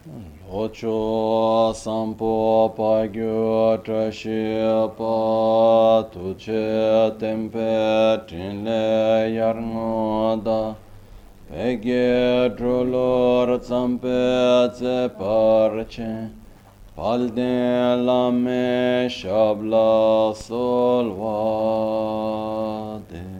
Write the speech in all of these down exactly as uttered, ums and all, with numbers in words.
Locho sampo pagyo trashi pa tuche tempe trinle yarnoda pegye drolor zampe ze parche palde lame shabla solvade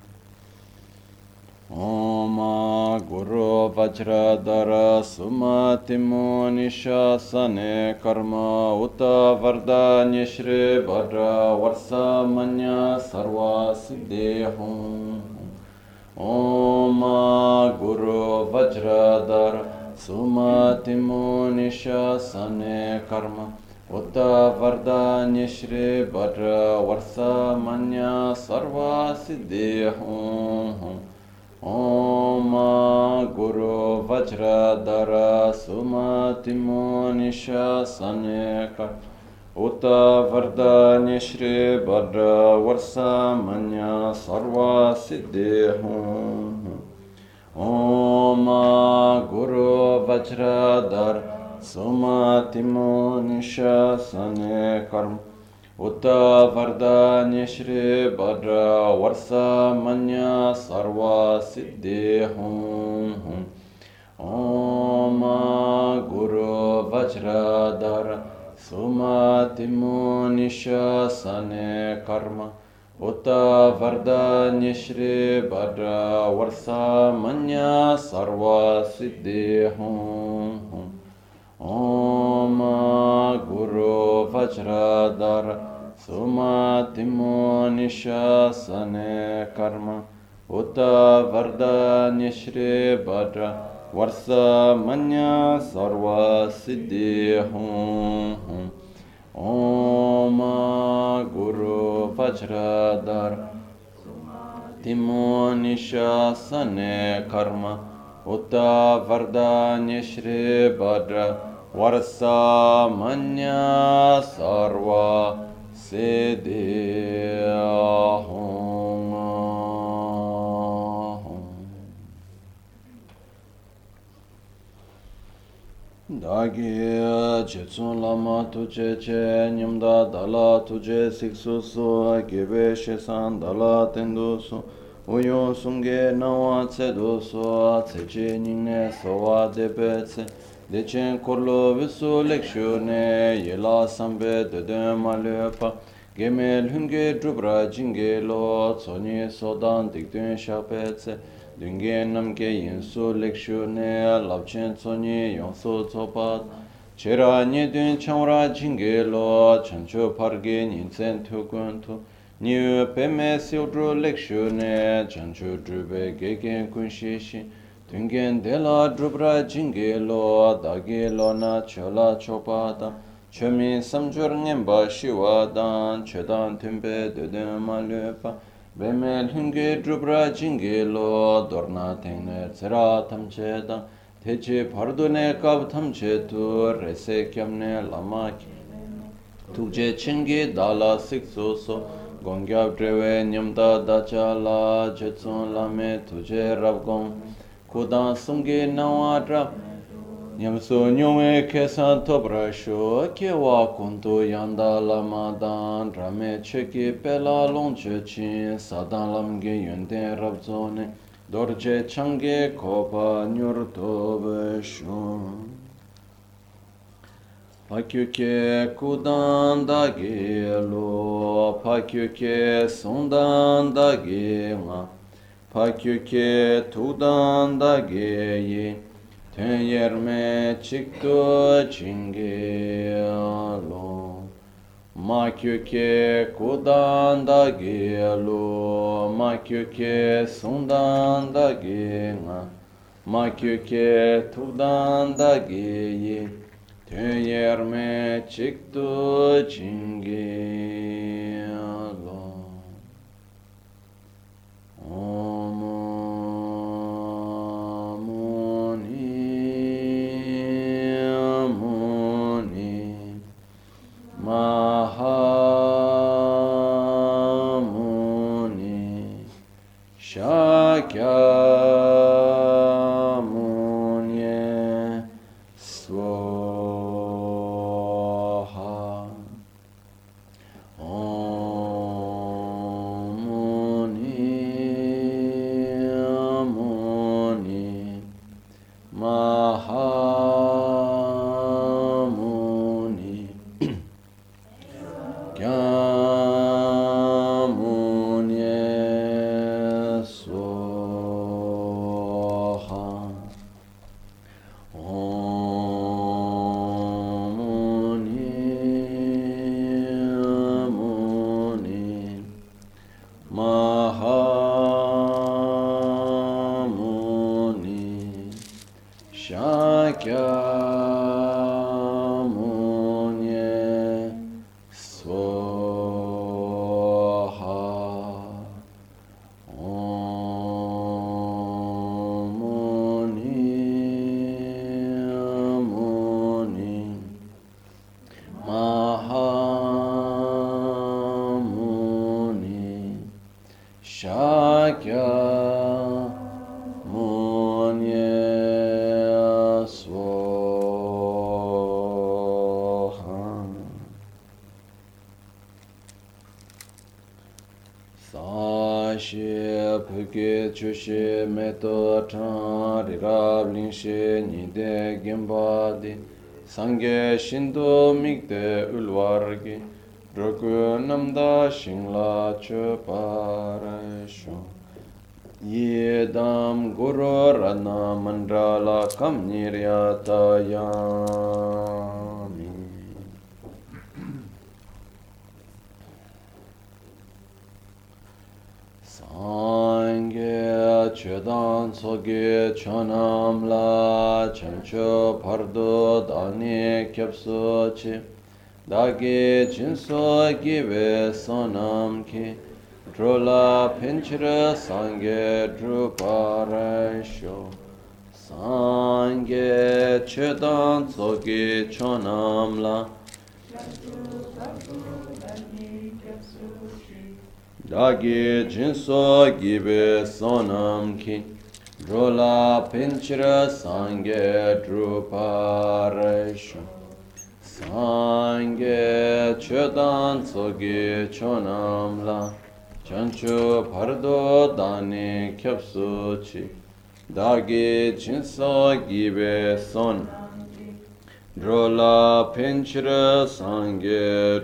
Om Guru Vajradhara Sumati Munishasane Karma Uta Vardanya Shri Bhadra Varsa Manya Sarva Siddhi Hum Om Guru Vajradhara Sumati Munishasane Karma Uta Vardanya Shri Bhadra Varsa Manya Sarva Siddhi Hum Om Guru Vajradhara Sumati Munishasane Uta Vardanya Shri Bhadra Varsa Manya Sarva Siddhi Hum Om Guru Vajradhara Sumati Munishasane Karma Uta Vardanya Shri Bhadra Varsa Manya Sarva Siddhi Hum Om Guru Vajradhara Sumati Munishasane Karma Uta Vardanya Shri Bhadra Varsa Manya Sarva Siddhi Hum Om Guru Vajradhara Sumati Munishasane Karma Uta Vardanya Shri Bhadra Varsa Manya Sarva Siddhi Hum Om Guru Vajradhara Sumati Munishasane Karma Uta Vardanya Shri Bhadra Varsa Manya Sarva Siddhi Hum Dagi Jetsun Lama Tuje Che Nyamda Dala Tuje Siksu Su Gibe Shesan Dala Tendu Su Uyo Sungye Nawa Tsedu Su Tseche Nyingne Sowa Debetse Dechen Korlo Visu Lekshune Yela Sambe Dede Malepa Gemel Hunge Drubra Jinge Lo Tsonye Sodan Dikdun Shapetse Dunge Namge Yinsu Lekshune Labchen Tsonye Yonsu Tsopat Chera Nyedun Chamra Jinge Lo Chancho Parge Ninsen Tukuntu New Peme Sildro Lekshune Chancho Drube Gegen Kunshishi Tungen dela drubra jingelo dagelo na chola chopata chemi samjur ngemba shiwadan chedan timbe dede malepa bemel hunge drubra jingelo dorna tengne tsera tamcheda teche pardone kab tamchetu rese kyamne lama tukje chingi dala siksoso gongyab drewe nyamda dachala jetsun lame tuje rabgong Kudan sumge nawadra Nyamso nyome kesan tobrasho Kewa kunto yanda lamadan Rame cheki pela longche chin Sadan lamge yunten rabzone Dorje change kopa nyurto besho Pakyuke kudan dage lo Pakyuke sundan dage ma Pakyuke tudan da geyi ten yerme çıktı çingelo Makyuke kudan da gelo Makyuke sundan da gena Makyuke tudan da geyi ten yerme çıktı çingelo Om Mahamuni Shakyamuni Swa Munye Swaha. Om Muni Muni Mahamuni Shakya Munye Swaha. Sashi Phuke Chushe Meto Chan Rirab Linshe Nide Gimbadi Sangye Shindo Migde Ulwargi Drogu Namda Shingla Chuparasho Yedam Guru Rana Mandrala Kam Niryatayami. Sangye Chedan Soge Chanam La Chancho Pardo Dani Kyapso Chi Dagi Jinso Give Sonam Ki Drola Pinchra Sangye Druparasho Sangye Chedan Soge Chanam La Dagi Jinso Give Sonam Ki Drola Pinchra Sangye Druparasho Sangye Chedan Soge Chonam La Chancho Pardo Dani Kyapsu Chi Dagi Jinso Give Son Drola Pinchra Sangye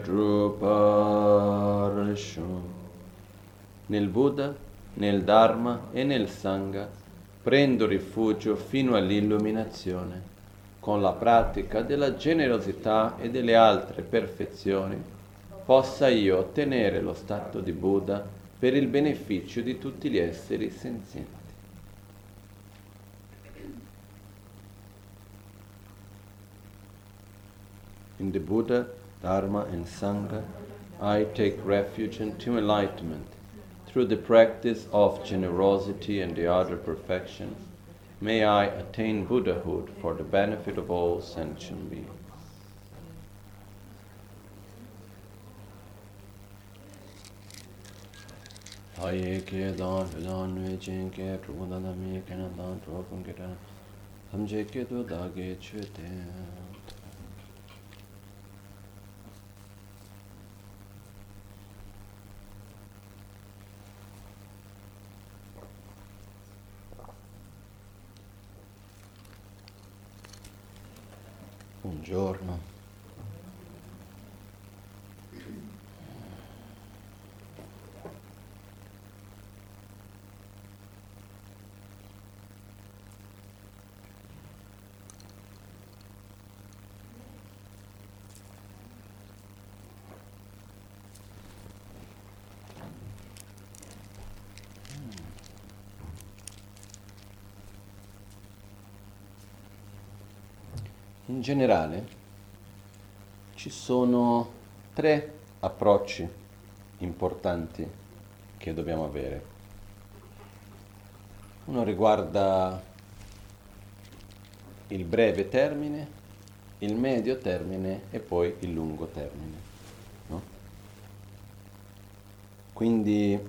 Druparasho. Nel Buddha, nel Dharma e nel Sangha prendo rifugio fino all'illuminazione. Con la pratica della generosità e delle altre perfezioni, possa io ottenere lo stato di Buddha per il beneficio di tutti gli esseri senzienti. In the Buddha, Dharma and Sangha, I take refuge into enlightenment through the practice of generosity and the other perfections. May I attain Buddhahood for the benefit of all sentient beings. Haye ke dan fidan ve jin ke prabhuda da mi ke na dan prabhun ke dan samje ke do da ge chute. Buongiorno. In generale ci sono tre approcci importanti che dobbiamo avere. Uno riguarda il breve termine, il medio termine e poi il lungo termine, no? Quindi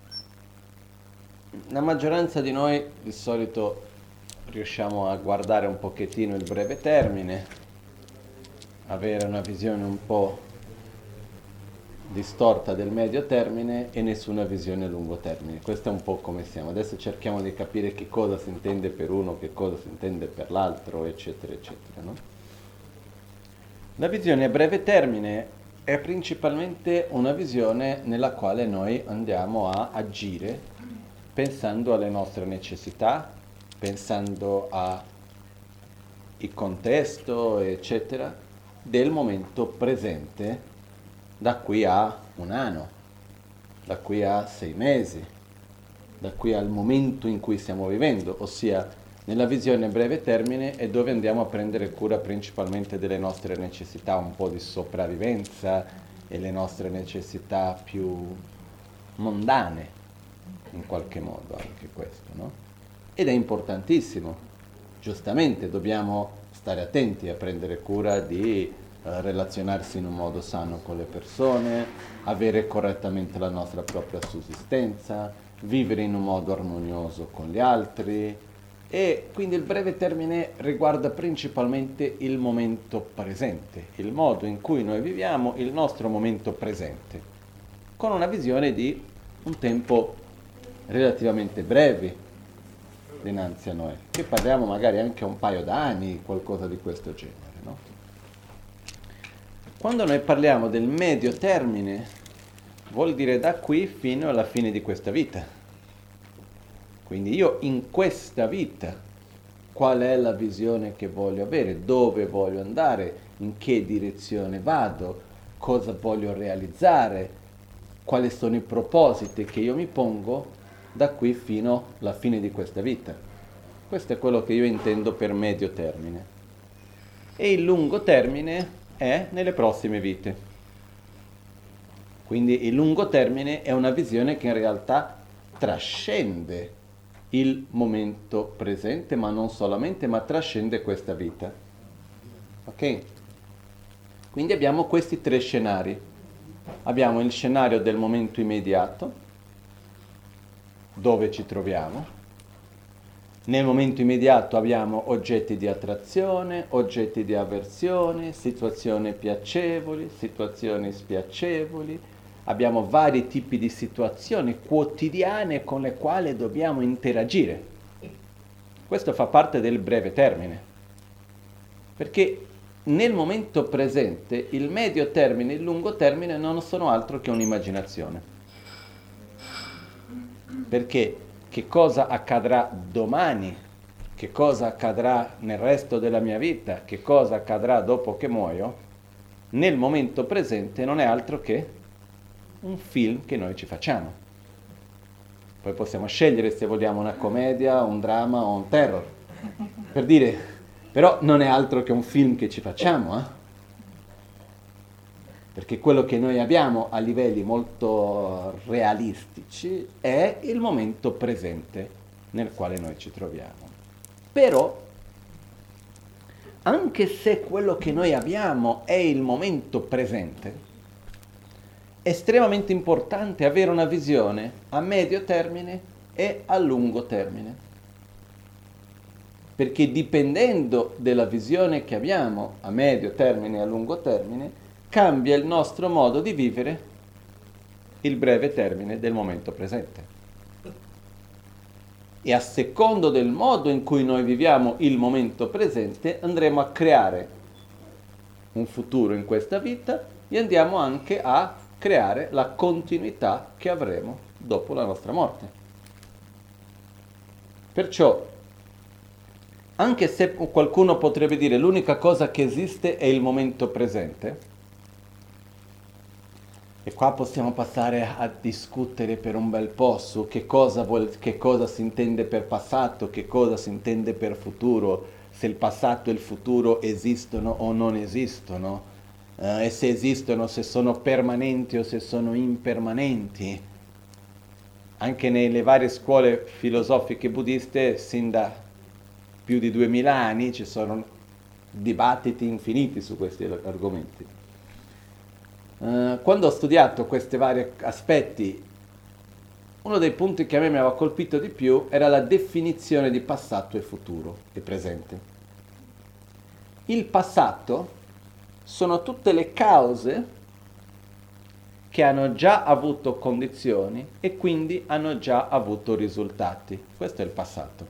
la maggioranza di noi di solito riusciamo a guardare un pochettino il breve termine, avere una visione un po' distorta del medio termine e nessuna visione a lungo termine. Questo è un po' come siamo. Adesso cerchiamo di capire che cosa si intende per uno, che cosa si intende per l'altro, eccetera, eccetera, no? La visione a breve termine è principalmente una visione nella quale noi andiamo a agire pensando alle nostre necessità, pensando al contesto, eccetera, del momento presente da qui a un anno, da qui a sei mesi, da qui al momento in cui stiamo vivendo, ossia Nella visione a breve termine è dove andiamo a prendere cura principalmente delle nostre necessità un po' di sopravvivenza e le nostre necessità più mondane, in qualche modo anche questo, no? Ed è importantissimo. Giustamente dobbiamo stare attenti a prendere cura di eh, relazionarsi in un modo sano con le persone, avere correttamente la nostra propria sussistenza, vivere in un modo armonioso con gli altri. E quindi il breve termine riguarda principalmente il momento presente, il modo in cui noi viviamo il nostro momento presente, con una visione di un tempo relativamente breve dinanzi a noi, che parliamo magari anche un paio d'anni, qualcosa di questo genere, no? Quando noi parliamo del medio termine, vuol dire da qui fino alla fine di questa vita. Quindi io in questa vita, qual è la visione che voglio avere, dove voglio andare, in che direzione vado, cosa voglio realizzare, quali sono i propositi che io mi pongo da qui fino alla fine di questa vita. Questo è quello che io intendo per medio termine. E il lungo termine è nelle prossime vite. Quindi il lungo termine è una visione che in realtà trascende il momento presente, ma non solamente, ma trascende questa vita. Ok? Quindi abbiamo questi tre scenari. Abbiamo il scenario del momento immediato, dove ci troviamo. Nel momento immediato abbiamo oggetti di attrazione, oggetti di avversione, situazioni piacevoli, situazioni spiacevoli. Abbiamo vari tipi di situazioni quotidiane con le quali dobbiamo interagire. Questo fa parte del breve termine, perché nel momento presente il medio termine e il lungo termine non sono altro che un'immaginazione. Perché che cosa accadrà domani, che cosa accadrà nel resto della mia vita, che cosa accadrà dopo che muoio, nel momento presente non è altro che un film che noi ci facciamo. Poi possiamo scegliere se vogliamo una commedia, un dramma o un terror. Per dire, però non è altro che un film che ci facciamo, eh? Perché quello che noi abbiamo a livelli molto realistici è il momento presente nel quale noi ci troviamo. Però, anche se quello che noi abbiamo è il momento presente, è estremamente importante avere una visione a medio termine e a lungo termine. Perché dipendendo dalla visione che abbiamo a medio termine e a lungo termine, cambia il nostro modo di vivere il breve termine del momento presente. E a secondo del modo in cui noi viviamo il momento presente, andremo a creare un futuro in questa vita e andiamo anche a creare la continuità che avremo dopo la nostra morte. Perciò, anche se qualcuno potrebbe dire l'unica cosa che esiste è il momento presente, e qua possiamo passare a discutere per un bel po' su che cosa, vuol, che cosa si intende per passato, che cosa si intende per futuro, se il passato e il futuro esistono o non esistono, Uh, e se esistono, se sono permanenti o se sono impermanenti. Anche nelle varie scuole filosofiche buddiste, sin da più di duemila anni, ci sono dibattiti infiniti su questi argomenti. Uh, quando ho studiato questi vari aspetti, uno dei punti che a me mi aveva colpito di più era la definizione di passato e futuro e presente. Il passato sono tutte le cause che hanno già avuto condizioni e quindi hanno già avuto risultati. Questo è il passato.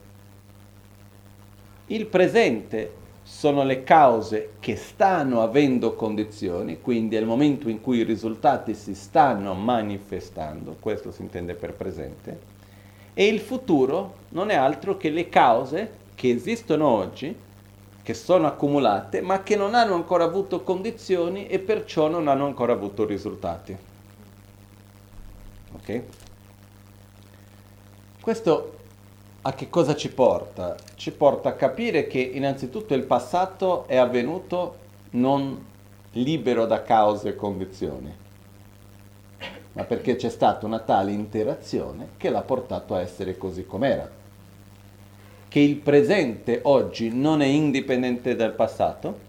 Il presente sono le cause che stanno avendo condizioni, quindi è il momento in cui i risultati si stanno manifestando, questo si intende per presente, e il futuro non è altro che le cause che esistono oggi, che sono accumulate, ma che non hanno ancora avuto condizioni e perciò non hanno ancora avuto risultati. Ok? Questo a che cosa ci porta? Ci porta a capire che innanzitutto il passato è avvenuto non libero da cause e condizioni, ma perché c'è stata una tale interazione che l'ha portato a essere così com'era. Che il presente oggi non è indipendente dal passato,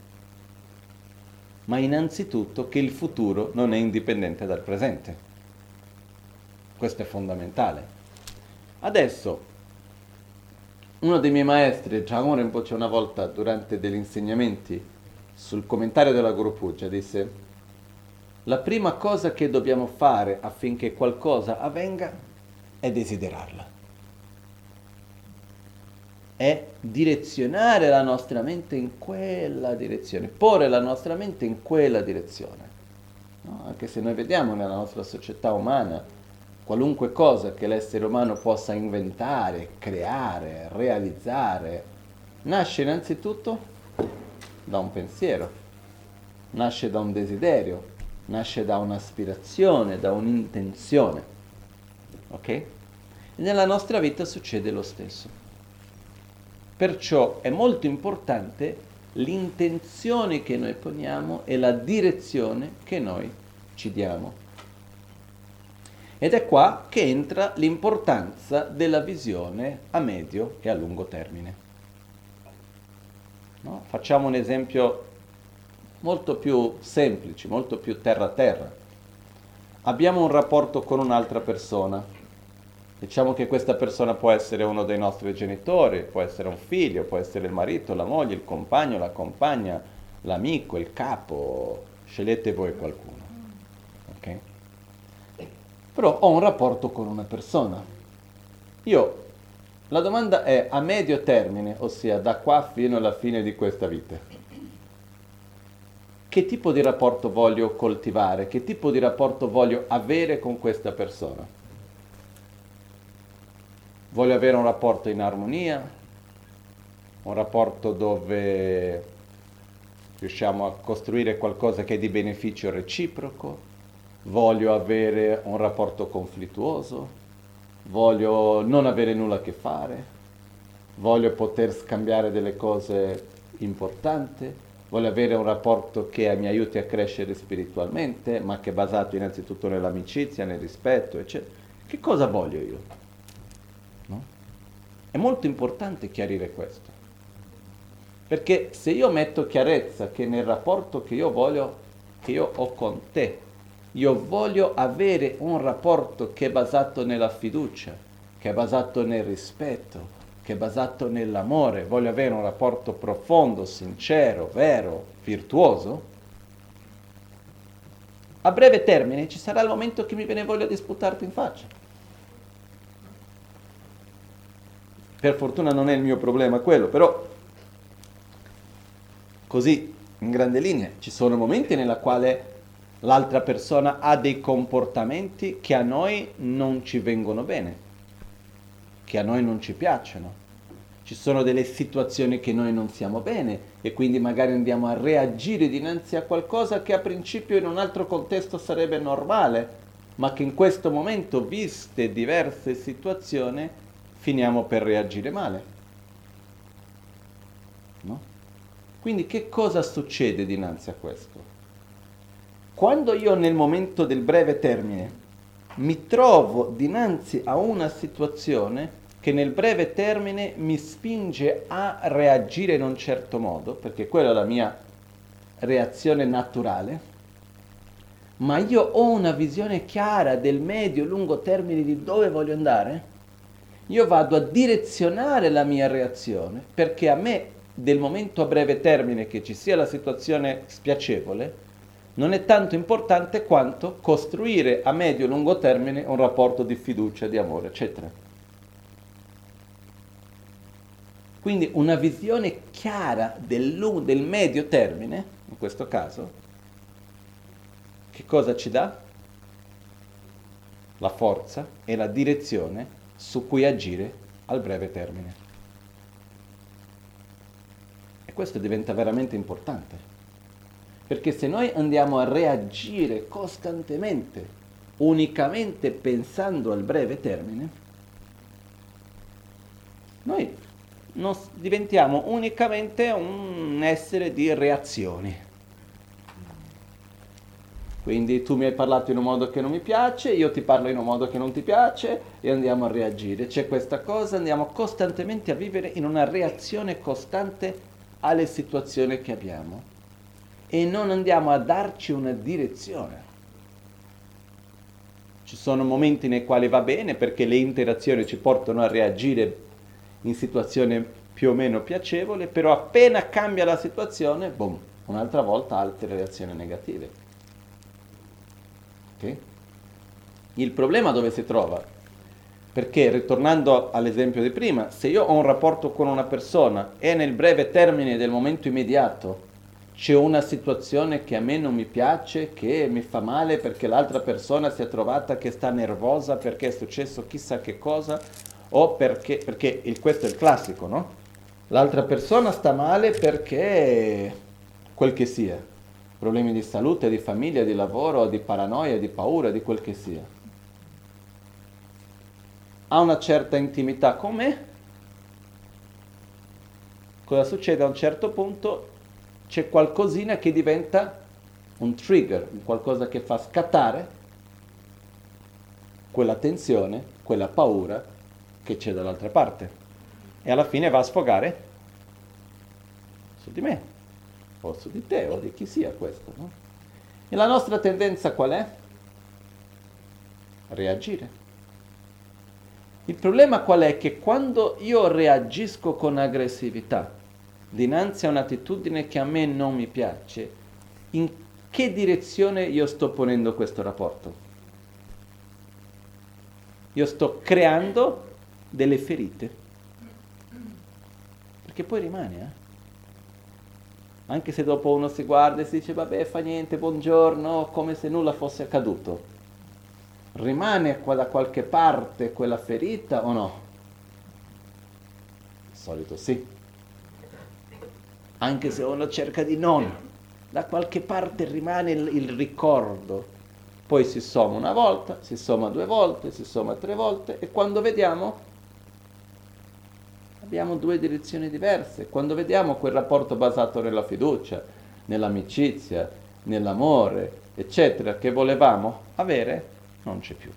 ma innanzitutto che il futuro non è indipendente dal presente. Questo è fondamentale. Adesso, uno dei miei maestri, Jagong Rinpoche, una volta durante degli insegnamenti sul commentario della Guru Puja disse: la prima cosa che dobbiamo fare affinché qualcosa avvenga è desiderarla, è direzionare la nostra mente in quella direzione, porre la nostra mente in quella direzione, no? Anche se noi vediamo nella nostra società umana qualunque cosa che l'essere umano possa inventare, creare, realizzare, nasce innanzitutto da un pensiero, nasce da un desiderio, nasce da un'aspirazione, da un'intenzione, ok? E nella nostra vita succede lo stesso. Perciò è molto importante l'intenzione che noi poniamo e la direzione che noi ci diamo. Ed è qua che entra l'importanza della visione a medio e a lungo termine. No? Facciamo un esempio molto più semplice, molto più terra a terra. Abbiamo un rapporto con un'altra persona. Diciamo che questa persona può essere uno dei nostri genitori, può essere un figlio, può essere il marito, la moglie, il compagno, la compagna, l'amico, il capo. Scegliete voi qualcuno. Ok? Però ho un rapporto con una persona. Io, la domanda è a medio termine, ossia da qua fino alla fine di questa vita. Che tipo di rapporto voglio coltivare? Che tipo di rapporto voglio avere con questa persona? Voglio avere un rapporto in armonia, un rapporto dove riusciamo a costruire qualcosa che è di beneficio reciproco. Voglio avere un rapporto conflittuoso, voglio non avere nulla a che fare, voglio poter scambiare delle cose importanti, voglio avere un rapporto che mi aiuti a crescere spiritualmente, ma che è basato innanzitutto nell'amicizia, nel rispetto, eccetera. Che cosa voglio io? No? È molto importante chiarire questo, perché se io metto chiarezza che nel rapporto che io voglio, che io ho con te, io voglio avere un rapporto che è basato nella fiducia, che è basato nel rispetto, che è basato nell'amore, voglio avere un rapporto profondo, sincero, vero, virtuoso, a breve termine ci sarà il momento che mi viene voglia di sputarti in faccia. Per fortuna non è il mio problema quello, però così in grande linea ci sono momenti nella quale l'altra persona ha dei comportamenti che a noi non ci vengono bene, che a noi non ci piacciono. Ci sono delle situazioni che noi non siamo bene e quindi magari andiamo a reagire dinanzi a qualcosa che a principio in un altro contesto sarebbe normale, ma che in questo momento, viste diverse situazioni, finiamo per reagire male. No? Quindi che cosa succede dinanzi a questo? Quando io nel momento del breve termine mi trovo dinanzi a una situazione che nel breve termine mi spinge a reagire in un certo modo, perché quella è la mia reazione naturale, ma io ho una visione chiara del medio-lungo termine di dove voglio andare, io vado a direzionare la mia reazione, perché a me del momento a breve termine che ci sia la situazione spiacevole, non è tanto importante quanto costruire a medio e lungo termine un rapporto di fiducia, di amore, eccetera. Quindi una visione chiara del, del medio termine, in questo caso, che cosa ci dà? La forza e la direzione su cui agire al breve termine. E questo diventa veramente importante. Perché se noi andiamo a reagire costantemente, unicamente pensando al breve termine, Noi non s- diventiamo unicamente un essere di reazioni. Quindi tu mi hai parlato in un modo che non mi piace, io ti parlo in un modo che non ti piace e andiamo a reagire. C'è questa cosa, andiamo costantemente a vivere in una reazione costante alle situazioni che abbiamo e non andiamo a darci una direzione. Ci sono momenti nei quali va bene perché le interazioni ci portano a reagire in situazioni più o meno piacevoli, però appena cambia la situazione, boom, un'altra volta altre reazioni negative. Okay? Il problema dove si trova? Perché, ritornando all'esempio di prima, se io ho un rapporto con una persona e nel breve termine del momento immediato c'è una situazione che a me non mi piace, che mi fa male perché l'altra persona si è trovata che sta nervosa perché è successo chissà che cosa, o perché, perché il, questo è il classico, no? L'altra persona sta male perché quel che sia, problemi di salute, di famiglia, di lavoro, di paranoia, di paura, di quel che sia. Ha una certa intimità con me, cosa succede a un certo punto? C'è qualcosina che diventa un trigger, qualcosa che fa scattare quella tensione, quella paura che c'è dall'altra parte e alla fine va a sfogare su di me o su di te o di chi sia questo, no? E la nostra tendenza qual è? Reagire. Il problema qual è? Che quando io reagisco con aggressività dinanzi a un'attitudine che a me non mi piace, in che direzione io sto ponendo questo rapporto? Io sto creando delle ferite. Perché poi rimane, eh? Anche se dopo uno si guarda e si dice vabbè fa niente, buongiorno, come se nulla fosse accaduto. Rimane qua da qualche parte quella ferita o no? Di solito sì. Anche se uno cerca di non, da qualche parte rimane il, il ricordo. Poi si somma una volta, si somma due volte, si somma tre volte e quando vediamo abbiamo due direzioni diverse. Quando vediamo quel rapporto basato nella fiducia, nell'amicizia, nell'amore, eccetera, che volevamo avere, non c'è più.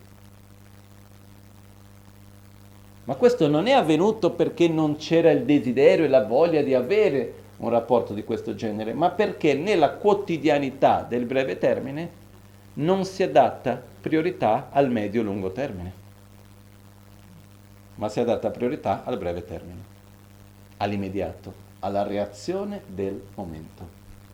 Ma questo non è avvenuto perché non c'era il desiderio e la voglia di avere un rapporto di questo genere, ma perché nella quotidianità del breve termine non si è data priorità al medio-lungo termine, ma si è data priorità al breve termine, all'immediato, alla reazione del momento.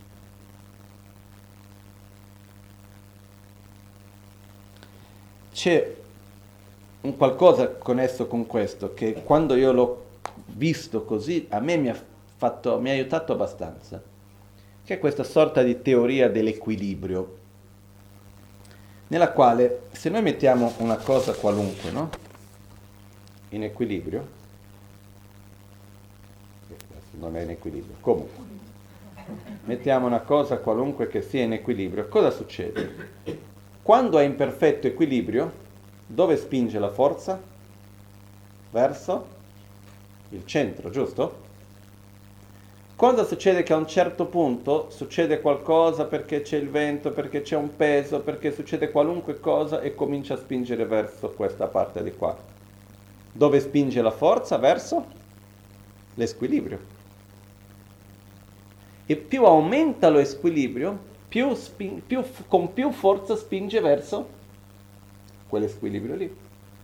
C'è un qualcosa connesso con questo che quando io l'ho visto così a me mi ha, fatto, mi ha aiutato abbastanza, che è questa sorta di teoria dell'equilibrio, nella quale se noi mettiamo una cosa qualunque, no? In equilibrio, non è in equilibrio, comunque, mettiamo una cosa qualunque che sia in equilibrio, cosa succede? Quando è in perfetto equilibrio, dove spinge la forza? Verso il centro, giusto? Cosa succede? Che a un certo punto succede qualcosa perché c'è il vento, perché c'è un peso, perché succede qualunque cosa e comincia a spingere verso questa parte di qua. Dove spinge la forza? Verso l'esquilibrio. E più aumenta lo squilibrio, più, spin- più con più forza spinge verso quell'equilibrio lì.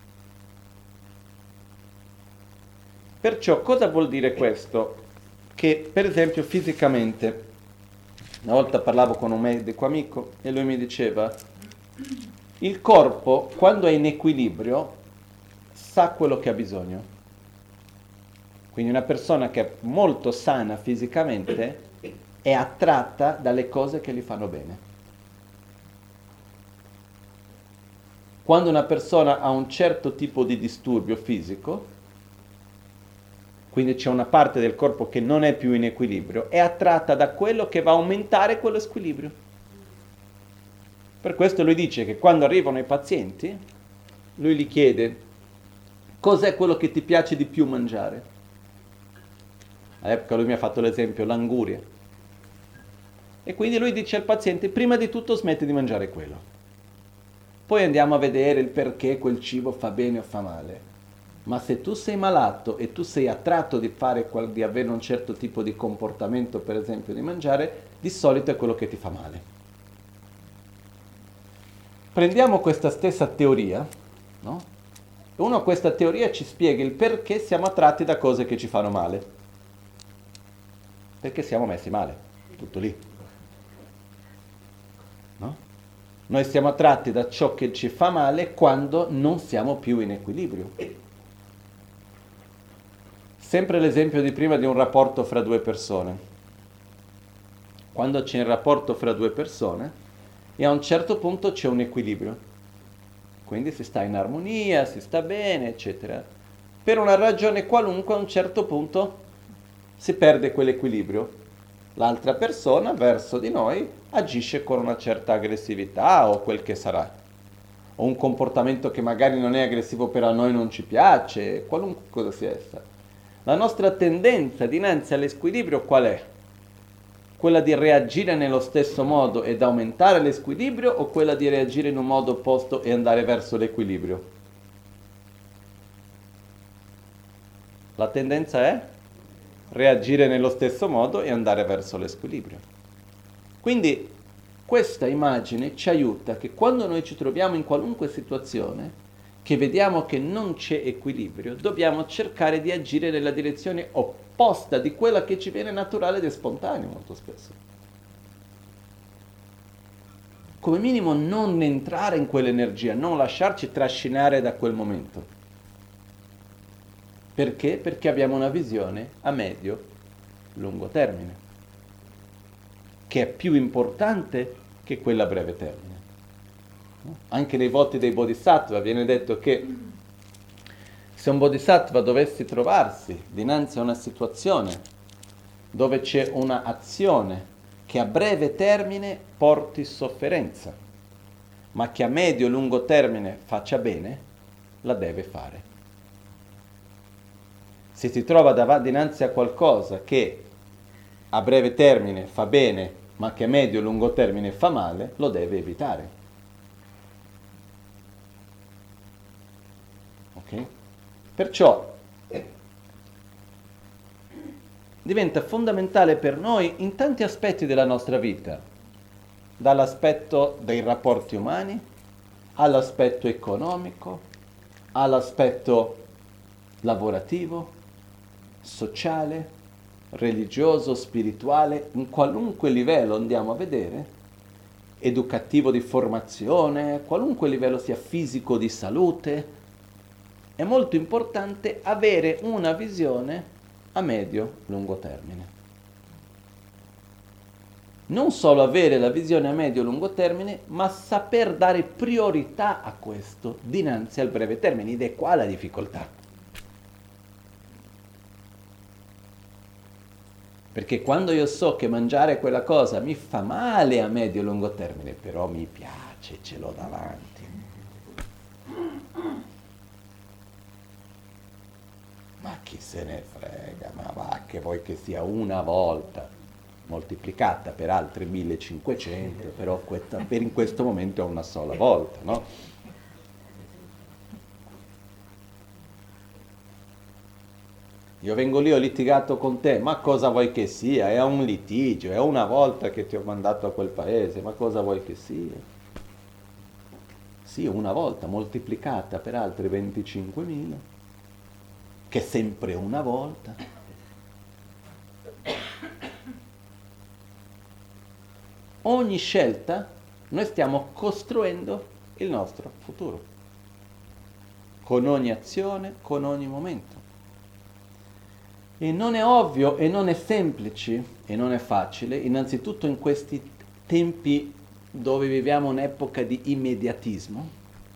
Perciò cosa vuol dire questo? Che per esempio fisicamente, una volta parlavo con un medico amico e lui mi diceva il corpo quando è in equilibrio sa quello che ha bisogno. Quindi una persona che è molto sana fisicamente è attratta dalle cose che gli fanno bene. Quando una persona ha un certo tipo di disturbio fisico, quindi c'è una parte del corpo che non è più in equilibrio, è attratta da quello che va a aumentare quello squilibrio. Per questo lui dice che quando arrivano i pazienti, lui gli chiede cos'è quello che ti piace di più mangiare. All'epoca lui mi ha fatto l'esempio l'anguria. E quindi lui dice al paziente, prima di tutto smetti di mangiare quello. Poi andiamo a vedere il perché quel cibo fa bene o fa male. Ma se tu sei malato e tu sei attratto di, fare, di avere un certo tipo di comportamento, per esempio di mangiare, di solito è quello che ti fa male. Prendiamo questa stessa teoria, no? E uno questa teoria ci spiega il perché siamo attratti da cose che ci fanno male. Perché siamo messi male, tutto lì. No? Noi siamo attratti da ciò che ci fa male quando non siamo più in equilibrio. Sempre l'esempio di prima di un rapporto fra due persone. Quando c'è un rapporto fra due persone e a un certo punto c'è un equilibrio. Quindi si sta in armonia, si sta bene, eccetera. Per una ragione qualunque a un certo punto si perde quell'equilibrio. L'altra persona verso di noi agisce con una certa aggressività o quel che sarà. O un comportamento che magari non è aggressivo però a noi non ci piace, qualunque cosa sia essa. La nostra tendenza dinanzi all'equilibrio qual è? Quella di reagire nello stesso modo ed aumentare l'esquilibrio o quella di reagire in un modo opposto e andare verso l'equilibrio? La tendenza è reagire nello stesso modo e andare verso l'esquilibrio. Quindi questa immagine ci aiuta che quando noi ci troviamo in qualunque situazione, che vediamo che non c'è equilibrio, dobbiamo cercare di agire nella direzione opposta di quella che ci viene naturale ed è spontaneo molto spesso. Come minimo non entrare in quell'energia, non lasciarci trascinare da quel momento. Perché? Perché abbiamo una visione a medio, lungo termine, che è più importante che quella a breve termine. Anche nei voti dei bodhisattva viene detto che se un bodhisattva dovesse trovarsi dinanzi a una situazione dove c'è una azione che a breve termine porti sofferenza, ma che a medio e lungo termine faccia bene, la deve fare. Se si trova dav- dinanzi a qualcosa che a breve termine fa bene, ma che a medio e lungo termine fa male, lo deve evitare. Okay? Perciò diventa fondamentale per noi in tanti aspetti della nostra vita, dall'aspetto dei rapporti umani, all'aspetto economico, all'aspetto lavorativo, sociale, religioso, spirituale, in qualunque livello andiamo a vedere, educativo di formazione, qualunque livello sia fisico di salute. È molto importante avere una visione a medio-lungo termine. Non solo avere la visione a medio-lungo termine, ma saper dare priorità a questo dinanzi al breve termine. Ed è qua la difficoltà. Perché quando io so che mangiare quella cosa mi fa male a medio-lungo termine, però mi piace, ce l'ho davanti. Ma chi se ne frega, ma va che vuoi che sia una volta, moltiplicata per altre millecinquecento, però questa, per in questo momento è una sola volta, no? Io vengo lì, ho litigato con te, ma cosa vuoi che sia? È un litigio, è una volta che ti ho mandato a quel paese, ma cosa vuoi che sia? Sì, una volta moltiplicata per altre venticinquemila, che è sempre una volta. Ogni scelta noi stiamo costruendo il nostro futuro, con ogni azione, con ogni momento. E non è ovvio e non è semplice e non è facile, innanzitutto in questi tempi dove viviamo un'epoca di immediatismo,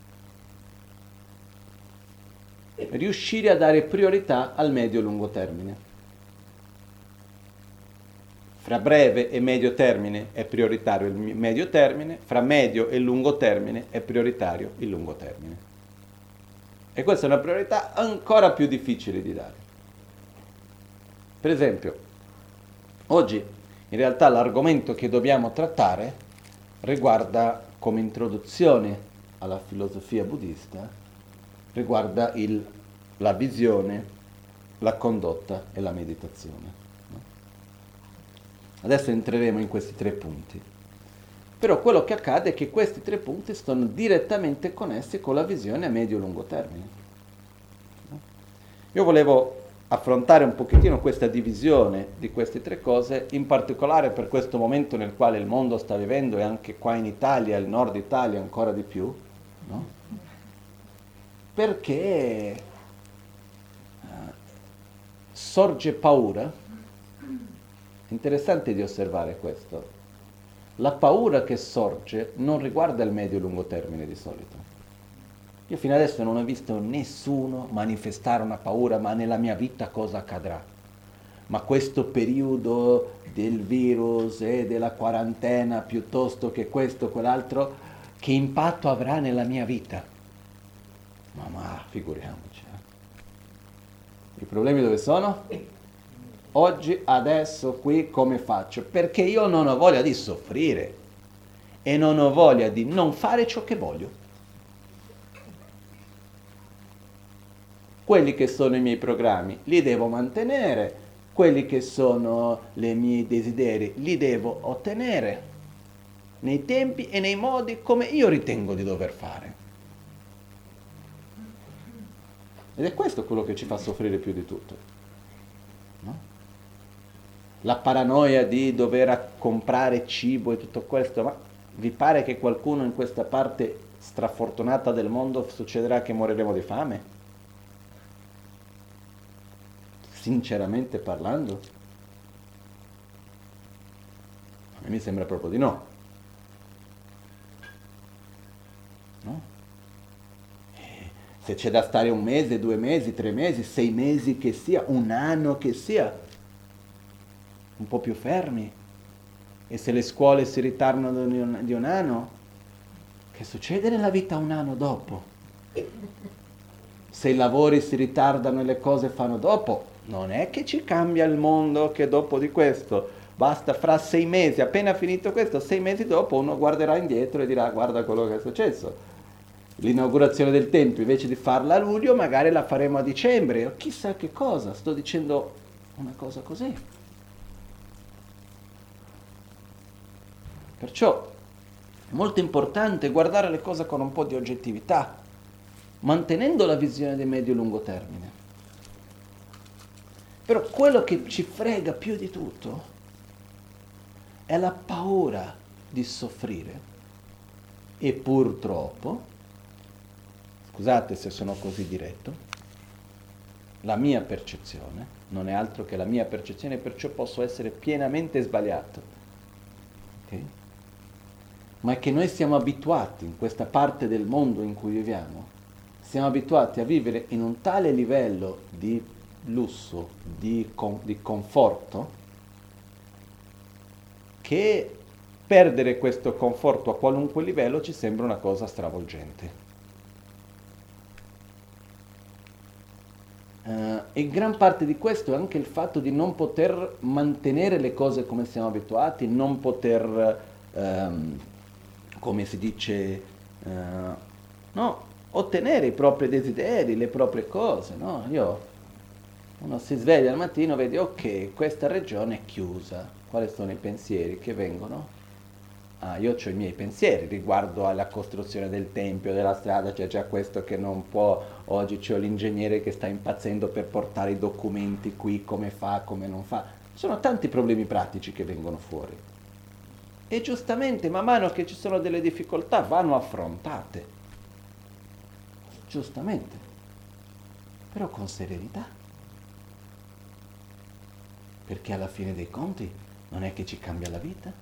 riuscire a dare priorità al medio-lungo termine. Fra breve e medio termine è prioritario il medio termine, fra medio e lungo termine è prioritario il lungo termine. E questa è una priorità ancora più difficile di dare. Per esempio, oggi in realtà l'argomento che dobbiamo trattare riguarda, come introduzione alla filosofia buddista, riguarda il, la visione, la condotta e la meditazione. No? Adesso entreremo in questi tre punti. Però quello che accade è che questi tre punti sono direttamente connessi con la visione a medio-lungo termine. No? Io volevo affrontare un pochettino questa divisione di queste tre cose, in particolare per questo momento nel quale il mondo sta vivendo e anche qua in Italia, il nord Italia ancora di più, no? Perché uh, sorge paura. È interessante di osservare questo. La paura che sorge non riguarda il medio-lungo termine di solito. Io fino adesso non ho visto nessuno manifestare una paura, ma nella mia vita cosa accadrà? Ma questo periodo del virus e della quarantena, piuttosto che questo o quell'altro, che impatto avrà nella mia vita? Ma, ma figuriamoci. Eh? I problemi dove sono? Oggi, adesso, qui, come faccio? Perché io non ho voglia di soffrire e non ho voglia di non fare ciò che voglio. Quelli che sono i miei programmi li devo mantenere, quelli che sono i miei desideri li devo ottenere nei tempi e nei modi come io ritengo di dover fare. Ed è questo quello che ci fa soffrire più di tutto. No? La paranoia di dover comprare cibo e tutto questo, ma vi pare che qualcuno in questa parte strafortunata del mondo succederà che moriremo di fame? Sinceramente parlando? A me mi sembra proprio di no. No? E se c'è da stare un mese, due mesi, tre mesi, sei mesi che sia, un anno che sia, un po' più fermi. E se le scuole si ritardano di un, di un anno, che succede nella vita un anno dopo? Se i lavori si ritardano e le cose fanno dopo, non è che ci cambia il mondo che dopo di questo, basta fra sei mesi, appena finito questo, sei mesi dopo uno guarderà indietro e dirà guarda quello che è successo. L'inaugurazione del tempio invece di farla a luglio magari la faremo a dicembre, o chissà che cosa, sto dicendo una cosa così. Perciò è molto importante guardare le cose con un po' di oggettività, mantenendo la visione di medio-lungo termine. Però quello che ci frega più di tutto è la paura di soffrire. E purtroppo, scusate se sono così diretto, la mia percezione non è altro che la mia percezione, perciò posso essere pienamente sbagliato. Okay? Ma è che noi siamo abituati in questa parte del mondo in cui viviamo, siamo abituati a vivere in un tale livello di lusso, di, con, di conforto, che perdere questo conforto a qualunque livello ci sembra una cosa stravolgente. Uh, e gran parte di questo è anche il fatto di non poter mantenere le cose come siamo abituati, non poter, um, come si dice, uh, no, ottenere i propri desideri, le proprie cose, no? Io Uno si sveglia al mattino, vede, ok, questa regione è chiusa. Quali sono i pensieri che vengono? Ah, io ho i miei pensieri riguardo alla costruzione del tempio, della strada, c'è già questo che non può, oggi c'ho l'ingegnere che sta impazzendo per portare i documenti qui, come fa, come non fa. Sono tanti problemi pratici che vengono fuori. E giustamente, man mano che ci sono delle difficoltà, vanno affrontate. Giustamente. Però con serenità. Perché alla fine dei conti non è che ci cambia la vita.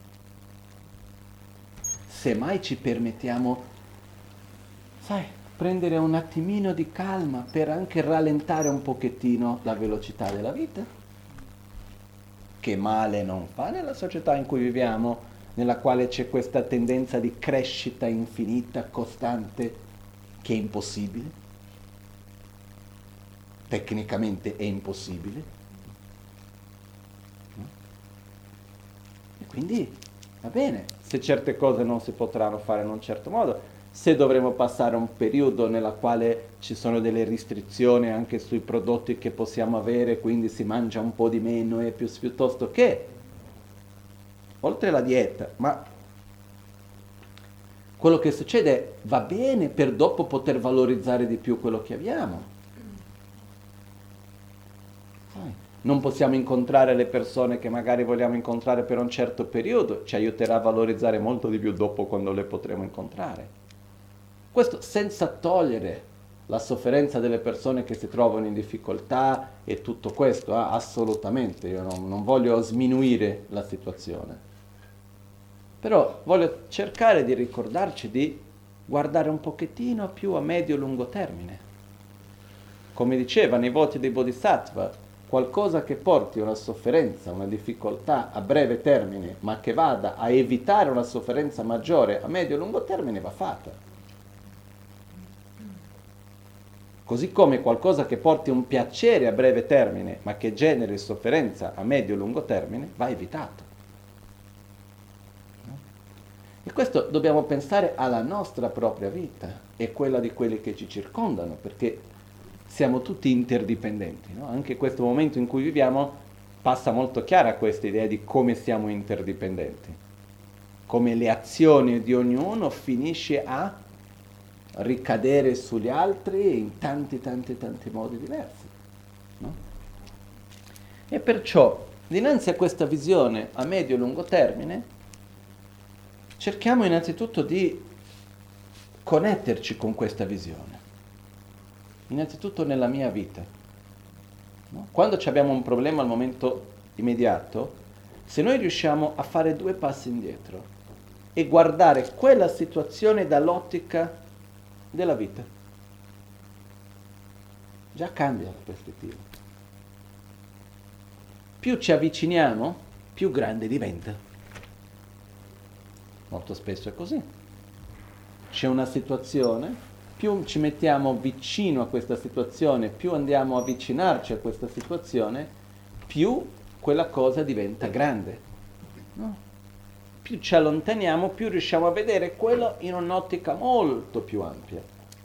Semmai ci permettiamo, sai, prendere un attimino di calma per anche rallentare un pochettino la velocità della vita. Che male non fa nella società in cui viviamo, nella quale c'è questa tendenza di crescita infinita, costante, che è impossibile. Tecnicamente è impossibile. Quindi va bene, se certe cose non si potranno fare in un certo modo, se dovremo passare un periodo nella quale ci sono delle restrizioni anche sui prodotti che possiamo avere, quindi si mangia un po' di meno e più, piuttosto che, oltre alla dieta, ma quello che succede va bene per dopo poter valorizzare di più quello che abbiamo. Non possiamo incontrare le persone che magari vogliamo incontrare per un certo periodo, ci aiuterà a valorizzare molto di più dopo quando le potremo incontrare. Questo senza togliere la sofferenza delle persone che si trovano in difficoltà e tutto questo, eh, assolutamente, io non, non voglio sminuire la situazione. Però voglio cercare di ricordarci di guardare un pochettino più a medio-lungo termine. Come dicevano i voti dei Bodhisattva, qualcosa che porti una sofferenza, una difficoltà a breve termine, ma che vada a evitare una sofferenza maggiore a medio-lungo termine, va fatta. Così come qualcosa che porti un piacere a breve termine, ma che generi sofferenza a medio-lungo termine, va evitato. E questo dobbiamo pensare alla nostra propria vita e quella di quelli che ci circondano, perché siamo tutti interdipendenti, no? Anche questo momento in cui viviamo passa molto chiara questa idea di come siamo interdipendenti, come le azioni di ognuno finisce a ricadere sugli altri in tanti, tanti, tanti modi diversi, no? E perciò, dinanzi a questa visione a medio e lungo termine, cerchiamo innanzitutto di connetterci con questa visione. Innanzitutto nella mia vita. No? Quando abbiamo un problema al momento immediato, se noi riusciamo a fare due passi indietro e guardare quella situazione dall'ottica della vita, già cambia la prospettiva. Più ci avviciniamo, più grande diventa. Molto spesso è così. C'è una situazione, più ci mettiamo vicino a questa situazione, più andiamo a avvicinarci a questa situazione, più quella cosa diventa grande. No? Più ci allontaniamo, più riusciamo a vedere quello in un'ottica molto più ampia.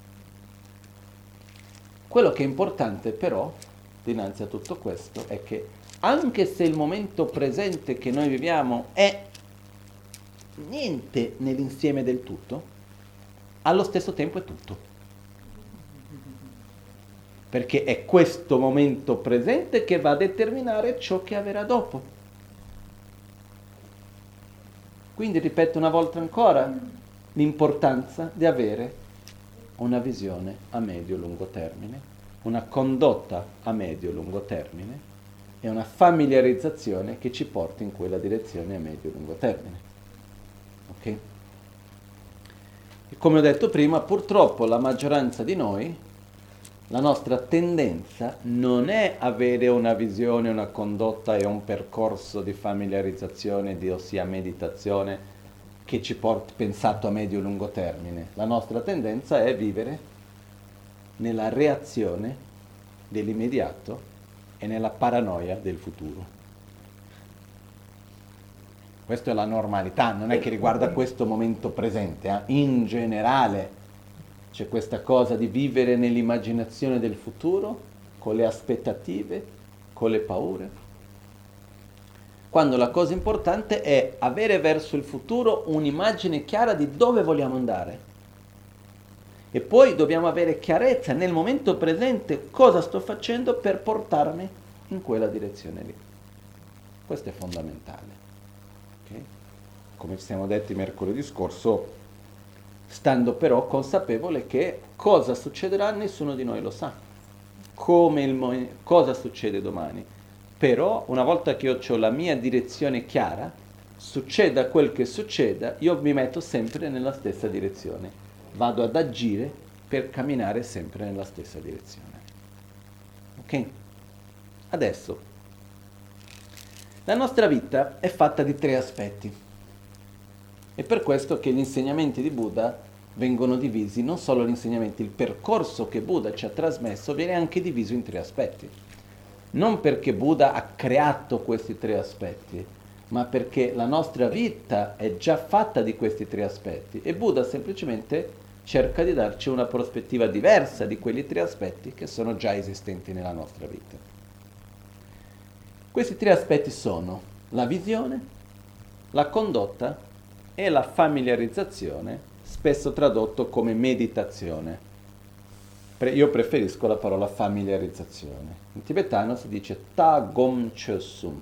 Quello che è importante però, dinanzi a tutto questo, è che anche se il momento presente che noi viviamo è niente nell'insieme del tutto, allo stesso tempo è tutto. Perché è questo momento presente che va a determinare ciò che avverrà dopo. Quindi ripeto una volta ancora l'importanza di avere una visione a medio-lungo termine, una condotta a medio-lungo termine e una familiarizzazione che ci porti in quella direzione a medio-lungo termine. Ok? E come ho detto prima, purtroppo la maggioranza di noi, la nostra tendenza non è avere una visione, una condotta e un percorso di familiarizzazione, di, ossia meditazione, che ci porti pensato a medio-lungo termine. La nostra tendenza è vivere nella reazione dell'immediato e nella paranoia del futuro. Questa è la normalità, non è che riguarda questo momento presente, eh? In generale c'è questa cosa di vivere nell'immaginazione del futuro, con le aspettative, con le paure, quando la cosa importante è avere verso il futuro un'immagine chiara di dove vogliamo andare. E poi dobbiamo avere chiarezza nel momento presente cosa sto facendo per portarmi in quella direzione lì. Questo è fondamentale. Okay? Come ci siamo detti mercoledì scorso, stando però consapevole che cosa succederà nessuno di noi lo sa, come il mo- cosa succede domani. Però una volta che io ho la mia direzione chiara, succeda quel che succeda, io mi metto sempre nella stessa direzione, vado ad agire per camminare sempre nella stessa direzione. Ok? Adesso, la nostra vita è fatta di tre aspetti. È per questo che gli insegnamenti di Buddha vengono divisi, non solo gli insegnamenti, il percorso che Buddha ci ha trasmesso viene anche diviso in tre aspetti. Non perché Buddha ha creato questi tre aspetti, ma perché la nostra vita è già fatta di questi tre aspetti e Buddha semplicemente cerca di darci una prospettiva diversa di quegli tre aspetti che sono già esistenti nella nostra vita. Questi tre aspetti sono la visione, la condotta e la familiarizzazione, spesso tradotto come meditazione. Pre- io preferisco la parola familiarizzazione. In tibetano si dice Ta Gom Chösum.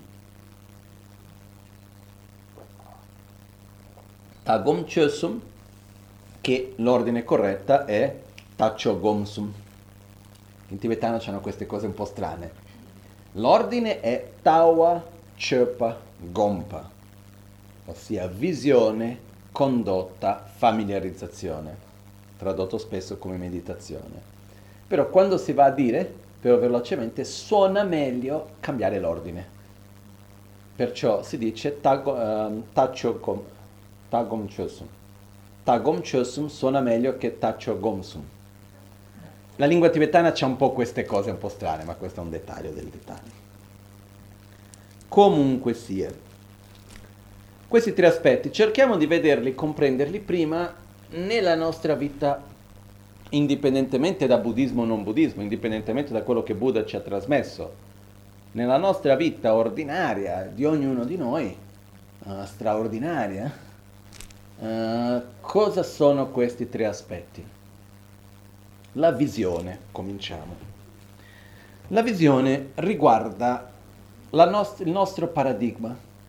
Ta Gom Chösum, che l'ordine corretta è Tacho Gomsum. In tibetano c'hanno queste cose un po' strane. L'ordine è Tawa Chöpa Gompa, ossia visione, condotta, familiarizzazione, tradotto spesso come meditazione. Però quando si va a dire, però velocemente, suona meglio cambiare l'ordine. Perciò si dice Tacho Gom, Tagom Chösum. Tagom Chösum suona meglio che Tacho Gomsum. La lingua tibetana c'ha un po' queste cose un po' strane, ma questo è un dettaglio del dettaglio. Comunque sia, questi tre aspetti cerchiamo di vederli, comprenderli prima nella nostra vita, indipendentemente da buddismo o non buddismo, indipendentemente da quello che Buddha ci ha trasmesso. Nella nostra vita ordinaria di ognuno di noi, uh, straordinaria, Uh, cosa sono questi tre aspetti? La visione, cominciamo. La visione riguarda la nost- il nostro paradigma.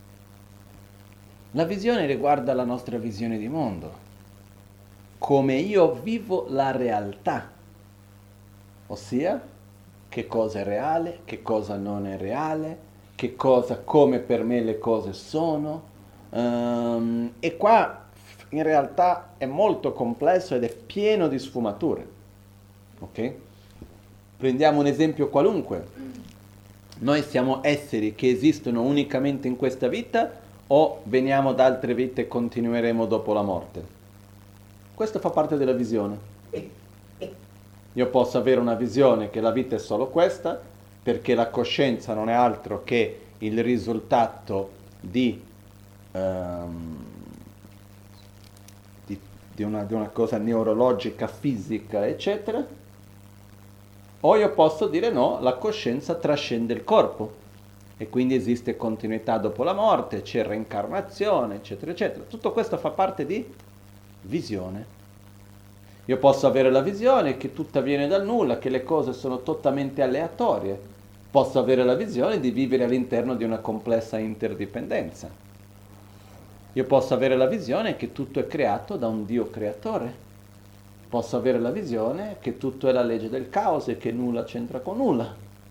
La visione riguarda la nostra visione di mondo, come io vivo la realtà, ossia che cosa è reale, che cosa non è reale, che cosa, come per me le cose sono, um, e qua in realtà è molto complesso ed è pieno di sfumature. Ok? Prendiamo un esempio qualunque. Noi siamo esseri che esistono unicamente in questa vita o veniamo da altre vite e continueremo dopo la morte? Questo fa parte della visione. Io posso avere una visione che la vita è solo questa, perché la coscienza non è altro che il risultato di... Um, Di una, di una cosa neurologica, fisica, eccetera, o io posso dire no, la coscienza trascende il corpo e quindi esiste continuità dopo la morte, c'è reincarnazione, eccetera, eccetera. Tutto questo fa parte di visione. Io posso avere la visione che tutto avviene dal nulla, che le cose sono totalmente aleatorie. Posso avere la visione di vivere all'interno di una complessa interdipendenza. Io posso avere la visione che tutto è creato da un Dio creatore. Posso avere la visione che tutto è la legge del caos e che nulla c'entra con nulla.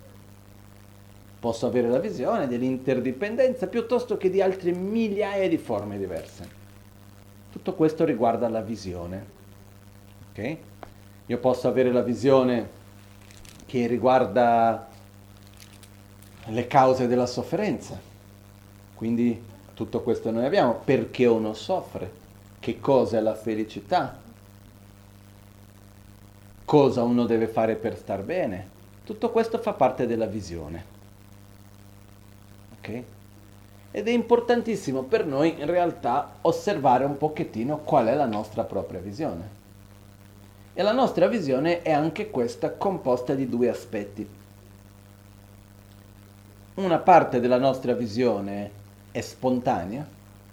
Posso avere la visione dell'interdipendenza piuttosto che di altre migliaia di forme diverse. Tutto questo riguarda la visione. Ok? Io posso avere la visione che riguarda le cause della sofferenza. Quindi tutto questo noi abbiamo, perché uno soffre, che cosa è la felicità, cosa uno deve fare per star bene. Tutto questo fa parte della visione. Ok? Ed è importantissimo per noi in realtà osservare un pochettino qual è la nostra propria visione. E la nostra visione è anche questa, composta di due aspetti. Una parte della nostra visione è spontanea,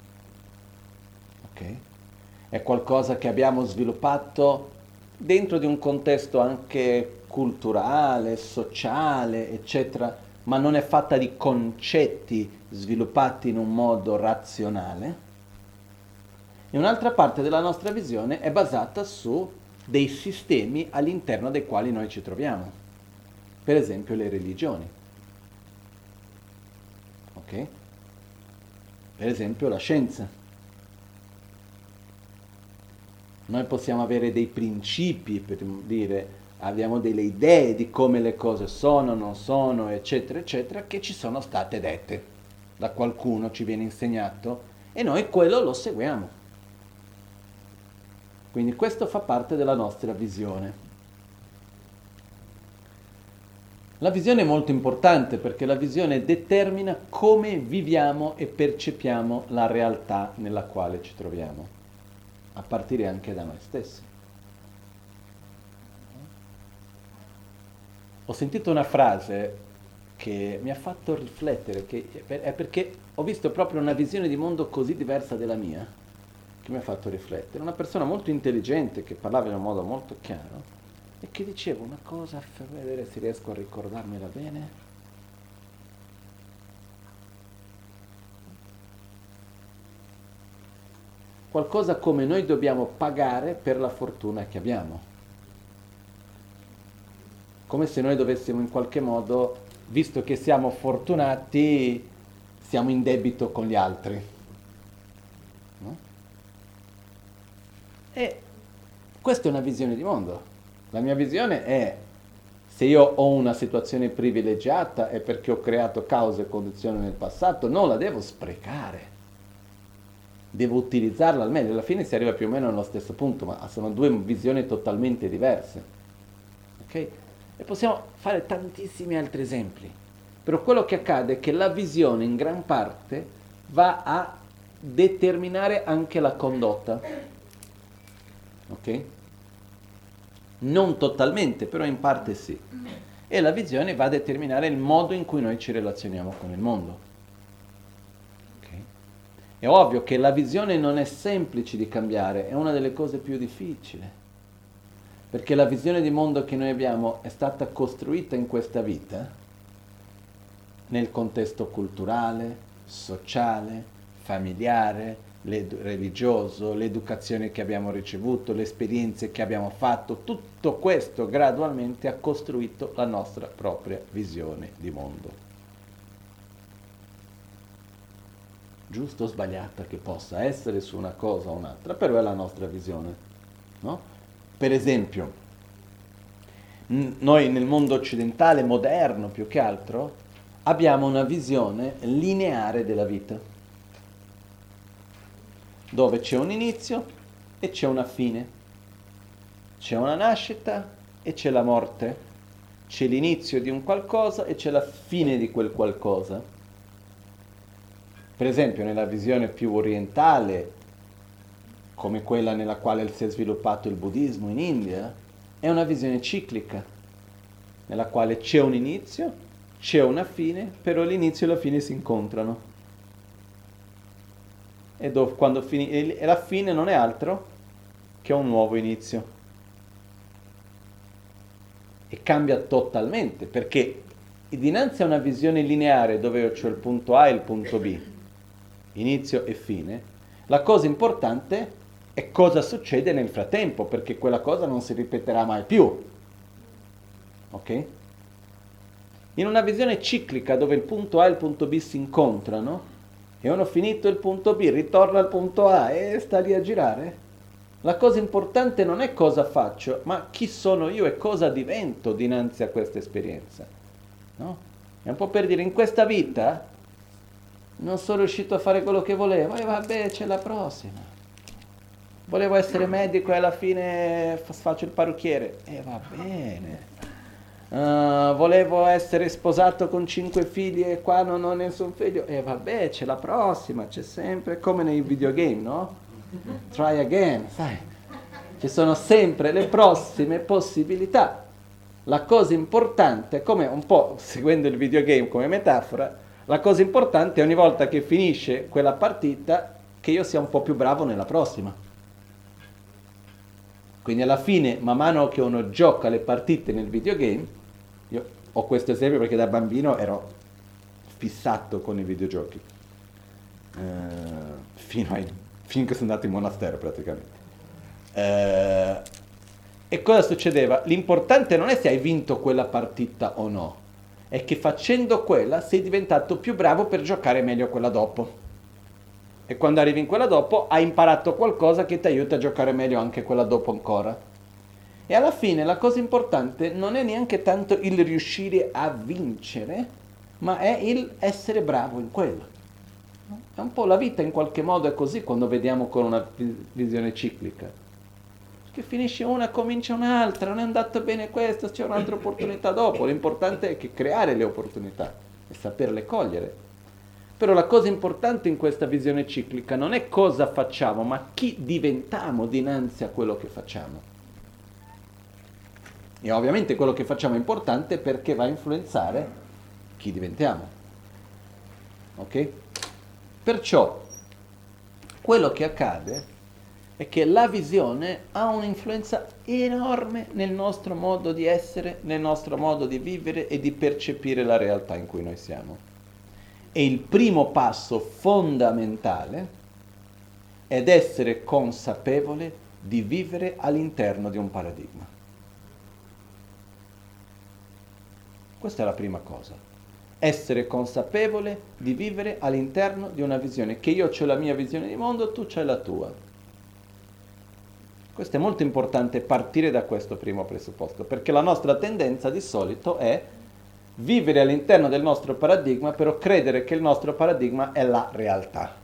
ok? È qualcosa che abbiamo sviluppato dentro di un contesto anche culturale, sociale, eccetera, ma non è fatta di concetti sviluppati in un modo razionale. E un'altra parte della nostra visione è basata su dei sistemi all'interno dei quali noi ci troviamo. Per esempio le religioni. Ok? Per esempio la scienza. Noi possiamo avere dei principi, per dire, abbiamo delle idee di come le cose sono, non sono, eccetera, eccetera, che ci sono state dette da qualcuno, ci viene insegnato, e noi quello lo seguiamo. Quindi questo fa parte della nostra visione. La visione è molto importante perché la visione determina come viviamo e percepiamo la realtà nella quale ci troviamo, a partire anche da noi stessi. Ho sentito una frase che mi ha fatto riflettere, che è perché ho visto proprio una visione di mondo così diversa della mia, che mi ha fatto riflettere. Una persona molto intelligente che parlava in un modo molto chiaro, e che diceva una cosa, per vedere se riesco a ricordarmela bene. Qualcosa come: noi dobbiamo pagare per la fortuna che abbiamo. Come se noi dovessimo in qualche modo, visto che siamo fortunati, siamo in debito con gli altri. No? E questa è una visione di mondo. La mia visione è: se io ho una situazione privilegiata è perché ho creato cause e condizioni nel passato, non la devo sprecare, devo utilizzarla al meglio. Alla fine si arriva più o meno allo stesso punto, ma sono due visioni totalmente diverse. Ok? E possiamo fare tantissimi altri esempi, però quello che accade è che la visione in gran parte va a determinare anche la condotta. Ok? Non totalmente, però in parte sì. E la visione va a determinare il modo in cui noi ci relazioniamo con il mondo. Okay? È ovvio che la visione non è semplice di cambiare, è una delle cose più difficili. Perché la visione di mondo che noi abbiamo è stata costruita in questa vita, nel contesto culturale, sociale, familiare, religioso, l'educazione che abbiamo ricevuto, le esperienze che abbiamo fatto, tutto questo gradualmente ha costruito la nostra propria visione di mondo. Giusto o sbagliata che possa essere su una cosa o un'altra, però è la nostra visione, no? Per esempio, noi nel mondo occidentale, moderno più che altro, abbiamo una visione lineare della vita, dove c'è un inizio e c'è una fine, c'è una nascita e c'è la morte, c'è l'inizio di un qualcosa e c'è la fine di quel qualcosa. Per esempio, nella visione più orientale, come quella nella quale si è sviluppato il buddismo in India, è una visione ciclica, nella quale c'è un inizio, c'è una fine, però l'inizio e la fine si incontrano. E, dove, quando fini, e la fine non è altro che un nuovo inizio. E cambia totalmente, perché dinanzi a una visione lineare dove c'è il punto A e il punto B, inizio e fine, la cosa importante è cosa succede nel frattempo, perché quella cosa non si ripeterà mai più. Ok? In una visione ciclica dove il punto A e il punto B si incontrano, e uno finito il punto B, ritorna al punto A e sta lì a girare. La cosa importante non è cosa faccio, ma chi sono io e cosa divento dinanzi a questa esperienza. No? È un po' per dire: in questa vita non sono riuscito a fare quello che volevo, e vabbè, c'è la prossima. Volevo essere medico e alla fine faccio il parrucchiere, e va bene. Uh, volevo essere sposato con cinque figli e qua non ho nessun figlio, e vabbè, c'è la prossima, c'è sempre, come nei videogame, no? Try again, sai, ci sono sempre le prossime possibilità. La cosa importante, come un po' seguendo il videogame come metafora, la cosa importante è ogni volta che finisce quella partita che io sia un po' più bravo nella prossima. Quindi alla fine, man mano che uno gioca le partite nel videogame, io ho questo esempio perché da bambino ero fissato con i videogiochi, eh, fino ai, finché sono andato in monastero praticamente. Eh, e cosa succedeva? L'importante non è se hai vinto quella partita o no, è che facendo quella sei diventato più bravo per giocare meglio quella dopo. E quando arrivi in quella dopo hai imparato qualcosa che ti aiuta a giocare meglio anche quella dopo ancora. E alla fine la cosa importante non è neanche tanto il riuscire a vincere, ma è il essere bravo in quello. È un po' la vita in qualche modo è così quando vediamo con una visione ciclica. che finisce una, comincia un'altra, non è andato bene questo, c'è un'altra opportunità dopo. L'importante è che creare le opportunità e saperle cogliere. Però la cosa importante in questa visione ciclica non è cosa facciamo, ma chi diventiamo dinanzi a quello che facciamo. E ovviamente quello che facciamo è importante perché va a influenzare chi diventiamo. Ok? Perciò quello che accade è che la visione ha un'influenza enorme nel nostro modo di essere, nel nostro modo di vivere e di percepire la realtà in cui noi siamo. E il primo passo fondamentale è essere consapevole di vivere all'interno di un paradigma. Questa è la prima cosa. Essere consapevole di vivere all'interno di una visione, che io ho la mia visione di mondo, tu c'hai la tua. Questo è molto importante, partire da questo primo presupposto, perché la nostra tendenza di solito è vivere all'interno del nostro paradigma, però credere che il nostro paradigma è la realtà.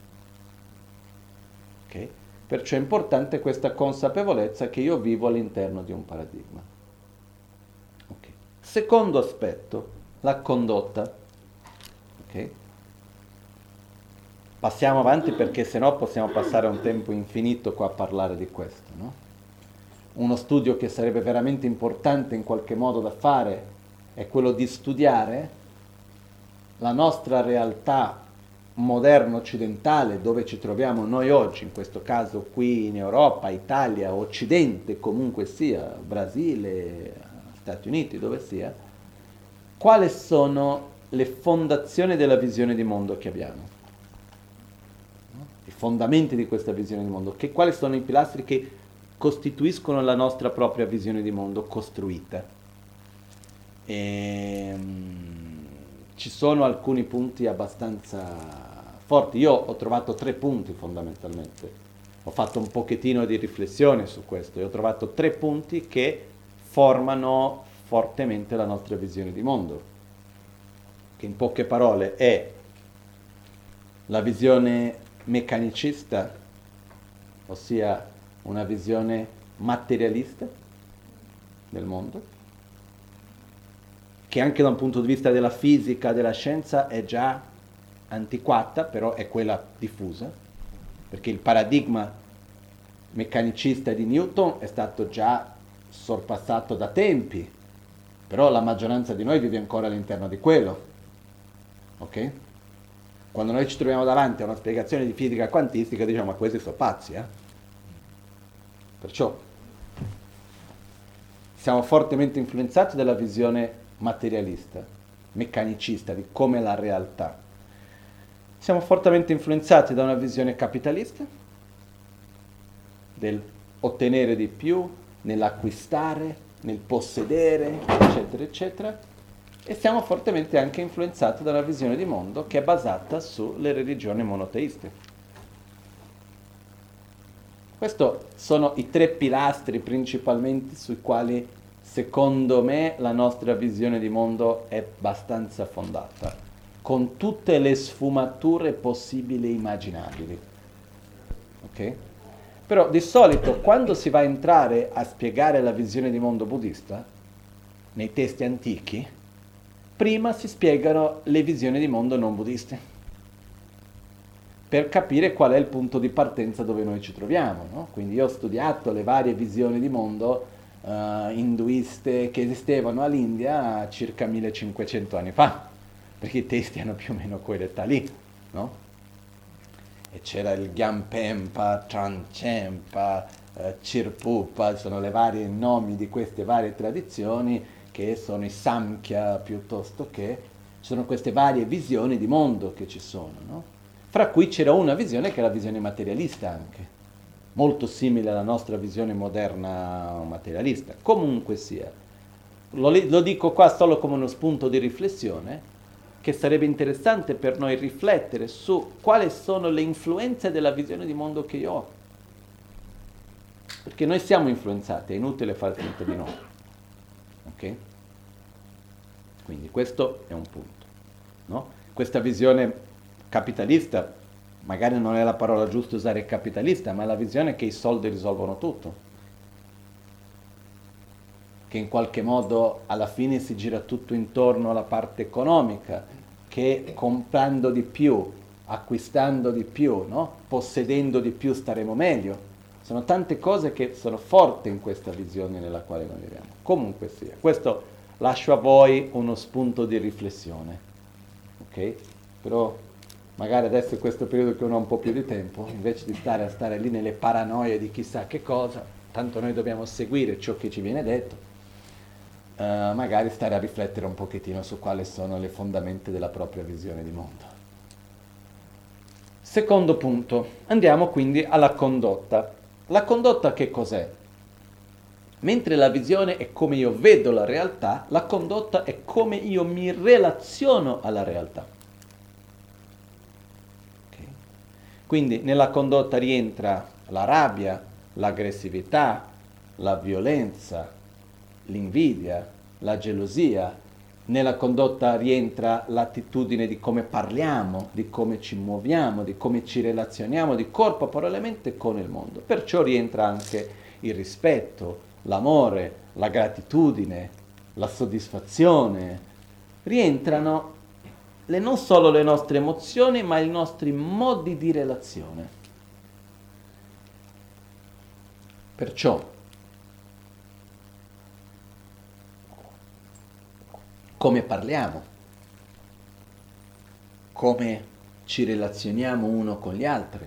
Okay? Perciò è importante questa consapevolezza che io vivo all'interno di un paradigma. Okay. Secondo aspetto, la condotta. Okay? Passiamo avanti perché sennò possiamo passare un tempo infinito qua a parlare di questo, no? Uno studio che sarebbe veramente importante in qualche modo da fare è quello di studiare la nostra realtà moderna occidentale, dove ci troviamo noi oggi, in questo caso qui in Europa, Italia, Occidente, comunque sia, Brasile, Stati Uniti, dove sia, quali sono le fondazioni della visione di mondo che abbiamo, i fondamenti di questa visione di mondo, che, quali sono i pilastri che costituiscono la nostra propria visione di mondo costruita. E, um, ci sono alcuni punti abbastanza forti. Io ho trovato tre punti fondamentalmente, ho fatto un pochettino di riflessione su questo e ho trovato tre punti che formano fortemente la nostra visione di mondo, che in poche parole è la visione meccanicista, ossia una visione materialista del mondo, che anche da un punto di vista della fisica, della scienza, è già antiquata, però è quella diffusa, perché il paradigma meccanicista di Newton è stato già sorpassato da tempi, però la maggioranza di noi vive ancora all'interno di quello. Ok? Quando noi ci troviamo davanti a una spiegazione di fisica quantistica, diciamo, ma questi sono pazzi, eh? Perciò siamo fortemente influenzati dalla visione materialista, meccanicista, di come è la realtà. Siamo fortemente influenzati da una visione capitalista, del ottenere di più, nell'acquistare, nel possedere, eccetera, eccetera, e siamo fortemente anche influenzati da una visione di mondo che è basata sulle religioni monoteiste. Questi sono i tre pilastri principalmente sui quali, secondo me, la nostra visione di mondo è abbastanza fondata, con tutte le sfumature possibili e immaginabili. Ok? Però di solito quando si va a entrare a spiegare la visione di mondo buddista, nei testi antichi, prima si spiegano le visioni di mondo non buddiste, per capire qual è il punto di partenza dove noi ci troviamo, no? Quindi io ho studiato le varie visioni di mondo uh, induiste che esistevano all'India circa millecinquecento anni fa, perché i testi hanno più o meno quell'età lì, no? E c'era il Gyampenpa, Trangchenpa, eh, Chirpupa, sono le varie nomi di queste varie tradizioni, che sono i Samkhya piuttosto che, sono queste varie visioni di mondo che ci sono, no? Fra cui c'era una visione che è la visione materialista anche, molto simile alla nostra visione moderna materialista. Comunque sia, lo, lo dico qua solo come uno spunto di riflessione, che sarebbe interessante per noi riflettere su quali sono le influenze della visione di mondo che io ho. Perché noi siamo influenzati, è inutile far finta di no. Ok? Quindi questo è un punto, no? Questa visione capitalista, magari non è la parola giusta usare capitalista, ma è la visione che i soldi risolvono tutto. che in qualche modo alla fine si gira tutto intorno alla parte economica, che comprando di più, acquistando di più, no? Possedendo di più staremo meglio. Sono tante cose che sono forti in questa visione nella quale noi viviamo. Comunque sia, questo lascio a voi uno spunto di riflessione, ok? Però magari adesso in questo periodo che uno ha un po' più di tempo, invece di stare a stare lì nelle paranoie di chissà che cosa, tanto noi dobbiamo seguire ciò che ci viene detto, eh, magari stare a riflettere un pochettino su quali sono le fondamenta della propria visione di mondo. Secondo punto, andiamo quindi alla condotta. La condotta che cos'è? Mentre la visione è come io vedo la realtà, la condotta è come io mi relaziono alla realtà. Okay. Quindi nella condotta rientra la rabbia, l'aggressività, la violenza, l'invidia, la gelosia. Nella condotta rientra l'attitudine di come parliamo, di come ci muoviamo, di come ci relazioniamo di corpo, parole e mente con il mondo. Perciò rientra anche il rispetto, l'amore, la gratitudine, la soddisfazione. Rientrano le, non solo le nostre emozioni, ma i nostri modi di relazione. Perciò come parliamo, come ci relazioniamo uno con gli altri,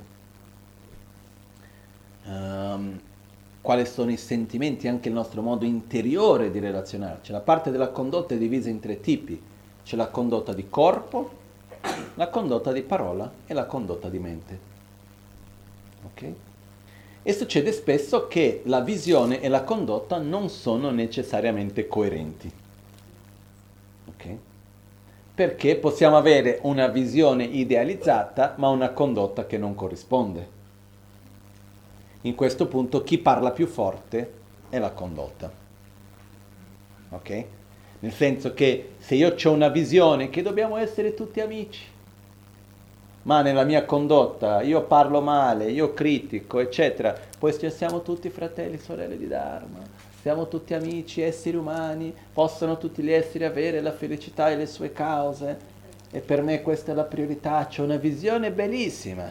um, quali sono i sentimenti, anche il nostro modo interiore di relazionarci. La parte della condotta è divisa in tre tipi: c'è la condotta di corpo, la condotta di parola e la condotta di mente. Ok? E succede spesso che la visione e la condotta non sono necessariamente coerenti. Okay. Perché possiamo avere una visione idealizzata ma una condotta che non corrisponde. In questo punto chi parla più forte è la condotta. Ok? Nel senso che se io ho una visione che dobbiamo essere tutti amici, ma nella mia condotta io parlo male, io critico, eccetera, poi siamo tutti fratelli, sorelle di Dharma, siamo tutti amici, esseri umani, possono tutti gli esseri avere la felicità e le sue cause, e per me questa è la priorità, c'è una visione bellissima.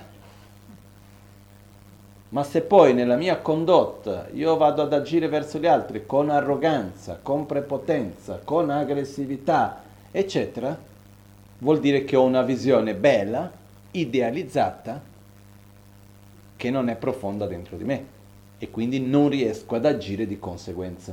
Ma se poi nella mia condotta io vado ad agire verso gli altri con arroganza, con prepotenza, con aggressività, eccetera, vuol dire che ho una visione bella, idealizzata, che non è profonda dentro di me. E quindi non riesco ad agire di conseguenza.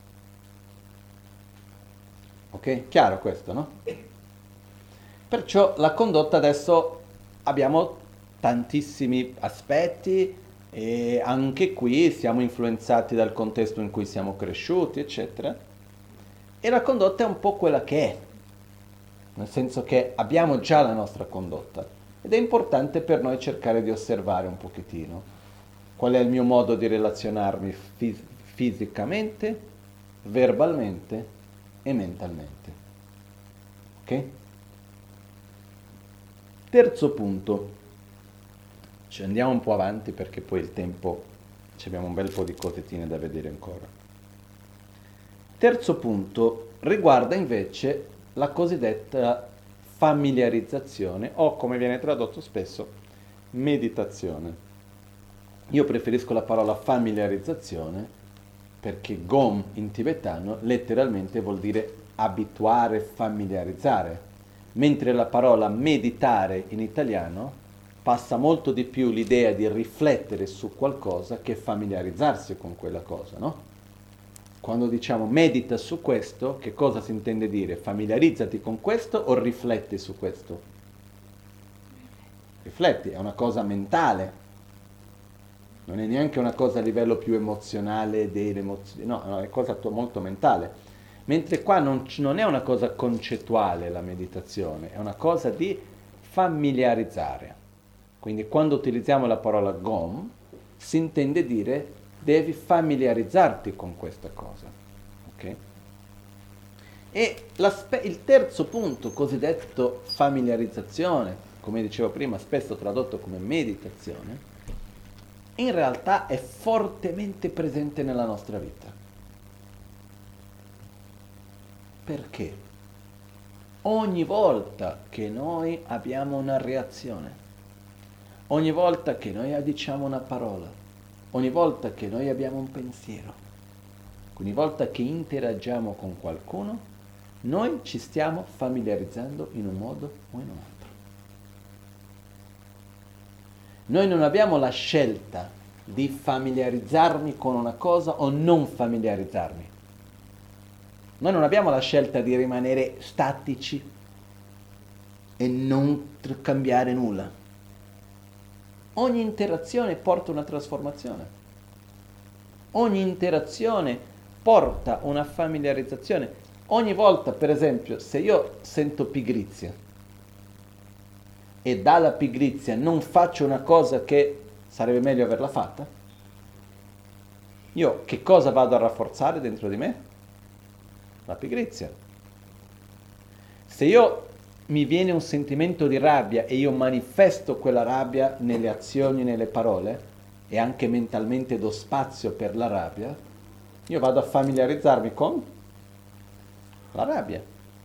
Ok? Chiaro questo, no? Perciò la condotta adesso abbiamo tantissimi aspetti e anche qui siamo influenzati dal contesto in cui siamo cresciuti, eccetera. E la condotta è un po' quella che è, nel senso che abbiamo già la nostra condotta ed è importante per noi cercare di osservare un pochettino qual è il mio modo di relazionarmi fis- fisicamente, verbalmente e mentalmente. Ok? Terzo punto. Ci andiamo un po' avanti perché poi il tempo, ci abbiamo un bel po' di cosettine da vedere ancora. Terzo punto riguarda invece la cosiddetta familiarizzazione o, come viene tradotto spesso, meditazione. Io preferisco la parola familiarizzazione perché gom in tibetano letteralmente vuol dire abituare, familiarizzare, mentre la parola meditare in italiano passa molto di più l'idea di riflettere su qualcosa che familiarizzarsi con quella cosa, no? Quando diciamo medita su questo, che cosa si intende dire? Familiarizzati con questo o rifletti su questo? Rifletti, è una cosa mentale. Non è neanche una cosa a livello più emozionale delle emozioni, no, no, è cosa molto mentale. Mentre qua non, non è una cosa concettuale la meditazione, è una cosa di familiarizzare. Quindi quando utilizziamo la parola gom, si intende dire devi familiarizzarti con questa cosa. Ok? E il terzo punto, cosiddetto familiarizzazione, come dicevo prima, spesso tradotto come meditazione, in realtà è fortemente presente nella nostra vita. Perché? Ogni volta che noi abbiamo una reazione, ogni volta che noi diciamo una parola, ogni volta che noi abbiamo un pensiero, ogni volta che interagiamo con qualcuno, noi ci stiamo familiarizzando in un modo o in un altro. Noi non abbiamo la scelta di familiarizzarmi con una cosa o non familiarizzarmi. Noi non abbiamo la scelta di rimanere statici e non cambiare nulla. Ogni interazione porta una trasformazione. Ogni interazione porta una familiarizzazione. Ogni volta, per esempio, se io sento pigrizia e dalla pigrizia non faccio una cosa che sarebbe meglio averla fatta, io che cosa vado a rafforzare dentro di me? La pigrizia. Se io mi viene un sentimento di rabbia e io manifesto quella rabbia nelle azioni, nelle parole e anche mentalmente do spazio per la rabbia, io vado a familiarizzarmi con la rabbia.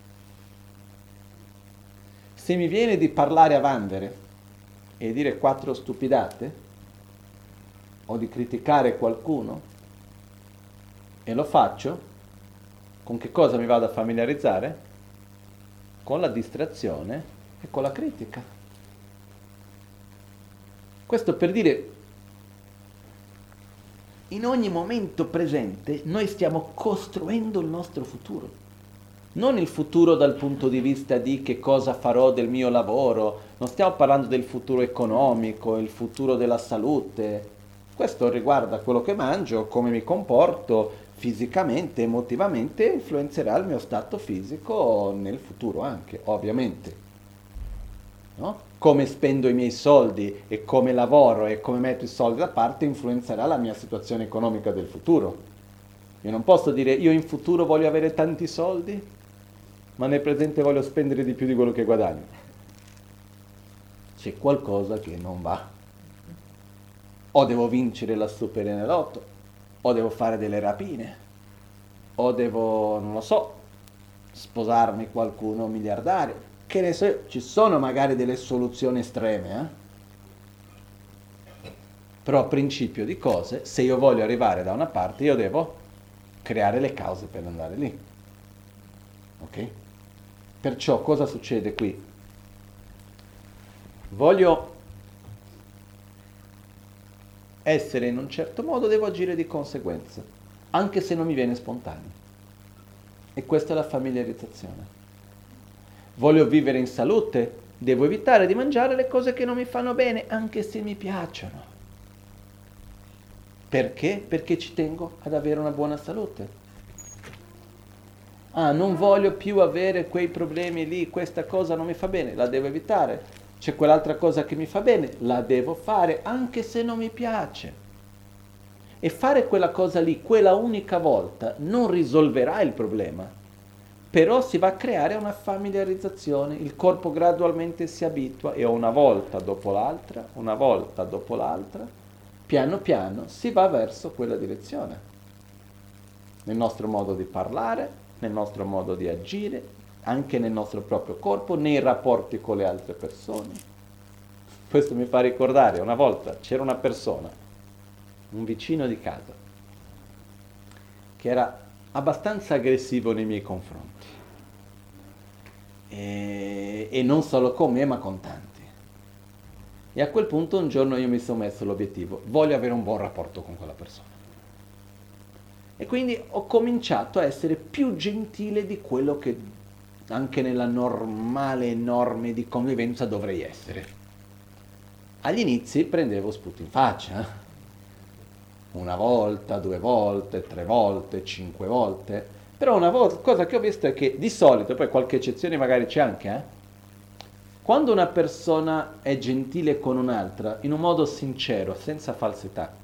Se mi viene di parlare a vanvera e dire quattro stupidate o di criticare qualcuno e lo faccio, con che cosa mi vado a familiarizzare? Con la distrazione e con la critica. Questo per dire, in ogni momento presente noi stiamo costruendo il nostro futuro. Non il futuro dal punto di vista di che cosa farò del mio lavoro, non stiamo parlando del futuro economico, il futuro della salute. Questo riguarda quello che mangio, come mi comporto, fisicamente, emotivamente, influenzerà il mio stato fisico nel futuro anche, ovviamente. No? Come spendo i miei soldi e come lavoro e come metto i soldi da parte influenzerà la mia situazione economica del futuro. Io non posso dire io in futuro voglio avere tanti soldi, ma nel presente voglio spendere di più di quello che guadagno. C'è qualcosa che non va. O devo vincere la Super Enalotto, o devo fare delle rapine, o devo, non lo so, sposarmi qualcuno miliardario, che ne so, ci sono magari delle soluzioni estreme, eh? Però a principio di cose, se io voglio arrivare da una parte, io devo creare le cause per andare lì. Ok? Perciò cosa succede qui? Voglio essere in un certo modo, devo agire di conseguenza, anche se non mi viene spontaneo. E questa è la familiarizzazione. Voglio vivere in salute, devo evitare di mangiare le cose che non mi fanno bene, anche se mi piacciono. Perché? Perché ci tengo ad avere una buona salute. Ah, non voglio più avere quei problemi lì, questa cosa non mi fa bene, la devo evitare. C'è quell'altra cosa che mi fa bene, la devo fare anche se non mi piace. E fare quella cosa lì, quella unica volta, non risolverà il problema, però si va a creare una familiarizzazione, il corpo gradualmente si abitua e una volta dopo l'altra, una volta dopo l'altra, piano piano si va verso quella direzione. Nel nostro modo di parlare, nel nostro modo di agire, anche nel nostro proprio corpo, nei rapporti con le altre persone. Questo mi fa ricordare, una volta c'era una persona, un vicino di casa, che era abbastanza aggressivo nei miei confronti. E, e non solo con me, ma con tanti. E a quel punto un giorno io mi sono messo l'obiettivo, voglio avere un buon rapporto con quella persona. E quindi ho cominciato a essere più gentile di quello che anche nella normale norme di convivenza dovrei essere. Agli inizi prendevo sputi in faccia, una volta, due volte, tre volte, cinque volte, però una volta, cosa che ho visto è che di solito, poi qualche eccezione magari c'è anche, eh? Quando una persona è gentile con un'altra, in un modo sincero, senza falsità,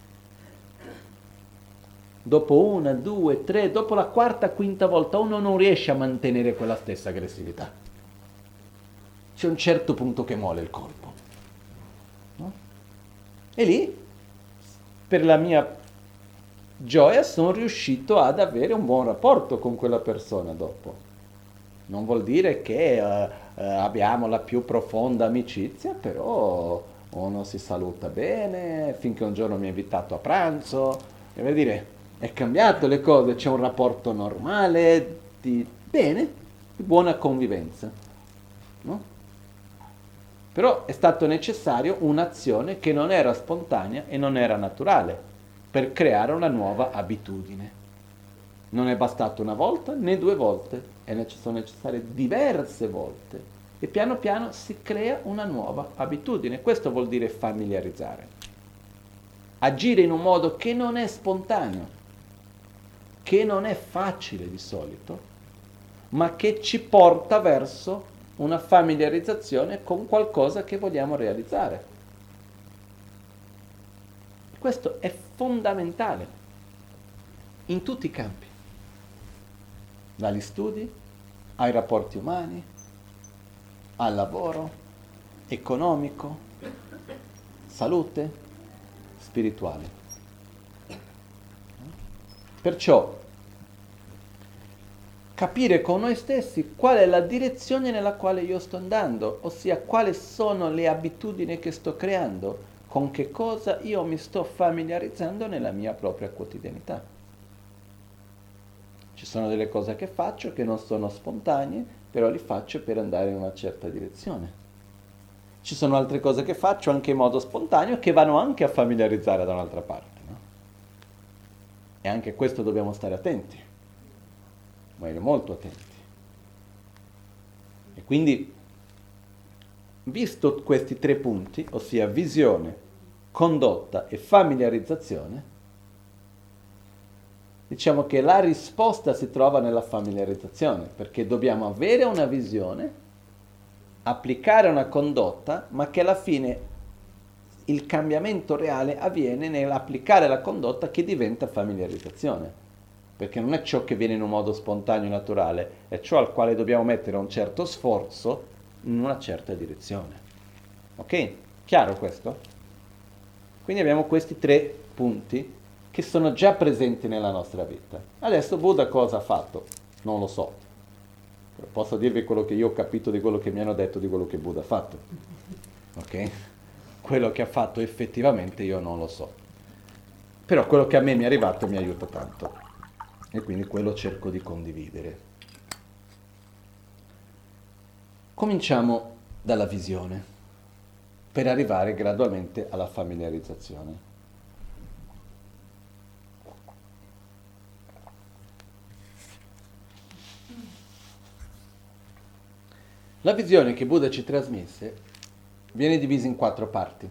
dopo una, due, tre, dopo la quarta, quinta volta uno non riesce a mantenere quella stessa aggressività. C'è un certo punto che mole il colpo. No? E lì, per la mia gioia, sono riuscito ad avere un buon rapporto con quella persona dopo. Non vuol dire che eh, eh, abbiamo la più profonda amicizia, però uno si saluta bene, finché un giorno mi ha invitato a pranzo, e vuol dire, è cambiato le cose, c'è un rapporto normale, di bene, di buona convivenza, no? Però è stato necessario un'azione che non era spontanea e non era naturale per creare una nuova abitudine. Non è bastato una volta né due volte, sono necessarie diverse volte e piano piano si crea una nuova abitudine. Questo vuol dire familiarizzare. Agire in un modo che non è spontaneo, che non è facile di solito, ma che ci porta verso una familiarizzazione con qualcosa che vogliamo realizzare. Questo è fondamentale in tutti i campi, dagli studi ai rapporti umani, al lavoro, economico, salute, spirituale. Perciò capire con noi stessi qual è la direzione nella quale io sto andando, ossia quali sono le abitudini che sto creando, con che cosa io mi sto familiarizzando nella mia propria quotidianità. Ci sono delle cose che faccio che non sono spontanee, però li faccio per andare in una certa direzione. Ci sono altre cose che faccio anche in modo spontaneo che vanno anche a familiarizzare da un'altra parte, no? E anche questo dobbiamo stare attenti. Molto attenti. E quindi, visto questi tre punti, ossia visione, condotta e familiarizzazione, diciamo che la risposta si trova nella familiarizzazione, perché dobbiamo avere una visione, applicare una condotta, ma che alla fine il cambiamento reale avviene nell'applicare la condotta che diventa familiarizzazione. Perché non è ciò che viene in un modo spontaneo e naturale, è ciò al quale dobbiamo mettere un certo sforzo in una certa direzione. Ok? Chiaro questo? Quindi abbiamo questi tre punti che sono già presenti nella nostra vita. Adesso Buddha cosa ha fatto? Non lo so. Posso dirvi quello che io ho capito di quello che mi hanno detto di quello che Buddha ha fatto. Ok? Quello che ha fatto effettivamente io non lo so. Però quello che a me mi è arrivato mi aiuta tanto. E quindi quello cerco di condividere. Cominciamo dalla visione, per arrivare gradualmente alla familiarizzazione. La visione che Buddha ci trasmise viene divisa in quattro parti.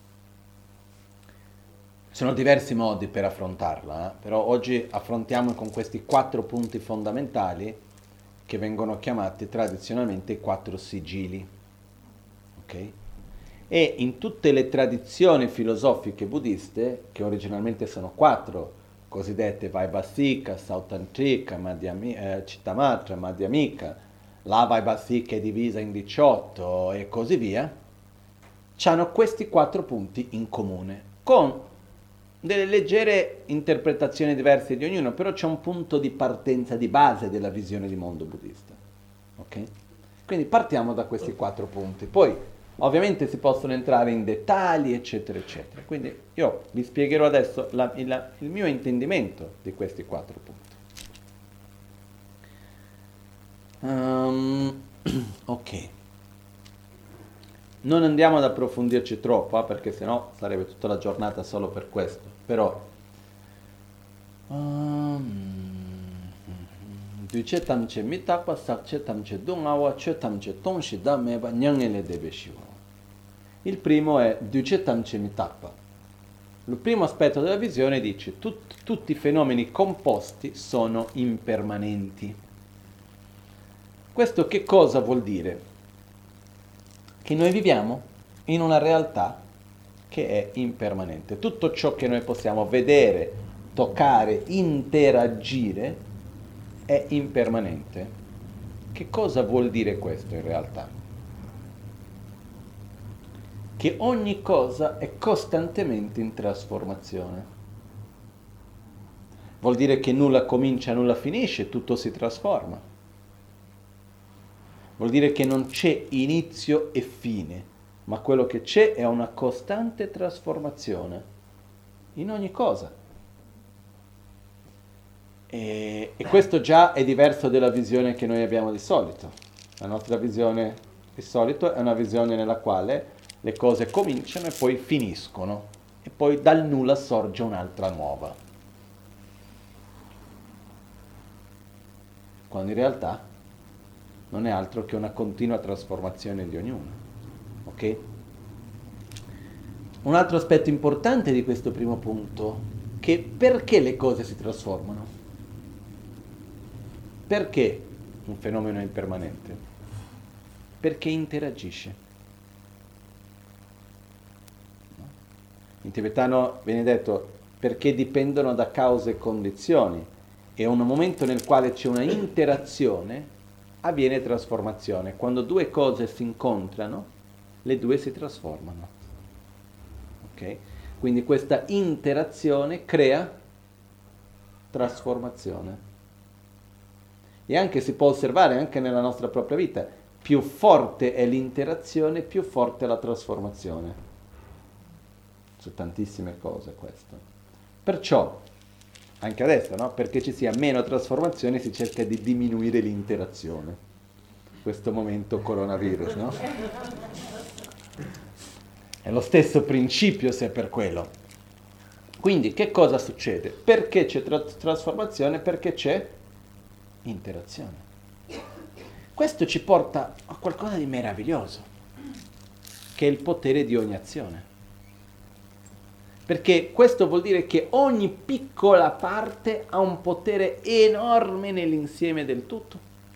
Ci sono diversi modi per affrontarla, eh? Però oggi affrontiamo con questi quattro punti fondamentali che vengono chiamati tradizionalmente i quattro sigilli. Okay? E in tutte le tradizioni filosofiche buddiste, che originalmente sono quattro, cosiddette Vaibhasika, Sautantrika, eh, Chittamatra, Madhyamika, la Vaibhasika è divisa in diciotto e così via, hanno questi quattro punti in comune, con delle leggere interpretazioni diverse di ognuno, però c'è un punto di partenza, di base della visione di mondo buddista. Ok? Quindi partiamo da questi quattro punti. Poi, ovviamente, si possono entrare in dettagli, eccetera, eccetera. Quindi io vi spiegherò adesso la, il, il mio intendimento di questi quattro punti. Um, ok. Non andiamo ad approfondirci troppo, eh, perché sennò sarebbe tutta la giornata solo per questo. Però Duce tamche mitakpa sakche tamche dungawa che tamche tongshi da meba nyangele debe shiwa. Il primo è Duce tamche mitakpa. Il primo aspetto della visione dice tut, tutti i fenomeni composti sono impermanenti. Questo che cosa vuol dire? Che noi viviamo in una realtà che è impermanente. Tutto ciò che noi possiamo vedere, toccare, interagire è impermanente. Che cosa vuol dire questo in realtà? Che ogni cosa è costantemente in trasformazione. Vuol dire che nulla comincia, nulla finisce, tutto si trasforma. Vuol dire che non c'è inizio e fine, ma quello che c'è è una costante trasformazione in ogni cosa. E, e questo già è diverso dalla visione che noi abbiamo di solito. La nostra visione di solito è una visione nella quale le cose cominciano e poi finiscono, e poi dal nulla sorge un'altra nuova. Quando in realtà non è altro che una continua trasformazione di ognuno. Ok? Un altro aspetto importante di questo primo punto, che perché le cose si trasformano? Perché un fenomeno è impermanente? Perché interagisce. In tibetano viene detto perché dipendono da cause e condizioni. È un momento nel quale c'è una interazione, avviene trasformazione. Quando due cose si incontrano, le due si trasformano. Ok? Quindi questa interazione crea trasformazione. E anche si può osservare anche nella nostra propria vita, più forte è l'interazione, più forte è la trasformazione. Su tantissime cose questo. Perciò, anche adesso, no? Perché ci sia meno trasformazione si cerca di diminuire l'interazione. Questo momento coronavirus, no? È lo stesso principio se è per quello. Quindi che cosa succede? Perché c'è tra- trasformazione? Perché c'è interazione. Questo ci porta a qualcosa di meraviglioso, che è il potere di ogni azione. Perché questo vuol dire che ogni piccola parte ha un potere enorme nell'insieme del tutto.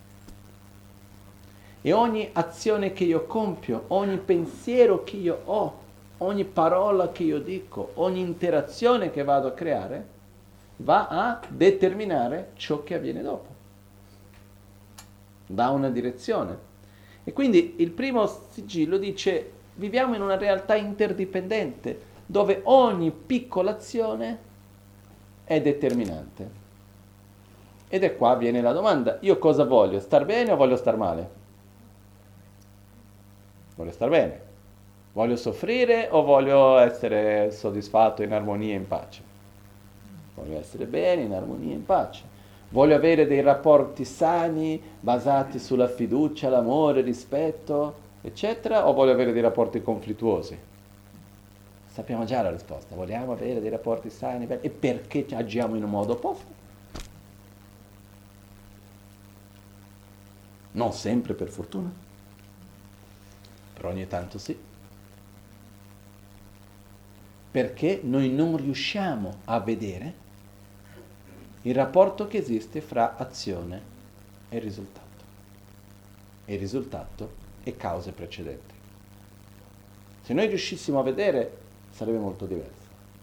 E ogni azione che io compio, ogni pensiero che io ho, ogni parola che io dico, ogni interazione che vado a creare, va a determinare ciò che avviene dopo. Da una direzione. E quindi il primo sigillo dice: viviamo in una realtà interdipendente, dove ogni piccola azione è determinante. Ed è qua viene la domanda: io cosa voglio? Star bene o voglio star male? Voglio star bene. Voglio soffrire o voglio essere soddisfatto, in armonia e in pace? Voglio essere bene, in armonia e in pace. Voglio avere dei rapporti sani, basati sulla fiducia, l'amore, il rispetto, eccetera, o voglio avere dei rapporti conflittuosi? Sappiamo già la risposta. Vogliamo avere dei rapporti sani, e perché agiamo in un modo opposto? Non sempre, per fortuna, però ogni tanto sì. Perché noi non riusciamo a vedere il rapporto che esiste fra azione e risultato. E il risultato è cause precedenti. Se noi riuscissimo a vedere, sarebbe molto diverso.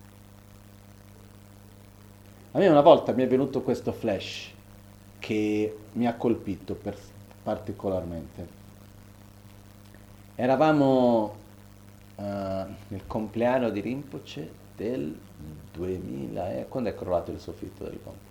A me una volta mi è venuto questo flash che mi ha colpito per, particolarmente. Eravamo uh, nel compleanno di Rinpoche del duemila, eh, quando è crollato il soffitto del ponte?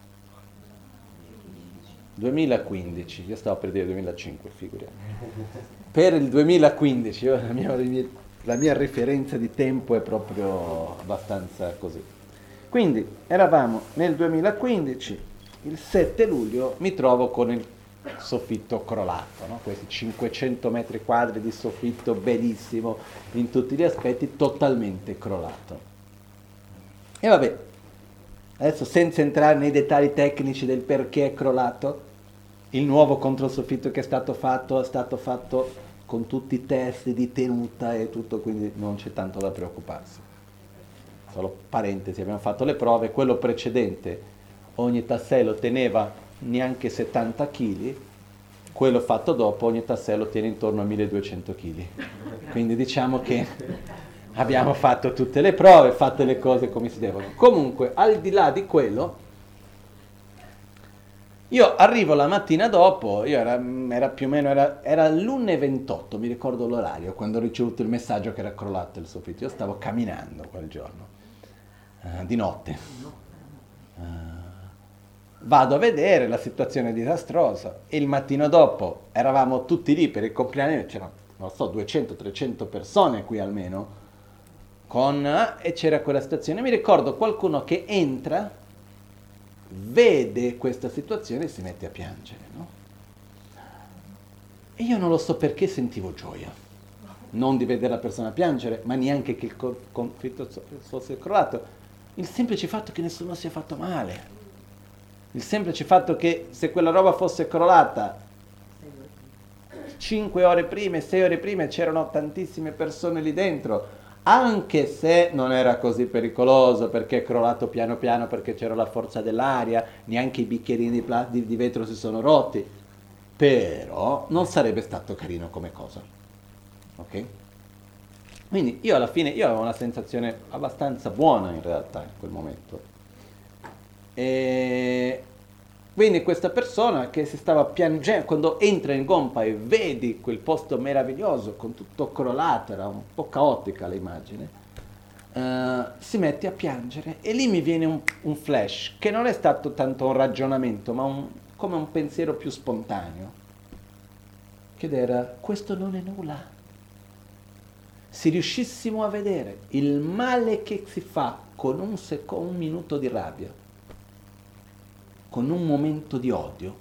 duemilaquindici, io stavo per dire duemilacinque, figuriamo. Per il duemilaquindici, io, la, mia, la mia referenza di tempo è proprio abbastanza così. Quindi eravamo nel duemilaquindici, il sette luglio mi trovo con il soffitto crollato, no? Questi cinquecento metri quadri di soffitto bellissimo in tutti gli aspetti, totalmente crollato. E vabbè, adesso senza entrare nei dettagli tecnici del perché è crollato, il nuovo controsoffitto che è stato fatto è stato fatto con tutti i test di tenuta e tutto, quindi non c'è tanto da preoccuparsi. Solo parentesi, abbiamo fatto le prove, quello precedente ogni tassello teneva neanche settanta chili, quello fatto dopo ogni tassello tiene intorno a milleduecento chili. Quindi diciamo che abbiamo fatto tutte le prove, fatte le cose come si devono. Comunque, al di là di quello, io arrivo la mattina dopo, io era, era più o meno, era, era l'una e ventotto, mi ricordo l'orario, quando ho ricevuto il messaggio che era crollato il soffitto. Io stavo camminando quel giorno, uh, di notte. Uh, Vado a vedere, la situazione è disastrosa. Il mattino dopo eravamo tutti lì per il compleanno, c'erano, non so, duecento trecento persone qui almeno, con, e c'era quella situazione. Mi ricordo qualcuno che entra, vede questa situazione e si mette a piangere, no? E io non lo so perché sentivo gioia. Non di vedere la persona piangere, ma neanche che il conflitto fosse crollato. Il semplice fatto che nessuno si è fatto male. Il semplice fatto che se quella roba fosse crollata cinque ore prima, sei ore prima, c'erano tantissime persone lì dentro, anche se non era così pericoloso perché è crollato piano piano perché c'era la forza dell'aria, neanche i bicchierini di, pla- di, di vetro si sono rotti, però non sarebbe stato carino come cosa, ok? Quindi io alla fine io avevo una sensazione abbastanza buona in realtà in quel momento. E quindi questa persona che si stava piangendo, quando entra in Gompa e vedi quel posto meraviglioso con tutto crollato, era un po' caotica l'immagine, uh, si mette a piangere e lì mi viene un, un flash che non è stato tanto un ragionamento ma un, come un pensiero più spontaneo, che era: questo non è nulla. Se riuscissimo a vedere il male che si fa con un, secondo, un minuto di rabbia, con un momento di odio,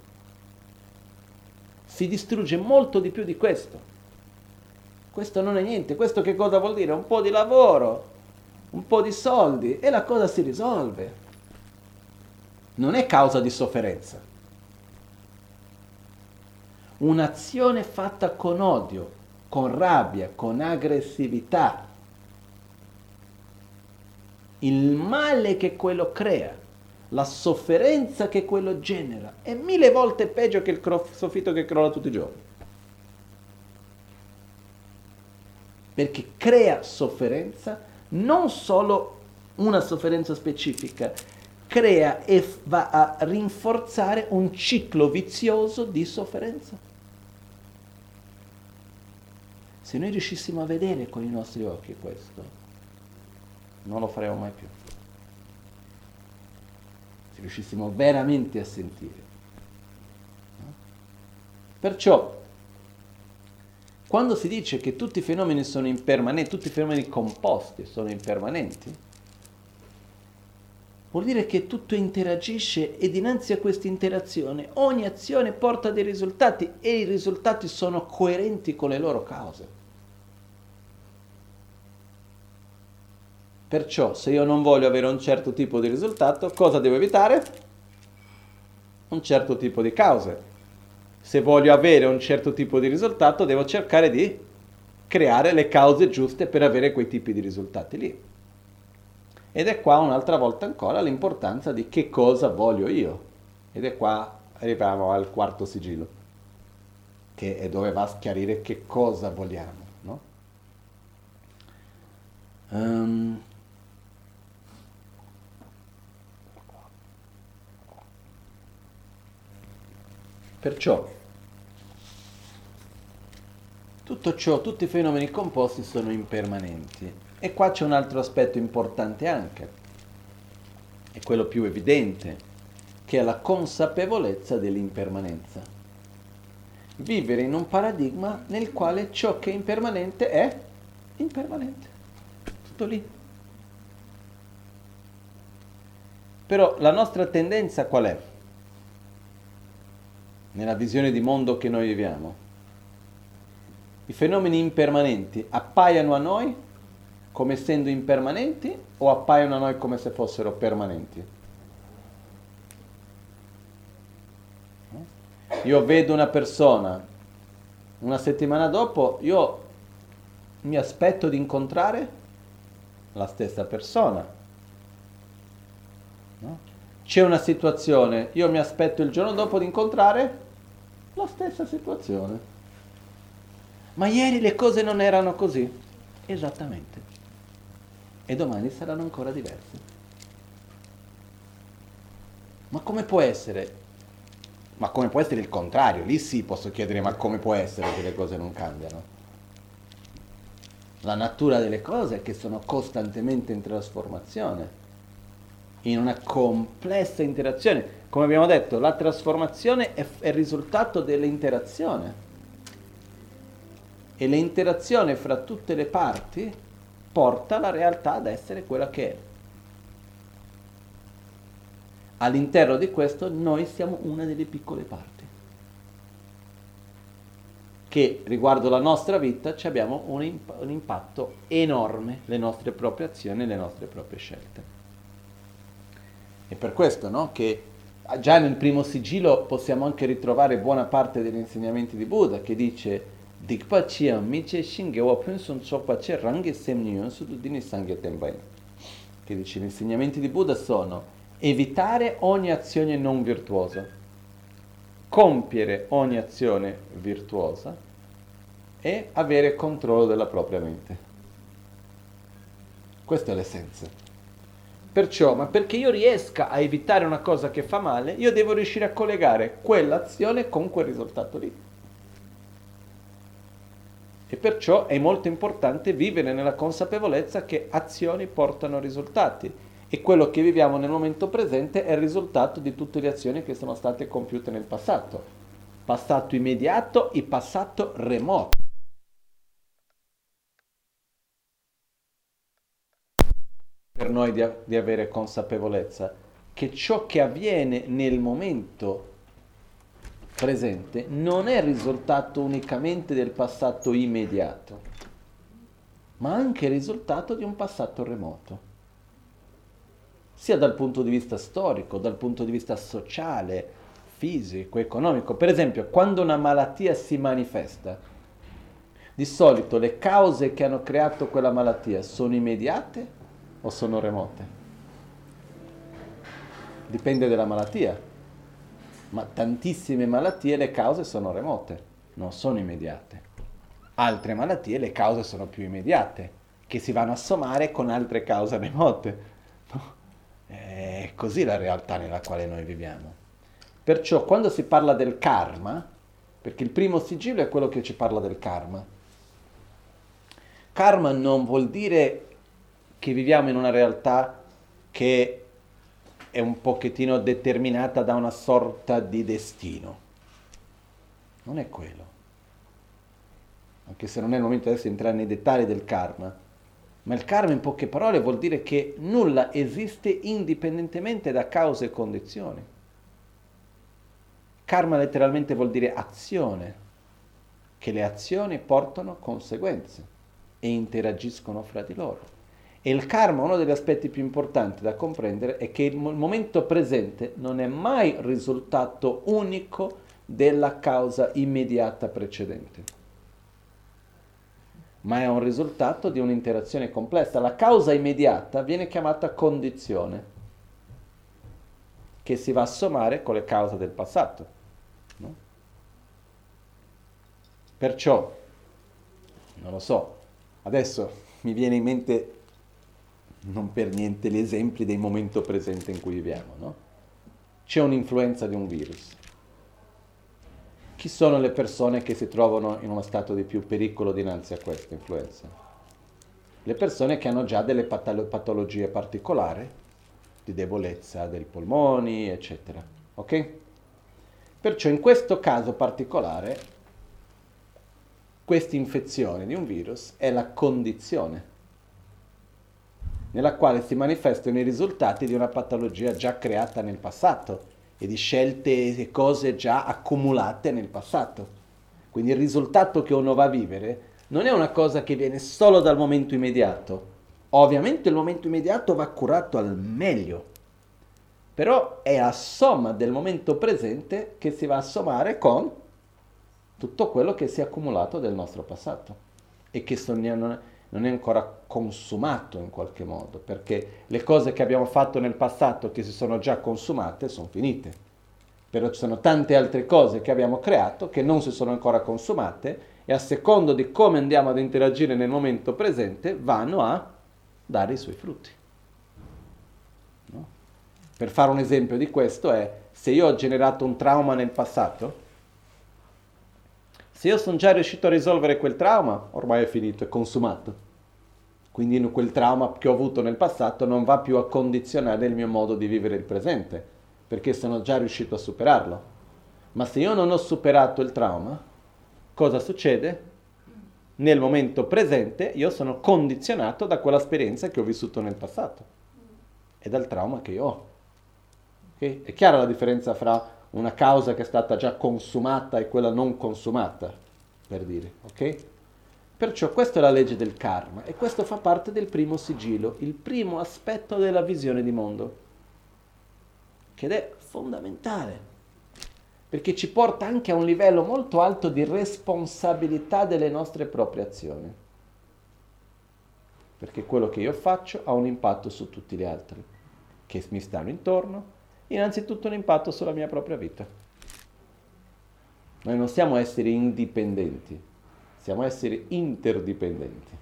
si distrugge molto di più di questo. Questo non è niente. Questo che cosa vuol dire? Un po' di lavoro, un po' di soldi e la cosa si risolve. Non è causa di sofferenza. Un'azione fatta con odio, con rabbia, con aggressività, il male che quello crea, la sofferenza che quello genera, è mille volte peggio che il soffitto che crolla tutti i giorni. Perché crea sofferenza, non solo una sofferenza specifica, crea e va a rinforzare un ciclo vizioso di sofferenza. Se noi riuscissimo a vedere con i nostri occhi questo, non lo faremo mai più. Se riuscissimo veramente a sentire. Perciò, quando si dice che tutti i fenomeni sono impermanenti, tutti i fenomeni composti sono impermanenti, vuol dire che tutto interagisce e dinanzi a questa interazione ogni azione porta dei risultati e i risultati sono coerenti con le loro cause. Perciò, se io non voglio avere un certo tipo di risultato, cosa devo evitare? Un certo tipo di cause. Se voglio avere un certo tipo di risultato, devo cercare di creare le cause giuste per avere quei tipi di risultati lì. Ed è qua un'altra volta ancora l'importanza di che cosa voglio io. Ed è qua arriviamo al quarto sigillo, che è dove va a chiarire che cosa vogliamo, no? Um, Perciò, tutto ciò, tutti i fenomeni composti sono impermanenti. E qua c'è un altro aspetto importante anche, è quello più evidente, che è la consapevolezza dell'impermanenza. Vivere in un paradigma nel quale ciò che è impermanente è impermanente. Tutto lì. Però la nostra tendenza qual è? Nella visione di mondo che noi viviamo, i fenomeni impermanenti appaiono a noi come essendo impermanenti o appaiono a noi come se fossero permanenti? Io vedo una persona, una settimana dopo io mi aspetto di incontrare la stessa persona, no? C'è una situazione, io mi aspetto il giorno dopo di incontrare la stessa situazione. Ma ieri le cose non erano così? Esattamente. E domani saranno ancora diverse. Ma come può essere? Ma come può essere il contrario? Lì sì posso chiedere, ma come può essere che le cose non cambiano? La natura delle cose è che sono costantemente in trasformazione, in una complessa interazione. Come abbiamo detto, la trasformazione è, è il risultato dell'interazione. E l'interazione fra tutte le parti porta la realtà ad essere quella che è. All'interno di questo noi siamo una delle piccole parti, che riguardo la nostra vita ci abbiamo un, imp- un impatto enorme, le nostre proprie azioni, le nostre proprie scelte. E per questo, no, che già nel primo sigillo possiamo anche ritrovare buona parte degli insegnamenti di Buddha, che dice Dikpa Chiam Miche Shinge Wapun Sun Chokpa Che Rangi Semnyon Sududini Sangye Tenbain. Che dice gli insegnamenti di Buddha sono evitare ogni azione non virtuosa, compiere ogni azione virtuosa e avere controllo della propria mente. Questa è l'essenza. Perciò, ma perché io riesca a evitare una cosa che fa male, io devo riuscire a collegare quell'azione con quel risultato lì. E perciò è molto importante vivere nella consapevolezza che azioni portano risultati. E quello che viviamo nel momento presente è il risultato di tutte le azioni che sono state compiute nel passato. Passato immediato e passato remoto. Per noi di, di avere consapevolezza che ciò che avviene nel momento presente non è il risultato unicamente del passato immediato, ma anche il risultato di un passato remoto. Sia dal punto di vista storico, dal punto di vista sociale, fisico, economico. Per esempio, quando una malattia si manifesta, di solito le cause che hanno creato quella malattia sono immediate o sono remote? Dipende dalla malattia, ma tantissime malattie le cause sono remote, non sono immediate. Altre malattie le cause sono più immediate, che si vanno a sommare con altre cause remote. È così la realtà nella quale noi viviamo. Perciò quando si parla del karma, perché il primo sigillo è quello che ci parla del karma, karma non vuol dire che viviamo in una realtà che è un pochettino determinata da una sorta di destino. Non è quello. Anche se non è il momento adesso di entrare nei dettagli del karma. Ma il karma, in poche parole, vuol dire che nulla esiste indipendentemente da cause e condizioni. Karma letteralmente vuol dire azione, che le azioni portano conseguenze e interagiscono fra di loro. E il karma, uno degli aspetti più importanti da comprendere, è che il momento presente non è mai risultato unico della causa immediata precedente, ma è un risultato di un'interazione complessa. La causa immediata viene chiamata condizione, che si va a sommare con le cause del passato, no? Perciò, non lo so, adesso mi viene in mente non per niente gli esempi del momento presente in cui viviamo, no? C'è un'influenza di un virus. Chi sono le persone che si trovano in uno stato di più pericolo dinanzi a questa influenza? Le persone che hanno già delle patolo- patologie particolari, di debolezza dei polmoni, eccetera. Ok? Perciò in questo caso particolare, questa infezione di un virus è la condizione nella quale si manifestano i risultati di una patologia già creata nel passato e di scelte e cose già accumulate nel passato. Quindi il risultato che uno va a vivere non è una cosa che viene solo dal momento immediato. Ovviamente il momento immediato va curato al meglio, però è la somma del momento presente che si va a sommare con tutto quello che si è accumulato del nostro passato e che non è ancora consumato in qualche modo, perché le cose che abbiamo fatto nel passato che si sono già consumate sono finite, però ci sono tante altre cose che abbiamo creato che non si sono ancora consumate e a secondo di come andiamo ad interagire nel momento presente vanno a dare i suoi frutti, no? Per fare un esempio di questo è, se io ho generato un trauma nel passato, se io sono già riuscito a risolvere quel trauma, ormai è finito, è consumato. Quindi quel trauma che ho avuto nel passato non va più a condizionare il mio modo di vivere il presente. perché sono già riuscito a superarlo. Ma se io non ho superato il trauma, cosa succede? Nel momento presente io sono condizionato da quell'esperienza che ho vissuto nel passato e dal trauma che io ho. Okay? È chiara la differenza fra una causa che è stata già consumata e quella non consumata, per dire, ok? Perciò questa è la legge del karma e questo fa parte del primo sigillo, il primo aspetto della visione di mondo, che è fondamentale, perché ci porta anche a un livello molto alto di responsabilità delle nostre proprie azioni. Perché quello che io faccio ha un impatto su tutti gli altri, che mi stanno intorno, innanzitutto un impatto sulla mia propria vita. Noi non siamo esseri indipendenti, siamo esseri interdipendenti.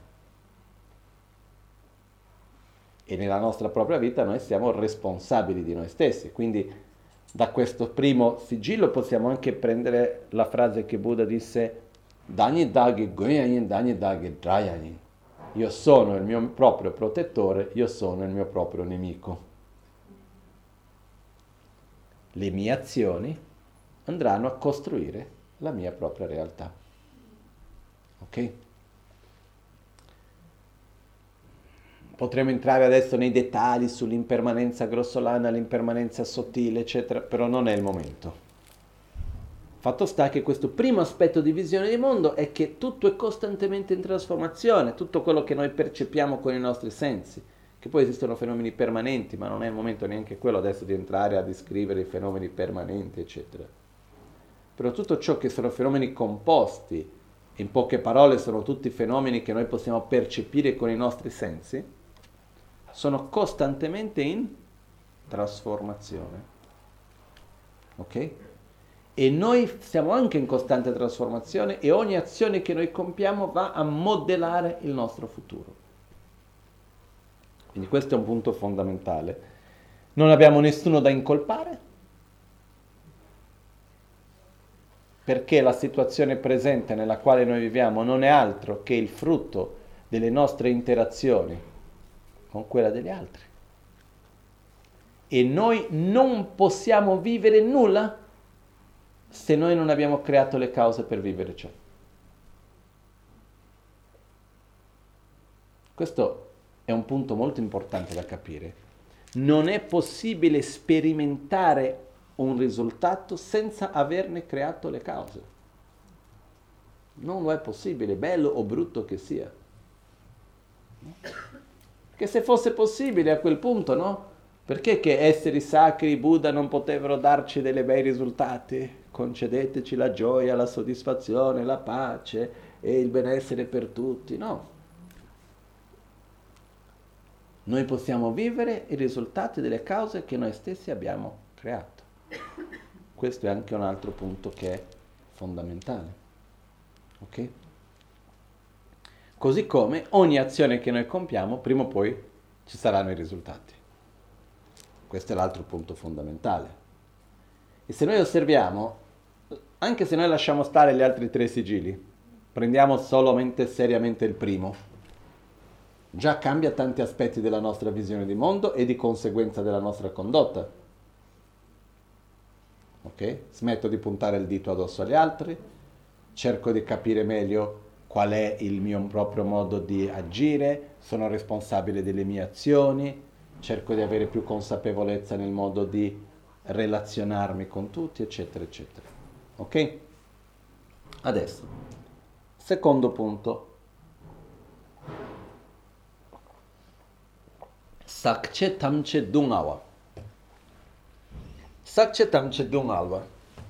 E nella nostra propria vita noi siamo responsabili di noi stessi, quindi da questo primo sigillo possiamo anche prendere la frase che Buddha disse: Dani dagi goyanin, dani dagi drayanin. Io sono il mio proprio protettore, io sono il mio proprio nemico. Le mie azioni andranno a costruire la mia propria realtà. Ok? Potremmo entrare adesso nei dettagli sull'impermanenza grossolana, l'impermanenza sottile, eccetera, però non è il momento. Fatto sta che questo primo aspetto di visione di mondo è che tutto è costantemente in trasformazione, tutto quello che noi percepiamo con i nostri sensi, che poi esistono fenomeni permanenti, ma non è il momento neanche quello adesso di entrare a descrivere i fenomeni permanenti, eccetera. Però tutto ciò che sono fenomeni composti, in poche parole sono tutti fenomeni che noi possiamo percepire con i nostri sensi, sono costantemente in trasformazione. Ok? E noi siamo anche in costante trasformazione e ogni azione che noi compiamo va a modellare il nostro futuro. Quindi questo è un punto fondamentale. Non abbiamo nessuno da incolpare, perché la situazione presente nella quale noi viviamo non è altro che il frutto delle nostre interazioni con quella degli altri. E noi non possiamo vivere nulla se noi non abbiamo creato le cause per vivere ciò. Questo è un punto molto importante da capire. Non è possibile sperimentare un risultato senza averne creato le cause. Non lo è possibile, bello o brutto che sia. Che se fosse possibile a quel punto, no? Perché che esseri sacri, Buddha, non potevano darci dei bei risultati? Concedeteci la gioia, la soddisfazione, la pace e il benessere per tutti, no? Noi possiamo vivere i risultati delle cause che noi stessi abbiamo creato. Questo è anche un altro punto che è fondamentale. Ok? Così come ogni azione che noi compiamo, prima o poi ci saranno i risultati. Questo è l'altro punto fondamentale. E se noi osserviamo, anche se noi lasciamo stare gli altri tre sigilli, prendiamo solamente seriamente il primo, già cambia tanti aspetti della nostra visione di mondo e di conseguenza della nostra condotta. Ok? Smetto di puntare il dito addosso agli altri, cerco di capire meglio qual è il mio proprio modo di agire, sono responsabile delle mie azioni, cerco di avere più consapevolezza nel modo di relazionarmi con tutti, eccetera, eccetera. Ok? Adesso, secondo punto. Sakche tamche dungawa. Sakche tamche dungawa.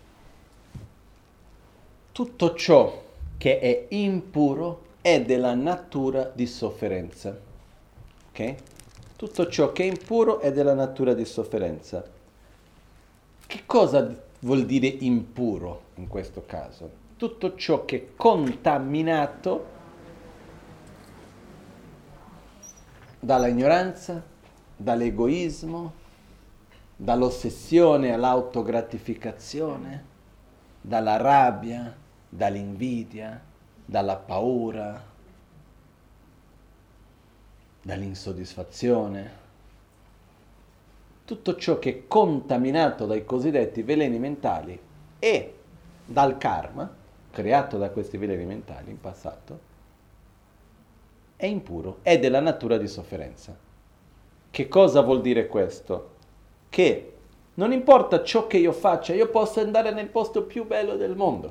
Tutto ciò che è impuro è della natura di sofferenza. Ok? Tutto ciò che è impuro è della natura di sofferenza. Che cosa vuol dire impuro in questo caso? Tutto ciò che è contaminato dalla ignoranza, dall'egoismo, dall'ossessione all'autogratificazione, dalla rabbia, dall'invidia, dalla paura, dall'insoddisfazione. tutto ciò che è contaminato dai cosiddetti veleni mentali e dal karma, creato da questi veleni mentali in passato, è impuro, è della natura di sofferenza. Che cosa vuol dire questo? Che non importa ciò che io faccia, io posso andare nel posto più bello del mondo.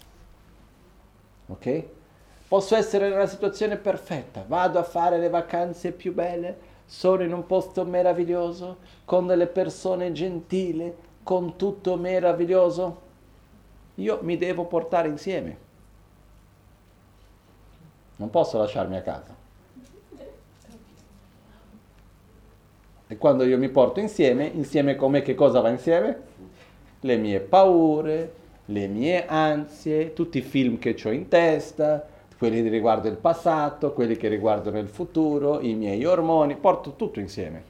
Ok? Posso essere in una situazione perfetta, vado a fare le vacanze più belle, sono in un posto meraviglioso, con delle persone gentili, con tutto meraviglioso. Io mi devo portare insieme. Non posso lasciarmi a casa. E quando io mi porto insieme, insieme con me che cosa va insieme? Le mie paure, le mie ansie, tutti i film che ho in testa, quelli che riguardano il passato, quelli che riguardano il futuro, i miei ormoni, porto tutto insieme.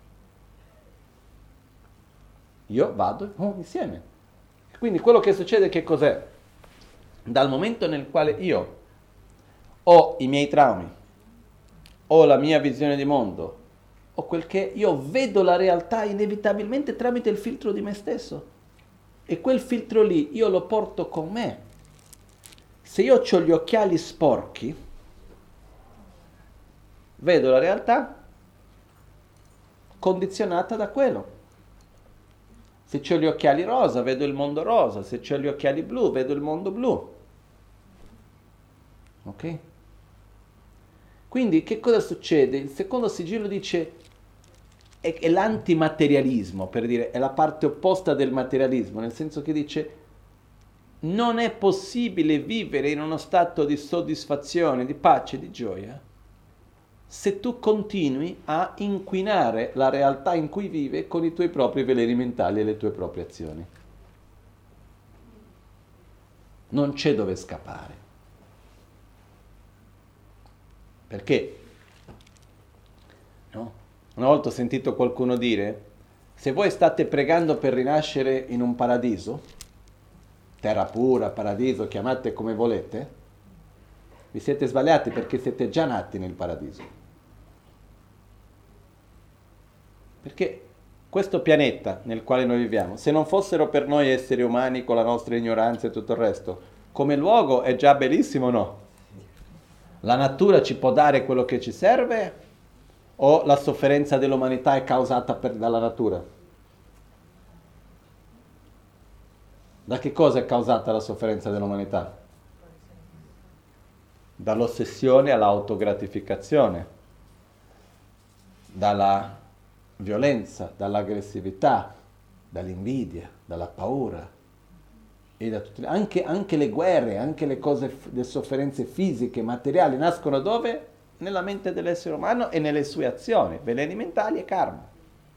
Io vado oh, insieme. Quindi quello che succede che cos'è? Dal momento nel quale io ho i miei traumi, ho la mia visione di mondo, o quel che io vedo la realtà inevitabilmente tramite il filtro di me stesso. E quel filtro lì io lo porto con me. Se io ho gli occhiali sporchi, vedo la realtà condizionata da quello. Se ho gli occhiali rosa, vedo il mondo rosa. Se ho gli occhiali blu, vedo il mondo blu. Ok? Quindi che cosa succede? Il secondo sigillo dice è, è l'antimaterialismo, per dire, è la parte opposta del materialismo, nel senso che dice non è possibile vivere in uno stato di soddisfazione, di pace, di gioia, se tu continui a inquinare la realtà in cui vive con i tuoi propri veleni mentali e le tue proprie azioni. Non c'è dove scappare. Perché? No? Una volta ho sentito qualcuno dire, se voi state pregando per rinascere in un paradiso, terra pura, paradiso, chiamate come volete, vi siete sbagliati perché siete già nati nel paradiso. Perché questo pianeta nel quale noi viviamo, se non fossero per noi esseri umani con la nostra ignoranza e tutto il resto, come luogo è già bellissimo o no? La natura ci può dare quello che ci serve o la sofferenza dell'umanità è causata per, dalla natura? Da che cosa è causata la sofferenza dell'umanità? Dall'ossessione all'autogratificazione, dalla violenza, dall'aggressività, dall'invidia, dalla paura. E da tutte, anche, anche le guerre, anche le cose, le sofferenze fisiche, materiali, nascono dove? Nella mente dell'essere umano e nelle sue azioni, veleni mentali e karma.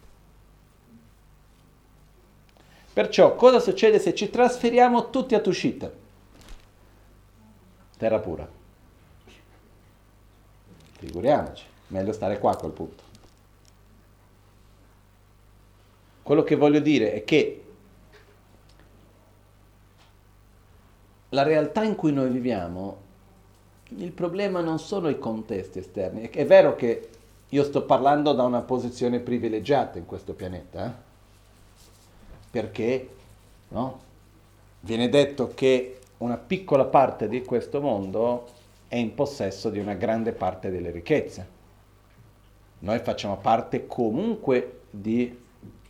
Perciò, cosa succede se ci trasferiamo tutti a Tushita? Terra pura. Figuriamoci, meglio stare qua a quel punto. Quello che voglio dire è che la realtà in cui noi viviamo, il problema non sono i contesti esterni. È vero che io sto parlando da una posizione privilegiata in questo pianeta, eh? Perché no? Viene detto che una piccola parte di questo mondo è in possesso di una grande parte delle ricchezze. Noi facciamo parte comunque di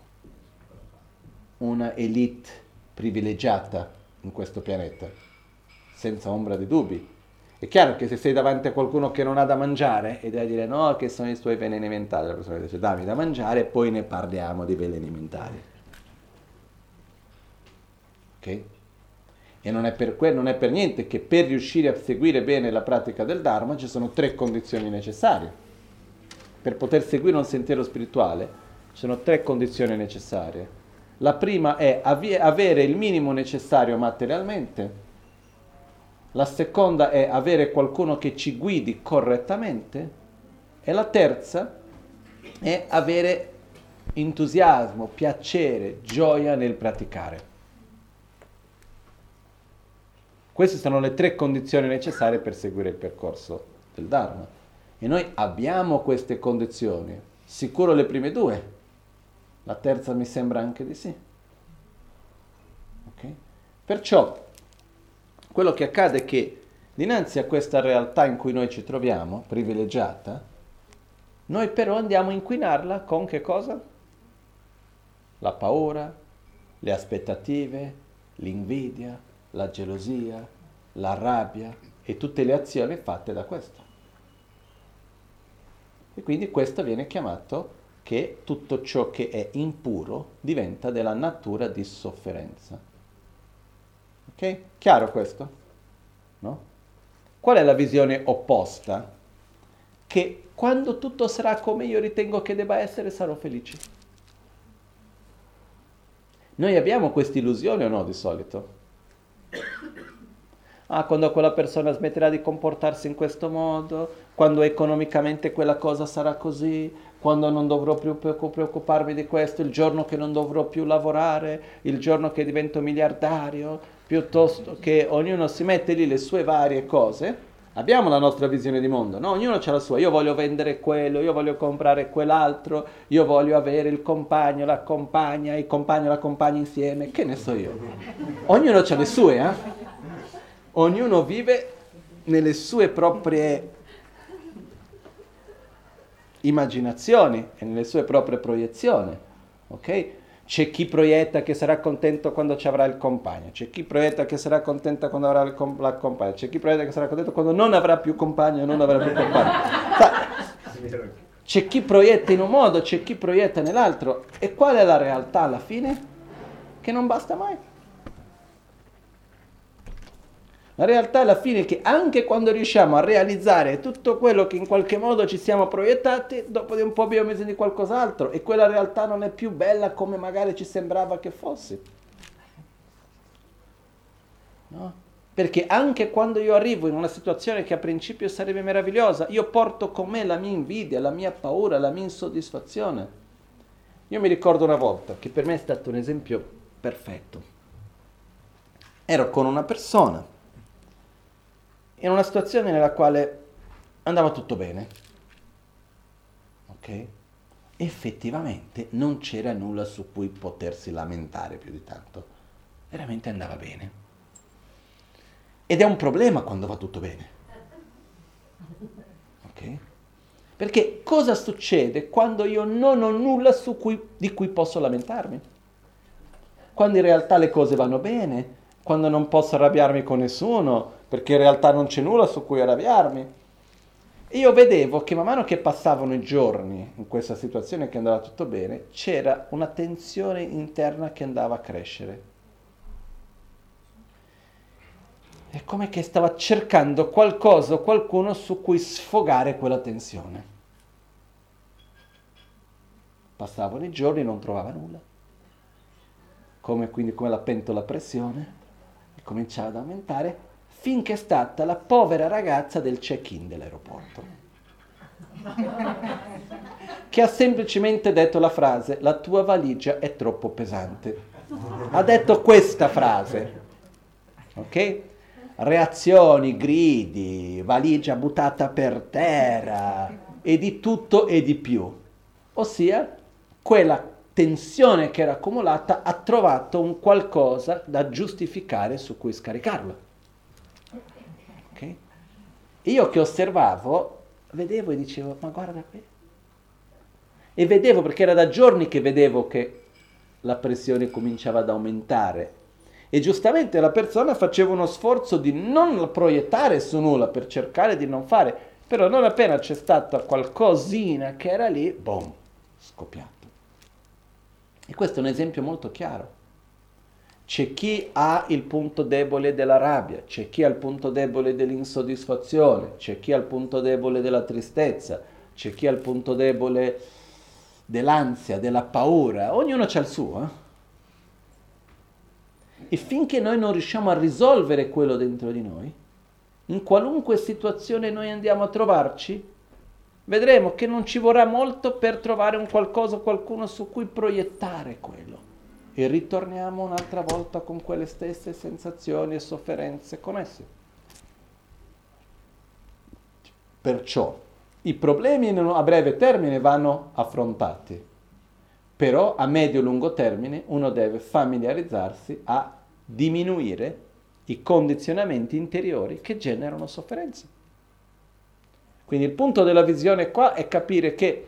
una elite privilegiata in questo pianeta, senza ombra di dubbi. È chiaro che se sei davanti a qualcuno che non ha da mangiare e devi dire no, che sono i suoi veleni mentali, la persona dice dammi da mangiare e poi ne parliamo di veleni mentali. Ok? E non è per que- non è per niente che per riuscire a seguire bene la pratica del Dharma ci sono tre condizioni necessarie. Per poter seguire un sentiero spirituale ci sono tre condizioni necessarie. La prima è av- avere il minimo necessario materialmente. La seconda è avere qualcuno che ci guidi correttamente. E la terza è avere entusiasmo, piacere, gioia nel praticare. Queste sono le tre condizioni necessarie per seguire il percorso del Dharma. E noi abbiamo queste condizioni. Sicuro le prime due. La terza mi sembra anche di sì. Okay? Perciò, quello che accade è che dinanzi a questa realtà in cui noi ci troviamo, privilegiata, noi però andiamo a inquinarla con che cosa? La paura, le aspettative, l'invidia, la gelosia, la rabbia e tutte le azioni fatte da questo. E quindi questo viene chiamato che tutto ciò che è impuro diventa della natura di sofferenza. Ok? Chiaro questo? No? Qual è la visione opposta? Che quando tutto sarà come io ritengo che debba essere, sarò felice. Noi abbiamo questa illusione o no di solito? Ah, quando quella persona smetterà di comportarsi in questo modo, quando economicamente quella cosa sarà così, quando non dovrò più preoccuparmi di questo, il giorno che non dovrò più lavorare, il giorno che divento miliardario, piuttosto che ognuno si mette lì le sue varie cose. Abbiamo la nostra visione di mondo, no? Ognuno ha la sua. Io voglio vendere quello, io voglio comprare quell'altro, io voglio avere il compagno, la compagna, il compagno e la compagna insieme, che ne so io. Ognuno ha le sue, eh? Ognuno vive nelle sue proprie immaginazioni e nelle sue proprie proiezioni, ok? C'è chi proietta che sarà contento quando ci avrà il compagno, c'è chi proietta che sarà contento quando avrà il com- la compagna, c'è chi proietta che sarà contento quando non avrà più compagno e non avrà più compagno. C'è chi proietta in un modo, c'è chi proietta nell'altro. E qual è la realtà alla fine? Che non basta mai. La realtà alla fine è che anche quando riusciamo a realizzare tutto quello che in qualche modo ci siamo proiettati, dopo di un po' abbiamo bisogno di qualcos'altro e quella realtà non è più bella come magari ci sembrava che fosse. No? Perché anche quando io arrivo in una situazione che a principio sarebbe meravigliosa, io porto con me la mia invidia, la mia paura, la mia insoddisfazione. Io mi ricordo una volta che per me è stato un esempio perfetto. Ero con una persona in una situazione nella quale andava tutto bene, ok? Effettivamente non c'era nulla su cui potersi lamentare più di tanto, veramente andava bene. Ed è un problema quando va tutto bene, ok? Perché cosa succede quando io non ho nulla su cui, di cui posso lamentarmi? Quando in realtà le cose vanno bene, quando non posso arrabbiarmi con nessuno, perché in realtà non c'è nulla su cui arrabbiarmi. E io vedevo che man mano che passavano i giorni in questa situazione che andava tutto bene, c'era una tensione interna che andava a crescere. È come che stava cercando qualcosa o qualcuno su cui sfogare quella tensione. Passavano i giorni e non trovava nulla. Come, quindi come la pentola a pressione, e cominciava ad aumentare, finché è stata la povera ragazza del check-in dell'aeroporto, che ha semplicemente detto la frase: la tua valigia è troppo pesante. Ha detto questa frase, ok? Reazioni, gridi, valigia buttata per terra e di tutto e di più. Ossia, quella tensione che era accumulata ha trovato un qualcosa da giustificare su cui scaricarla. Okay? Io che osservavo, vedevo e dicevo: ma guarda qui. E vedevo, perché era da giorni che vedevo che la pressione cominciava ad aumentare. E giustamente la persona faceva uno sforzo di non proiettare su nulla, per cercare di non fare. Però non appena c'è stata qualcosina che era lì, boom, scoppiato. E questo è un esempio molto chiaro. C'è chi ha il punto debole della rabbia, c'è chi ha il punto debole dell'insoddisfazione, c'è chi ha il punto debole della tristezza, c'è chi ha il punto debole dell'ansia, della paura. Ognuno c'ha il suo. Eh? E finché noi non riusciamo a risolvere quello dentro di noi, in qualunque situazione noi andiamo a trovarci, vedremo che non ci vorrà molto per trovare un qualcosa, qualcuno su cui proiettare quello. E ritorniamo un'altra volta con quelle stesse sensazioni e sofferenze connesse. Perciò i problemi a breve termine vanno affrontati, Però a medio-lungo termine uno deve familiarizzarsi a diminuire i condizionamenti interiori che generano sofferenza. Quindi il punto della visione qua è capire che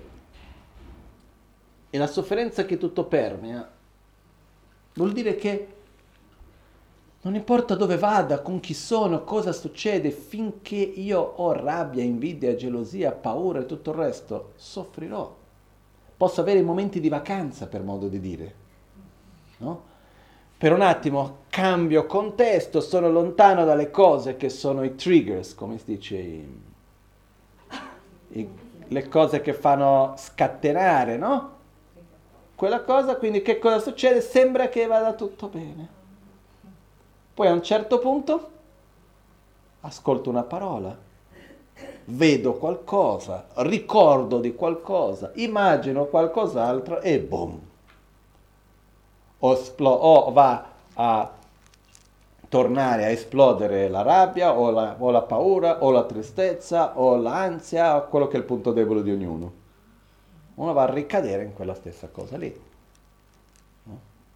è la sofferenza che tutto permea. Vuol dire che non importa dove vada, con chi sono, cosa succede, finché io ho rabbia, invidia, gelosia, paura e tutto il resto, soffrirò. Posso avere momenti di vacanza, per modo di dire, no? Per un attimo cambio contesto, sono lontano dalle cose che sono i triggers, come si dice, i, i, le cose che fanno scatenare, no? Quella cosa, quindi che cosa succede? Sembra che vada tutto bene. Poi a un certo punto ascolto una parola, vedo qualcosa, ricordo di qualcosa, immagino qualcos'altro e boom! O, esplo- o va a tornare a esplodere la rabbia, o la, o la paura, o la tristezza, o l'ansia, o quello che è il punto debole di ognuno. Uno va a ricadere in quella stessa cosa lì. No?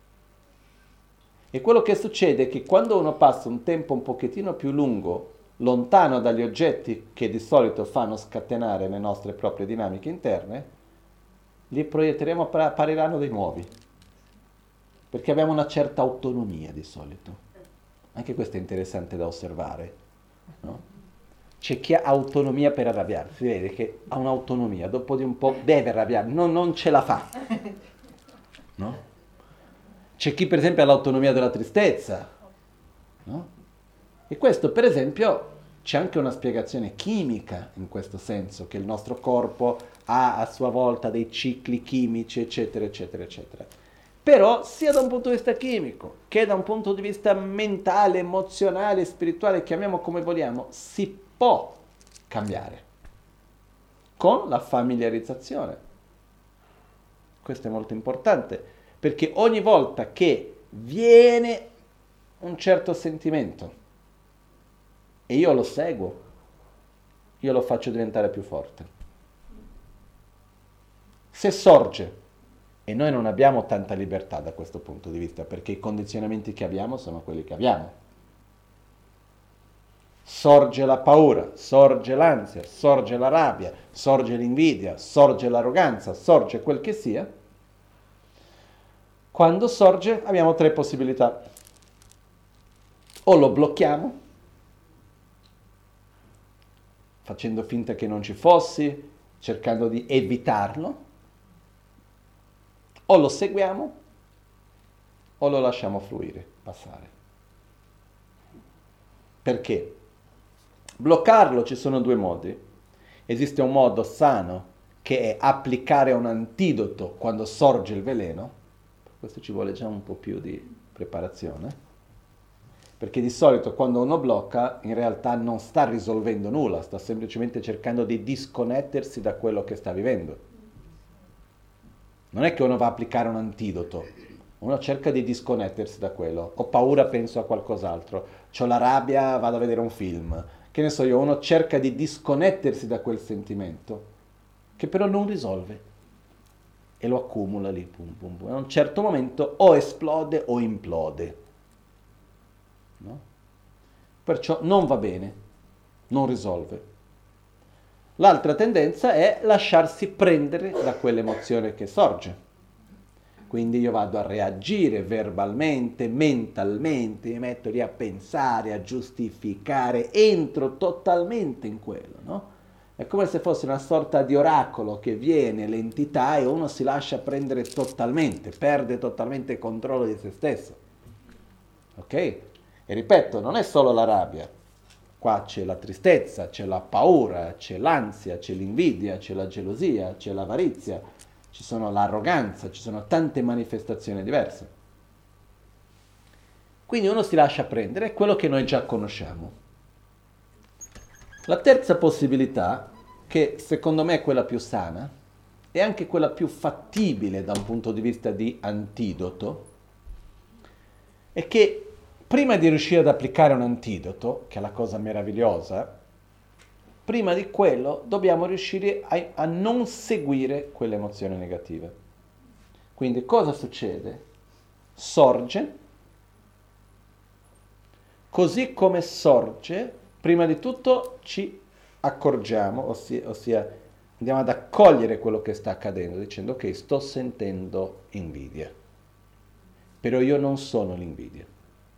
E quello che succede è che quando uno passa un tempo un pochettino più lungo lontano dagli oggetti che di solito fanno scatenare le nostre proprie dinamiche interne, li proietteremo, appariranno dei nuovi. Perché abbiamo una certa autonomia di solito. Anche questo è interessante da osservare, no? C'è chi ha autonomia per arrabbiarsi, si vede che ha un'autonomia, dopo di un po' deve arrabbiare, no, non ce la fa, no? C'è chi per esempio ha l'autonomia della tristezza, no? E questo per esempio c'è anche una spiegazione chimica in questo senso, che il nostro corpo ha a sua volta dei cicli chimici, eccetera, eccetera, eccetera. Però sia da un punto di vista chimico che da un punto di vista mentale, emozionale, spirituale, chiamiamo come vogliamo, si può cambiare con la familiarizzazione. Questo è molto importante, perché ogni volta che viene un certo sentimento e io lo seguo, io lo faccio diventare più forte. Se sorge, e noi non abbiamo tanta libertà da questo punto di vista, perché i condizionamenti che abbiamo sono quelli che abbiamo. Sorge la paura, sorge l'ansia, sorge la rabbia, sorge l'invidia, sorge l'arroganza, sorge quel che sia. Quando sorge abbiamo tre possibilità. O lo blocchiamo, facendo finta che non ci fossi, cercando di evitarlo, o lo seguiamo o lo lasciamo fluire, passare. Perché? Bloccarlo ci sono due modi. Esiste un modo sano che è applicare un antidoto quando sorge il veleno. Per questo ci vuole già un po' più di preparazione. Perché di solito quando uno blocca in realtà non sta risolvendo nulla, sta semplicemente cercando di disconnettersi da quello che sta vivendo. Non è che uno va a applicare un antidoto, uno cerca di disconnettersi da quello. Ho paura, penso a qualcos'altro. C'ho la rabbia, vado a vedere un film. Che ne so io, uno cerca di disconnettersi da quel sentimento, che però non risolve. E lo accumula lì, pum, pum, pum. A un certo momento o esplode o implode. No? Perciò non va bene, non risolve. L'altra tendenza è lasciarsi prendere da quell'emozione che sorge. Quindi io vado a reagire verbalmente, mentalmente, mi metto lì a pensare, a giustificare, entro totalmente in quello, no? È come se fosse una sorta di oracolo che viene l'entità e uno si lascia prendere totalmente, perde totalmente il controllo di se stesso. Ok? E ripeto, non è solo la rabbia. Qua c'è la tristezza, c'è la paura, c'è l'ansia, c'è l'invidia, c'è la gelosia, c'è l'avarizia, ci sono l'arroganza, ci sono tante manifestazioni diverse. Quindi uno si lascia prendere, è quello che noi già conosciamo. La terza possibilità, che secondo me è quella più sana, è anche quella più fattibile da un punto di vista di antidoto, è che prima di riuscire ad applicare un antidoto, che è la cosa meravigliosa, prima di quello dobbiamo riuscire a, a non seguire quelle emozioni negative. Quindi cosa succede? Sorge, così come sorge, prima di tutto ci accorgiamo, ossia, ossia andiamo ad accogliere quello che sta accadendo, dicendo ok, sto sentendo invidia, però io non sono l'invidia.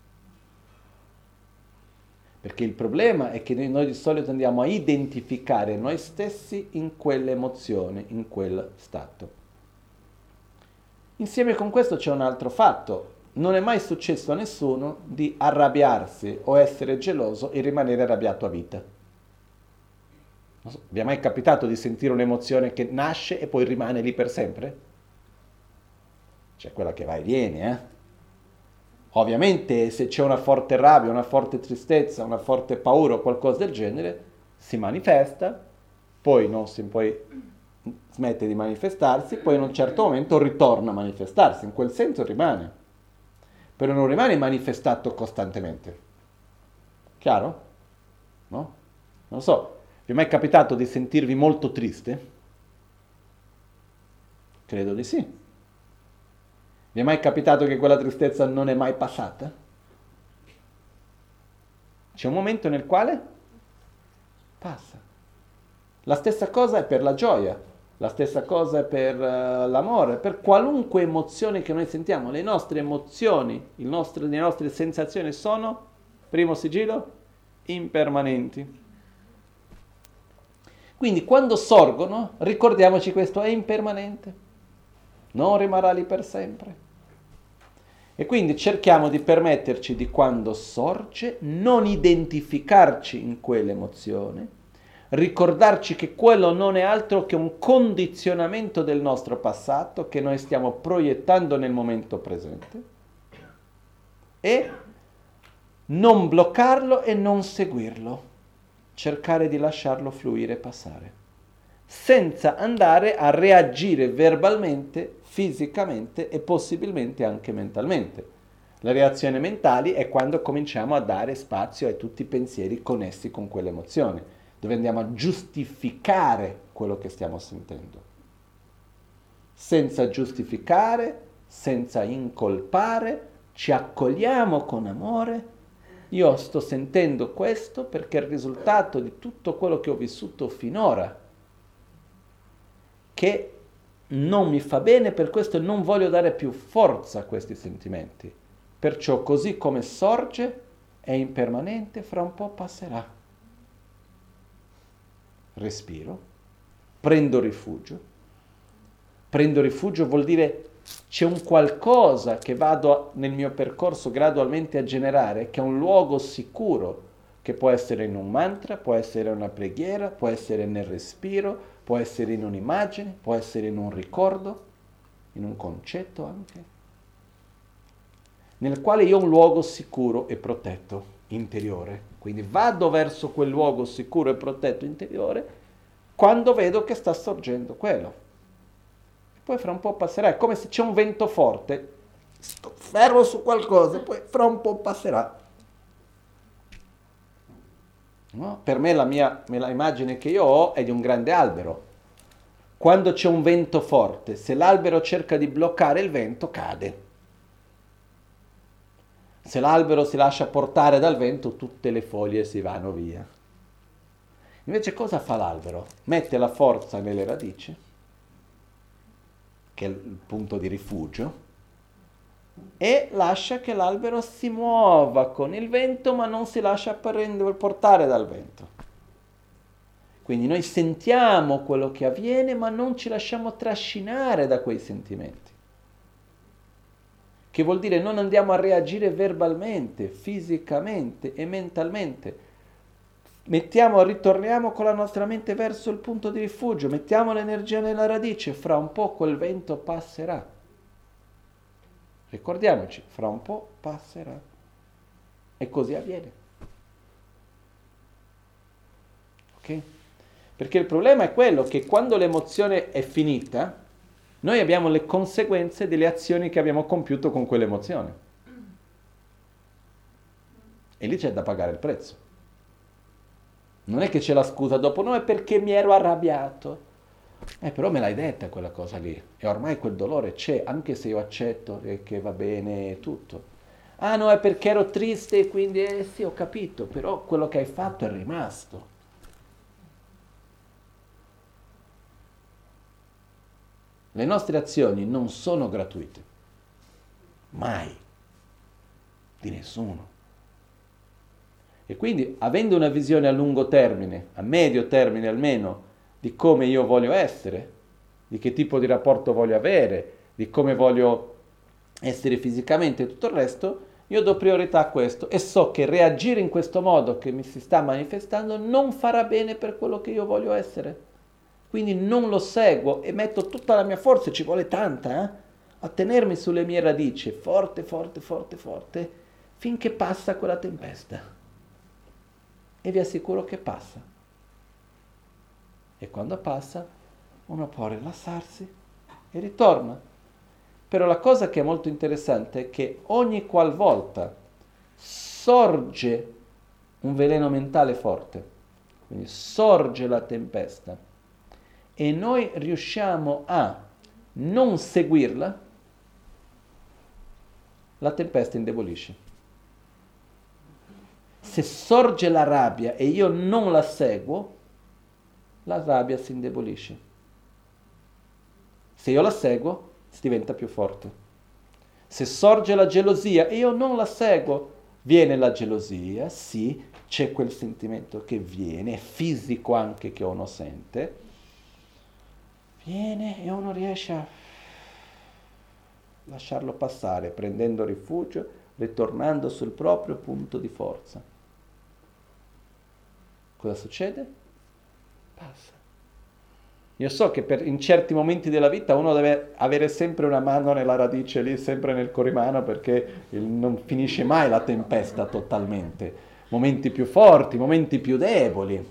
Perché il problema è che noi di solito andiamo a identificare noi stessi in quell'emozione, in quel stato. Insieme con questo c'è un altro fatto. Non è mai successo a nessuno di arrabbiarsi o essere geloso e rimanere arrabbiato a vita. Non so, vi è mai capitato di sentire un'emozione che nasce e poi rimane lì per sempre? C'è quella che va e viene, eh? Ovviamente se c'è una forte rabbia, una forte tristezza, una forte paura o qualcosa del genere, si manifesta, poi non si poi smette di manifestarsi, poi in un certo momento ritorna a manifestarsi, in quel senso rimane, però non rimane manifestato costantemente. Chiaro? No? Non lo so, vi è mai capitato di sentirvi molto triste? Credo di sì. Vi è mai capitato che quella tristezza non è mai passata? C'è un momento nel quale passa. La stessa cosa è per la gioia, la stessa cosa è per uh, l'amore, per qualunque emozione che noi sentiamo. Le nostre emozioni, il nostro, le nostre sensazioni sono, primo sigillo, impermanenti. Quindi quando sorgono, ricordiamoci questo, è impermanente, non rimarrà lì per sempre. E quindi cerchiamo di permetterci di, quando sorge, non identificarci in quell'emozione, ricordarci che quello non è altro che un condizionamento del nostro passato che noi stiamo proiettando nel momento presente, e non bloccarlo e non seguirlo, cercare di lasciarlo fluire e passare, senza andare a reagire verbalmente, fisicamente e possibilmente anche mentalmente. Le reazioni mentali è quando cominciamo a dare spazio a tutti i pensieri connessi con quell'emozione, dove andiamo a giustificare quello che stiamo sentendo. Senza giustificare, senza incolpare, ci accogliamo con amore. Io sto sentendo questo perché è il risultato di tutto quello che ho vissuto finora, che non mi fa bene, per questo non voglio dare più forza a questi sentimenti. Perciò così come sorge è impermanente, fra un po' passerà. Respiro, prendo rifugio. Prendo rifugio vuol dire c'è un qualcosa che vado nel mio percorso gradualmente a generare, che è un luogo sicuro, che può essere in un mantra, può essere una preghiera, può essere nel respiro, può essere in un'immagine, può essere in un ricordo, in un concetto anche, nel quale io ho un luogo sicuro e protetto, interiore. Quindi vado verso quel luogo sicuro e protetto interiore quando vedo che sta sorgendo quello. E poi fra un po' passerà, è come se c'è un vento forte, sto fermo su qualcosa, poi fra un po' passerà. No? Per me la mia la immagine che io ho è di un grande albero. Quando c'è un vento forte, se l'albero cerca di bloccare il vento, cade. Se l'albero si lascia portare dal vento, tutte le foglie si vanno via. Invece cosa fa l'albero? Mette la forza nelle radici, che è il punto di rifugio, e lascia che l'albero si muova con il vento, ma non si lascia prendere, portare dal vento. Quindi noi sentiamo quello che avviene, ma non ci lasciamo trascinare da quei sentimenti. Che vuol dire non andiamo a reagire verbalmente, fisicamente e mentalmente. Mettiamo, ritorniamo con la nostra mente verso il punto di rifugio, mettiamo l'energia nella radice, fra un po' quel vento passerà. Ricordiamoci, fra un po' passerà. E così avviene. Ok? Perché il problema è quello che quando l'emozione è finita, noi abbiamo le conseguenze delle azioni che abbiamo compiuto con quell'emozione. E lì c'è da pagare il prezzo. Non è che c'è la scusa dopo, no, è perché mi ero arrabbiato. Eh, però me l'hai detta quella cosa lì e ormai quel dolore c'è, anche se io accetto che, che va bene tutto. Ah no, è perché ero triste e quindi eh, sì, ho capito, però quello che hai fatto è rimasto. Le nostre azioni non sono gratuite, mai, di nessuno. E quindi, avendo una visione a lungo termine, a medio termine almeno, di come io voglio essere, di che tipo di rapporto voglio avere, di come voglio essere fisicamente e tutto il resto, io do priorità a questo e so che reagire in questo modo che mi si sta manifestando non farà bene per quello che io voglio essere. Quindi non lo seguo e metto tutta la mia forza, ci vuole tanta, eh? A tenermi sulle mie radici, forte, forte, forte, forte, finché passa quella tempesta. E vi assicuro che passa. E quando passa, uno può rilassarsi e ritorna. Però la cosa che è molto interessante è che ogni qualvolta sorge un veleno mentale forte, quindi sorge la tempesta, e noi riusciamo a non seguirla, la tempesta indebolisce. Se sorge la rabbia e io non la seguo, la rabbia si indebolisce. Se io la seguo, si diventa più forte. Se sorge la gelosia e io non la seguo, viene la gelosia, sì, c'è quel sentimento che viene, è fisico anche che uno sente, viene e uno riesce a lasciarlo passare, prendendo rifugio, ritornando sul proprio punto di forza. Cosa succede? Passa. Io so che per, in certi momenti della vita uno deve avere sempre una mano nella radice lì, sempre nel corrimano, perché il, non finisce mai la tempesta totalmente. Momenti più forti, momenti più deboli.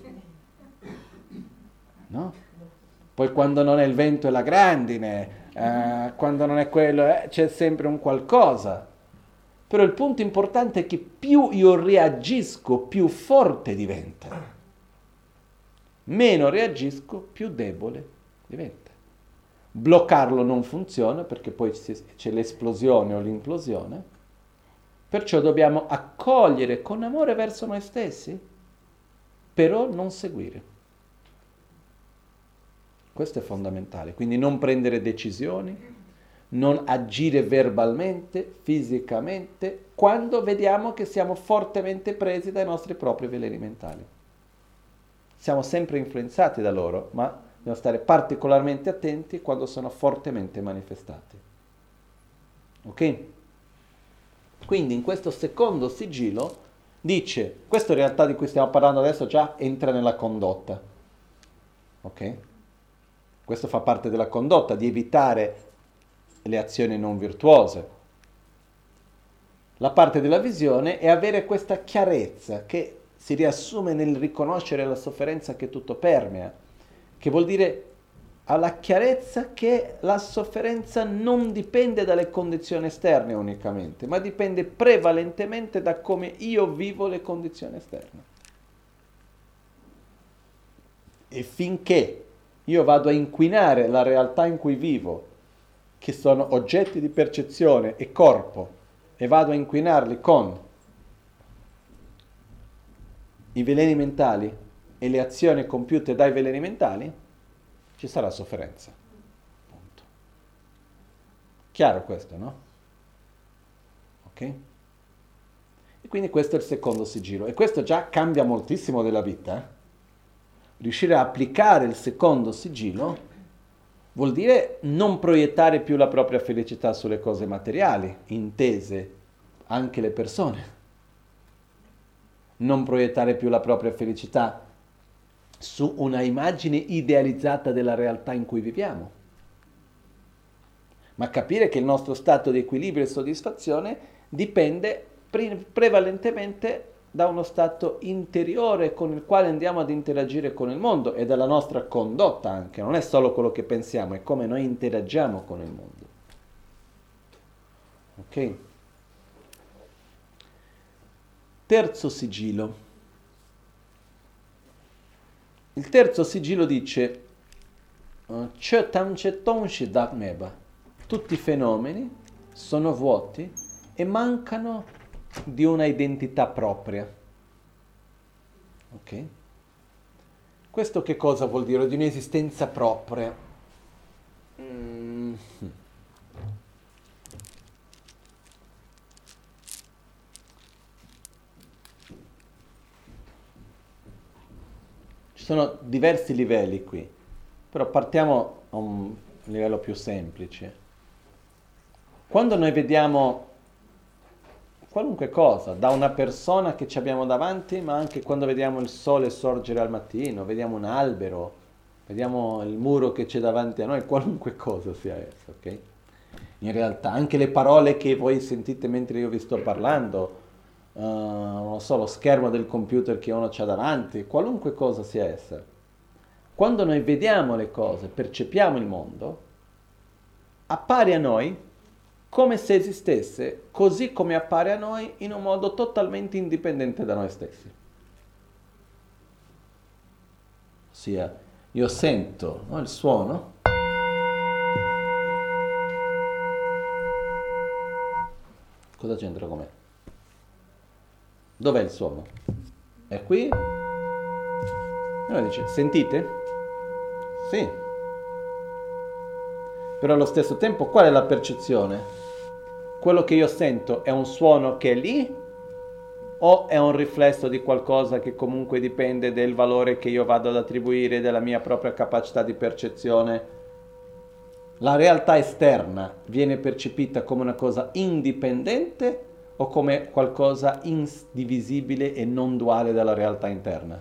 No? Poi quando non è il vento e la grandine, eh, quando non è quello, eh, c'è sempre un qualcosa. Però il punto importante è che più io reagisco, più forte diventa. Meno reagisco, più debole diventa. Bloccarlo non funziona perché poi c'è l'esplosione o l'implosione. Perciò dobbiamo accogliere con amore verso noi stessi, però non seguire. Questo è fondamentale. Quindi non prendere decisioni, non agire verbalmente, fisicamente, quando vediamo che siamo fortemente presi dai nostri propri veleni mentali. Siamo sempre influenzati da loro, ma dobbiamo stare particolarmente attenti quando sono fortemente manifestati. Ok? Quindi in questo secondo sigillo dice, questo in realtà di cui stiamo parlando adesso già entra nella condotta. Ok? Questo fa parte della condotta, di evitare le azioni non virtuose. La parte della visione è avere questa chiarezza che si riassume nel riconoscere la sofferenza che tutto permea, che vuol dire alla chiarezza che la sofferenza non dipende dalle condizioni esterne unicamente, ma dipende prevalentemente da come io vivo le condizioni esterne. E finché io vado a inquinare la realtà in cui vivo, che sono oggetti di percezione e corpo, e vado a inquinarli con i veleni mentali e le azioni compiute dai veleni mentali, ci sarà sofferenza. Punto. Chiaro questo, no? Ok? E quindi questo è il secondo sigillo. E questo già cambia moltissimo della vita. Eh? Riuscire a applicare il secondo sigillo vuol dire non proiettare più la propria felicità sulle cose materiali, intese anche le persone. Non proiettare più la propria felicità su una immagine idealizzata della realtà in cui viviamo, ma capire che il nostro stato di equilibrio e soddisfazione dipende pre- prevalentemente da uno stato interiore con il quale andiamo ad interagire con il mondo e dalla nostra condotta anche, non è solo quello che pensiamo, è come noi interagiamo con il mondo. Ok? Terzo sigillo. Il terzo sigillo dice: Chetam cheton shidat meba. Tutti i fenomeni sono vuoti e mancano di una identità propria. Ok? Questo che cosa vuol dire? Di un'esistenza propria. Mm. Ci sono diversi livelli qui, però partiamo a un livello più semplice. Quando noi vediamo qualunque cosa, da una persona che ci abbiamo davanti, ma anche quando vediamo il sole sorgere al mattino, vediamo un albero, vediamo il muro che c'è davanti a noi, qualunque cosa sia essa, ok? In realtà anche le parole che voi sentite mentre io vi sto parlando, uh, non so, lo schermo del computer che uno c'ha davanti, qualunque cosa sia essa. Quando noi vediamo le cose, percepiamo il mondo, appare a noi come se esistesse, così come appare a noi, in un modo totalmente indipendente da noi stessi. Ossia, io sento, no, il suono, cosa c'entra con me? Dov'è il suono? È qui? E allora dice, sentite? Sì. Però allo stesso tempo qual è la percezione? Quello che io sento è un suono che è lì o è un riflesso di qualcosa che comunque dipende del valore che io vado ad attribuire, della mia propria capacità di percezione? La realtà esterna viene percepita come una cosa indipendente o come qualcosa indivisibile e non duale dalla realtà interna?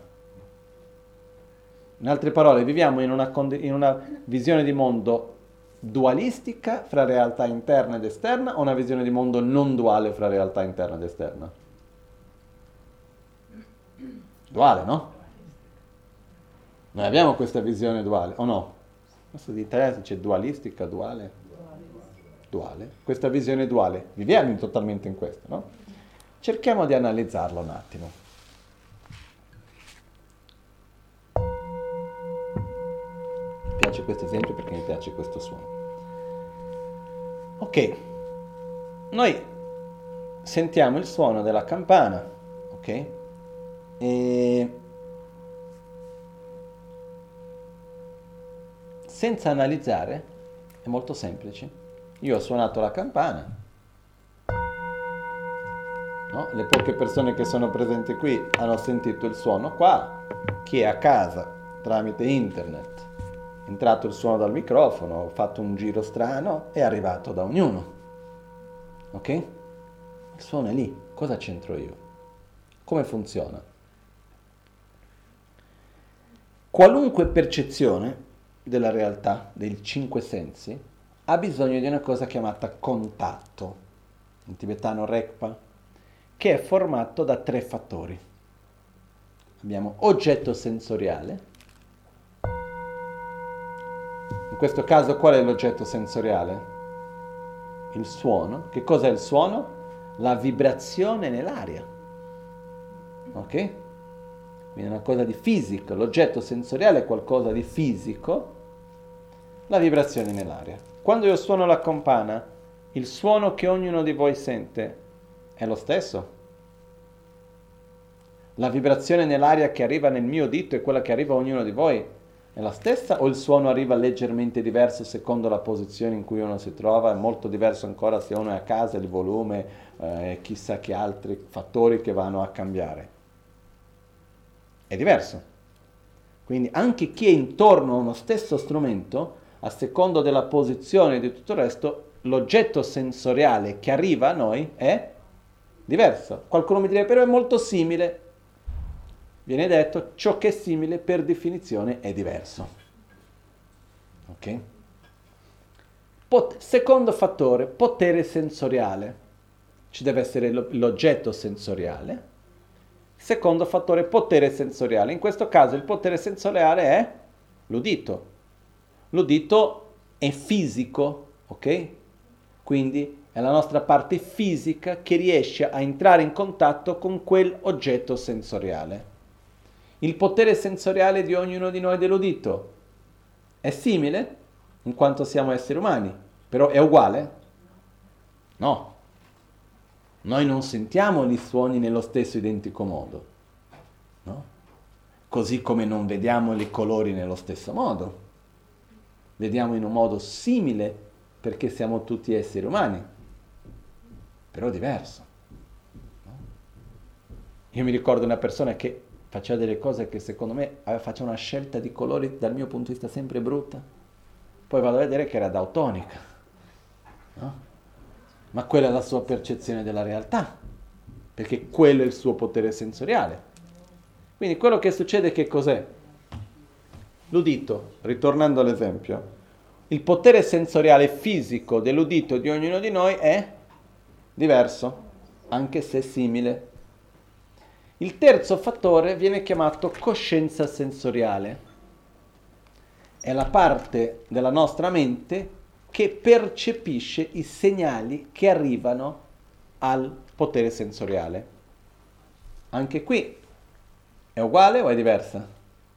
In altre parole, viviamo in una, in una visione di mondo dualistica fra realtà interna ed esterna o una visione di mondo non duale fra realtà interna ed esterna? Duale, no? Noi abbiamo questa visione duale, o no? Questo di italiano c'è dualistica, duale? Duale. Questa visione duale, viviamo totalmente in questo, no? Cerchiamo di analizzarlo un attimo. Mi piace questo esempio perché mi piace questo suono. Ok, noi sentiamo il suono della campana, ok? E senza analizzare, è molto semplice. Io ho suonato la campana, no? Le poche persone che sono presenti qui hanno sentito il suono qua. Chi è a casa tramite internet, è entrato il suono dal microfono, ho fatto un giro strano, è arrivato da ognuno. Ok? Il suono è lì, cosa c'entro io? Come funziona? Qualunque percezione della realtà, dei cinque sensi, ha bisogno di una cosa chiamata contatto, in tibetano rekpa, che è formato da tre fattori. Abbiamo oggetto sensoriale. In questo caso qual è l'oggetto sensoriale? Il suono. Che cos'è il suono? La vibrazione nell'aria. Ok? Quindi è una cosa di fisico. L'oggetto sensoriale è qualcosa di fisico. La vibrazione nell'aria. Quando io suono la campana, il suono che ognuno di voi sente è lo stesso? La vibrazione nell'aria che arriva nel mio dito e quella che arriva a ognuno di voi è la stessa, o il suono arriva leggermente diverso secondo la posizione in cui uno si trova? È molto diverso ancora se uno è a casa, il volume e eh, chissà che altri fattori che vanno a cambiare. È diverso. Quindi anche chi è intorno a uno stesso strumento, a secondo della posizione e di tutto il resto, l'oggetto sensoriale che arriva a noi è diverso. Qualcuno mi direbbe, però è molto simile. Viene detto, ciò che è simile per definizione è diverso. Ok? Pot- secondo fattore, potere sensoriale. Ci deve essere lo- l'oggetto sensoriale. Secondo fattore, potere sensoriale. In questo caso il potere sensoriale è l'udito. L'udito è fisico, ok? Quindi è la nostra parte fisica che riesce a entrare in contatto con quel oggetto sensoriale. Il potere sensoriale di ognuno di noi dell'udito È simile in quanto siamo esseri umani, però è uguale? No. Noi non sentiamo gli suoni nello stesso identico modo, no? Così come non vediamo i colori nello stesso modo. Vediamo in un modo simile perché siamo tutti esseri umani, però diverso. No? Io mi ricordo una persona che faceva delle cose che secondo me faceva una scelta di colori dal mio punto di vista sempre brutta, poi vado a vedere che era daltonica, no? Ma quella è la sua percezione della realtà, perché quello è il suo potere sensoriale. Quindi quello che succede che cos'è? L'udito, ritornando all'esempio, il potere sensoriale fisico dell'udito di ognuno di noi è diverso, anche se simile. Il terzo fattore viene chiamato coscienza sensoriale. È la parte della nostra mente che percepisce i segnali che arrivano al potere sensoriale. Anche qui è uguale o è diversa?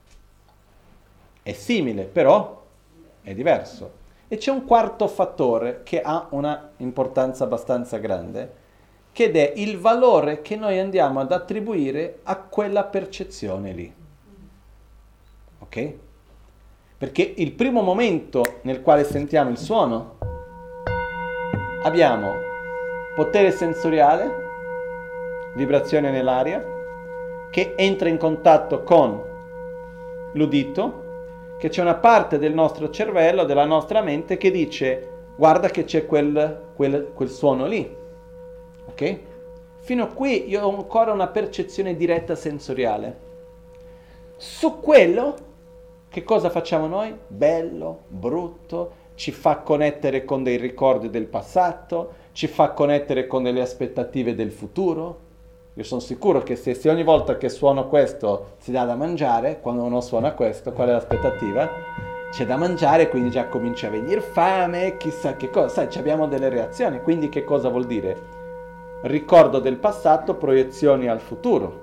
È simile, però è diverso. E c'è un quarto fattore che ha una importanza abbastanza grande, che è il valore che noi andiamo ad attribuire a quella percezione lì. Ok? Perché il primo momento nel quale sentiamo il suono, abbiamo potere sensoriale, vibrazione nell'aria, che entra in contatto con l'udito, che c'è una parte del nostro cervello, della nostra mente, che dice guarda che c'è quel, quel, quel suono lì. Ok? Fino a qui io ho ancora una percezione diretta sensoriale. Su quello, che cosa facciamo noi? Bello, brutto, ci fa connettere con dei ricordi del passato, ci fa connettere con delle aspettative del futuro. Io sono sicuro che se, se ogni volta che suono questo si dà da mangiare, quando uno suona questo, qual è l'aspettativa? C'è da mangiare, quindi già comincia a venire fame, chissà che cosa. Sai, abbiamo delle reazioni, quindi che cosa vuol dire? Ricordo del passato, proiezioni al futuro.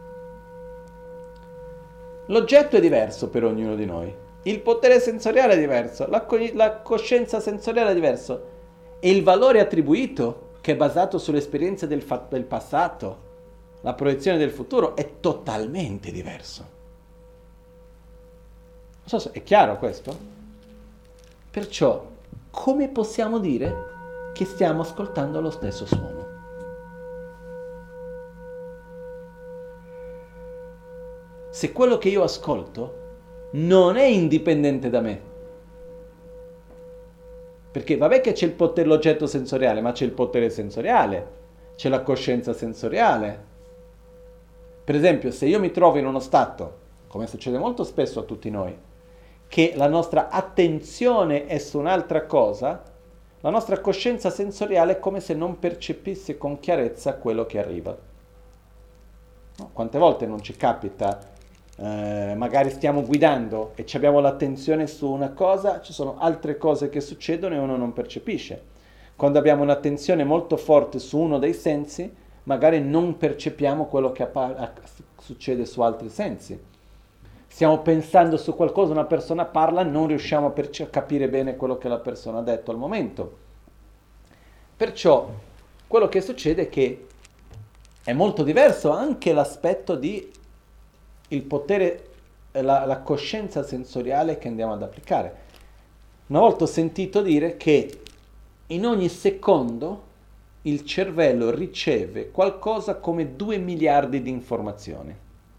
L'oggetto è diverso per ognuno di noi, il potere sensoriale è diverso, la, co- la coscienza sensoriale è diverso e il valore attribuito, che è basato sull'esperienza del, fa- del passato, la proiezione del futuro, è totalmente diverso. Non so se è chiaro questo? Perciò, come possiamo dire che stiamo ascoltando lo stesso suono? Se quello che io ascolto non è indipendente da me. Perché vabbè che c'è il potere, l'oggetto sensoriale, ma c'è il potere sensoriale, c'è la coscienza sensoriale. Per esempio, se io mi trovo in uno stato, come succede molto spesso a tutti noi, che la nostra attenzione è su un'altra cosa, la nostra coscienza sensoriale è come se non percepisse con chiarezza quello che arriva. No? Quante volte non ci capita? Eh, magari stiamo guidando e abbiamo l'attenzione su una cosa, ci sono altre cose che succedono e uno non percepisce. Quando abbiamo un'attenzione molto forte su uno dei sensi, magari non percepiamo quello che appa- succede su altri sensi. Stiamo pensando su qualcosa, una persona parla, non riusciamo a, perce- a capire bene quello che la persona ha detto al momento. Perciò quello che succede è che è molto diverso anche l'aspetto di il potere, la, la coscienza sensoriale che andiamo ad applicare. Una volta ho sentito dire che in ogni secondo il cervello riceve qualcosa come due miliardi di informazioni.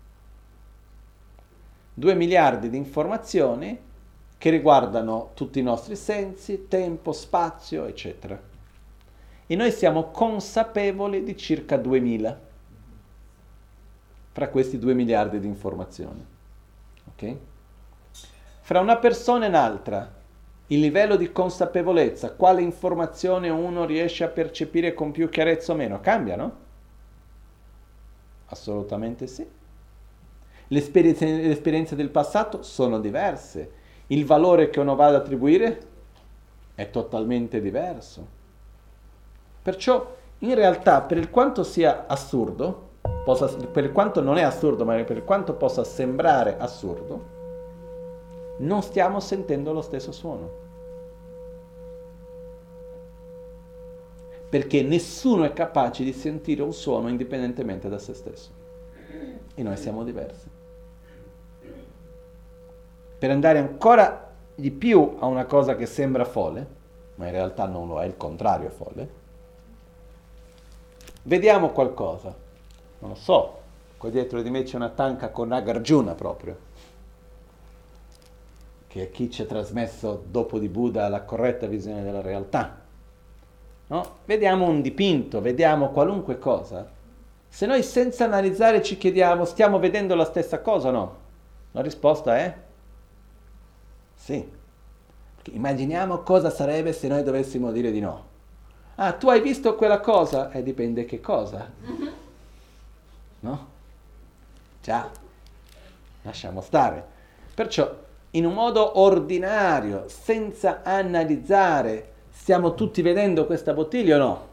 due miliardi di informazioni che riguardano tutti i nostri sensi, tempo, spazio, eccetera. E noi siamo consapevoli di circa duemila. Fra questi due miliardi di informazioni. Ok? Fra una persona e un'altra, il livello di consapevolezza, quale informazione uno riesce a percepire con più chiarezza o meno, cambia, no? Assolutamente sì. Le esperienze, le esperienze del passato sono diverse. Il valore che uno va ad attribuire è totalmente diverso. Perciò, in realtà, per quanto sia assurdo, Possa, per quanto non è assurdo, ma per quanto possa sembrare assurdo, non stiamo sentendo lo stesso suono. Perché nessuno è capace di sentire un suono indipendentemente da se stesso. E noi siamo diversi. Per andare ancora di più a una cosa che sembra folle, ma in realtà non lo è, il contrario è folle, vediamo qualcosa. Non lo so, qua dietro di me c'è una tanca con Nagarjuna proprio, che è chi ci ha trasmesso dopo di Buddha la corretta visione della realtà. No? Vediamo un dipinto, vediamo qualunque cosa. Se noi senza analizzare ci chiediamo, stiamo vedendo la stessa cosa o no? La risposta è sì. Perché immaginiamo cosa sarebbe se noi dovessimo dire di no. Ah, tu hai visto quella cosa? Eh, dipende che cosa. No? Già. Lasciamo stare. Perciò, in un modo ordinario, senza analizzare, stiamo tutti vedendo questa bottiglia o no?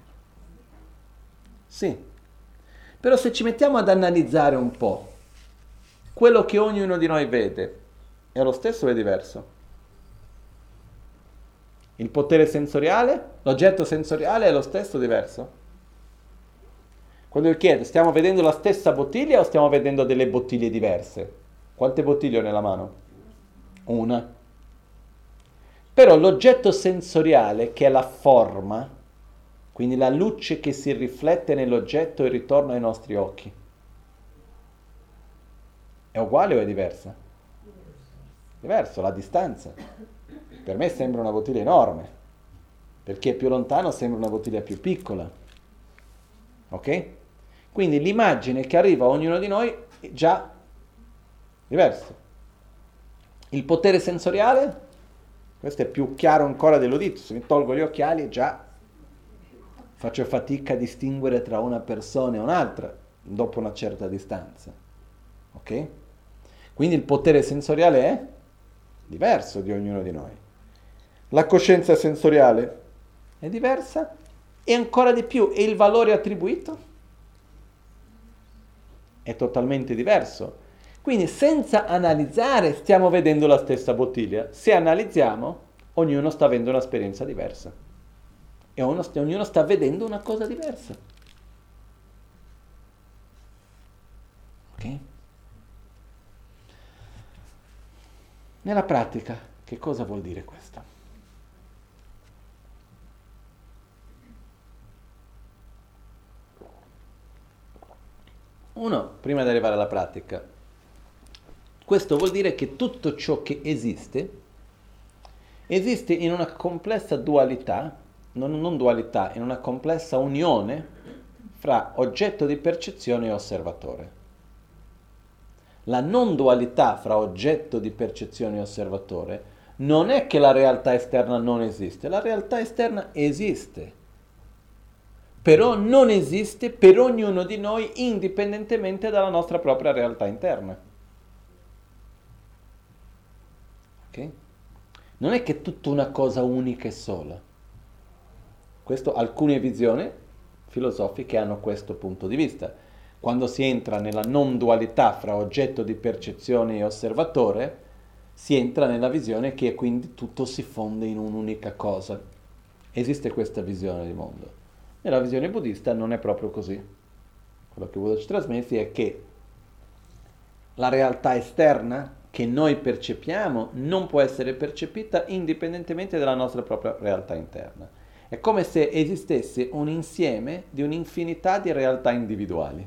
Sì. Però se ci mettiamo ad analizzare un po', quello che ognuno di noi vede è lo stesso o è diverso? Il potere sensoriale, l'oggetto sensoriale è lo stesso o diverso? Quando io chiedo, stiamo vedendo la stessa bottiglia o stiamo vedendo delle bottiglie diverse? Quante bottiglie ho nella mano? Una. Però l'oggetto sensoriale, che è la forma, quindi la luce che si riflette nell'oggetto e ritorna ai nostri occhi, è uguale o è diversa? Diverso, la distanza. Per me sembra una bottiglia enorme, perché più lontano sembra una bottiglia più piccola. Ok? Quindi l'immagine che arriva a ognuno di noi è già diversa. Il potere sensoriale, questo è più chiaro ancora dell'udito. Se mi tolgo gli occhiali già faccio fatica a distinguere tra una persona e un'altra dopo una certa distanza. Ok? Quindi il potere sensoriale è diverso di ognuno di noi. La coscienza sensoriale è diversa e ancora di più, e il valore attribuito è totalmente diverso. Quindi senza analizzare stiamo vedendo la stessa bottiglia. Se analizziamo, ognuno sta avendo un'esperienza diversa e ognuno sta vedendo una cosa diversa. Ok? Nella pratica, che cosa vuol dire questo? Uno, prima di arrivare alla pratica, questo vuol dire che tutto ciò che esiste, esiste in una complessa dualità, non, non dualità, in una complessa unione fra oggetto di percezione e osservatore. La non dualità fra oggetto di percezione e osservatore non è che la realtà esterna non esiste, la realtà esterna esiste, però non esiste per ognuno di noi indipendentemente dalla nostra propria realtà interna. Ok? Non è che è tutta una cosa unica e sola. Questo, alcune visioni filosofiche hanno questo punto di vista. Quando si entra nella non dualità fra oggetto di percezione e osservatore, si entra nella visione che quindi tutto si fonde in un'unica cosa. Esiste questa visione di mondo. Nella visione buddista non è proprio così. Quello che Buddha ci trasmette è che la realtà esterna che noi percepiamo non può essere percepita indipendentemente dalla nostra propria realtà interna. È come se esistesse un insieme di un'infinità di realtà individuali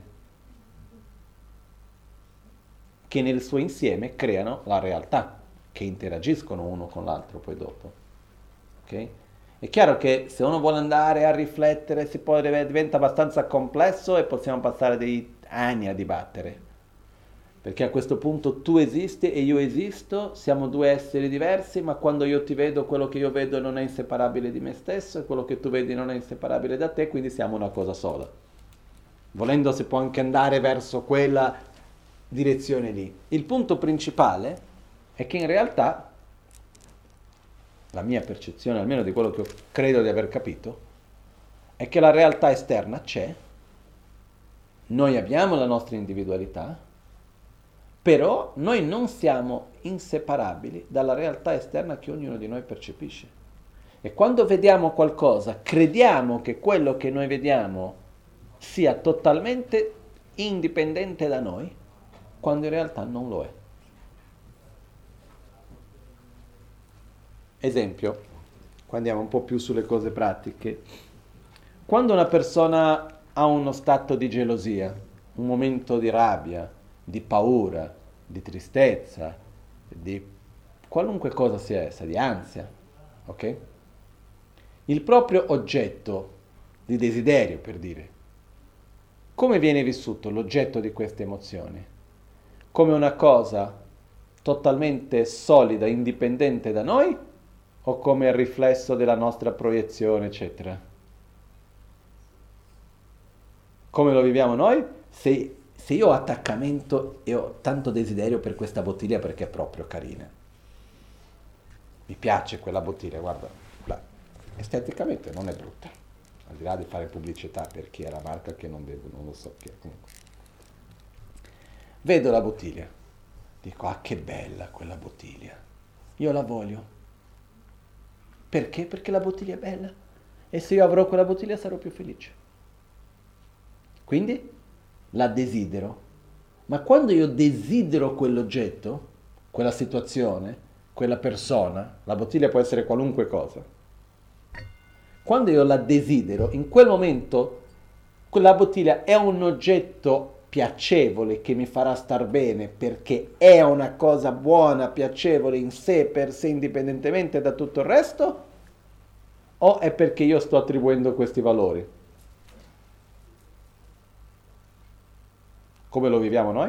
che nel suo insieme creano la realtà, che interagiscono uno con l'altro poi dopo. Ok? È chiaro che se uno vuole andare a riflettere si può, diventa abbastanza complesso e possiamo passare dei anni a dibattere. Perché a questo punto tu esisti e io esisto, siamo due esseri diversi, ma quando io ti vedo, quello che io vedo non è inseparabile di me stesso, e quello che tu vedi non è inseparabile da te, quindi siamo una cosa sola. Volendo si può anche andare verso quella direzione lì. Il punto principale è che in realtà la mia percezione, almeno di quello che credo di aver capito, è che la realtà esterna c'è, noi abbiamo la nostra individualità, Però noi non siamo inseparabili dalla realtà esterna che ognuno di noi percepisce. E quando vediamo qualcosa, crediamo che quello che noi vediamo sia totalmente indipendente da noi, quando in realtà non lo è. Esempio, qua andiamo un po' più sulle cose pratiche. Quando una persona ha uno stato di gelosia, un momento di rabbia, di paura, di tristezza, di qualunque cosa sia essa, di ansia, ok? Il proprio oggetto di desiderio, per dire, come viene vissuto l'oggetto di queste emozioni? Come una cosa totalmente solida, indipendente da noi, o come il riflesso della nostra proiezione, eccetera? Come lo viviamo noi? Se, se io ho attaccamento e ho tanto desiderio per questa bottiglia perché è proprio carina. Mi piace quella bottiglia, guarda, la, esteticamente non è brutta. Al di là di fare pubblicità per chi è la marca che non bevo, non lo so che comunque. Vedo la bottiglia, dico, ah che bella quella bottiglia, io la voglio. Perché? Perché la bottiglia è bella e se io avrò quella bottiglia sarò più felice. Quindi la desidero. Ma quando io desidero quell'oggetto, quella situazione, quella persona, la bottiglia può essere qualunque cosa, quando io la desidero, in quel momento quella bottiglia è un oggetto piacevole che mi farà star bene perché è una cosa buona, piacevole in sé, per sé, indipendentemente da tutto il resto, o è perché io sto attribuendo questi valori? Come lo viviamo noi?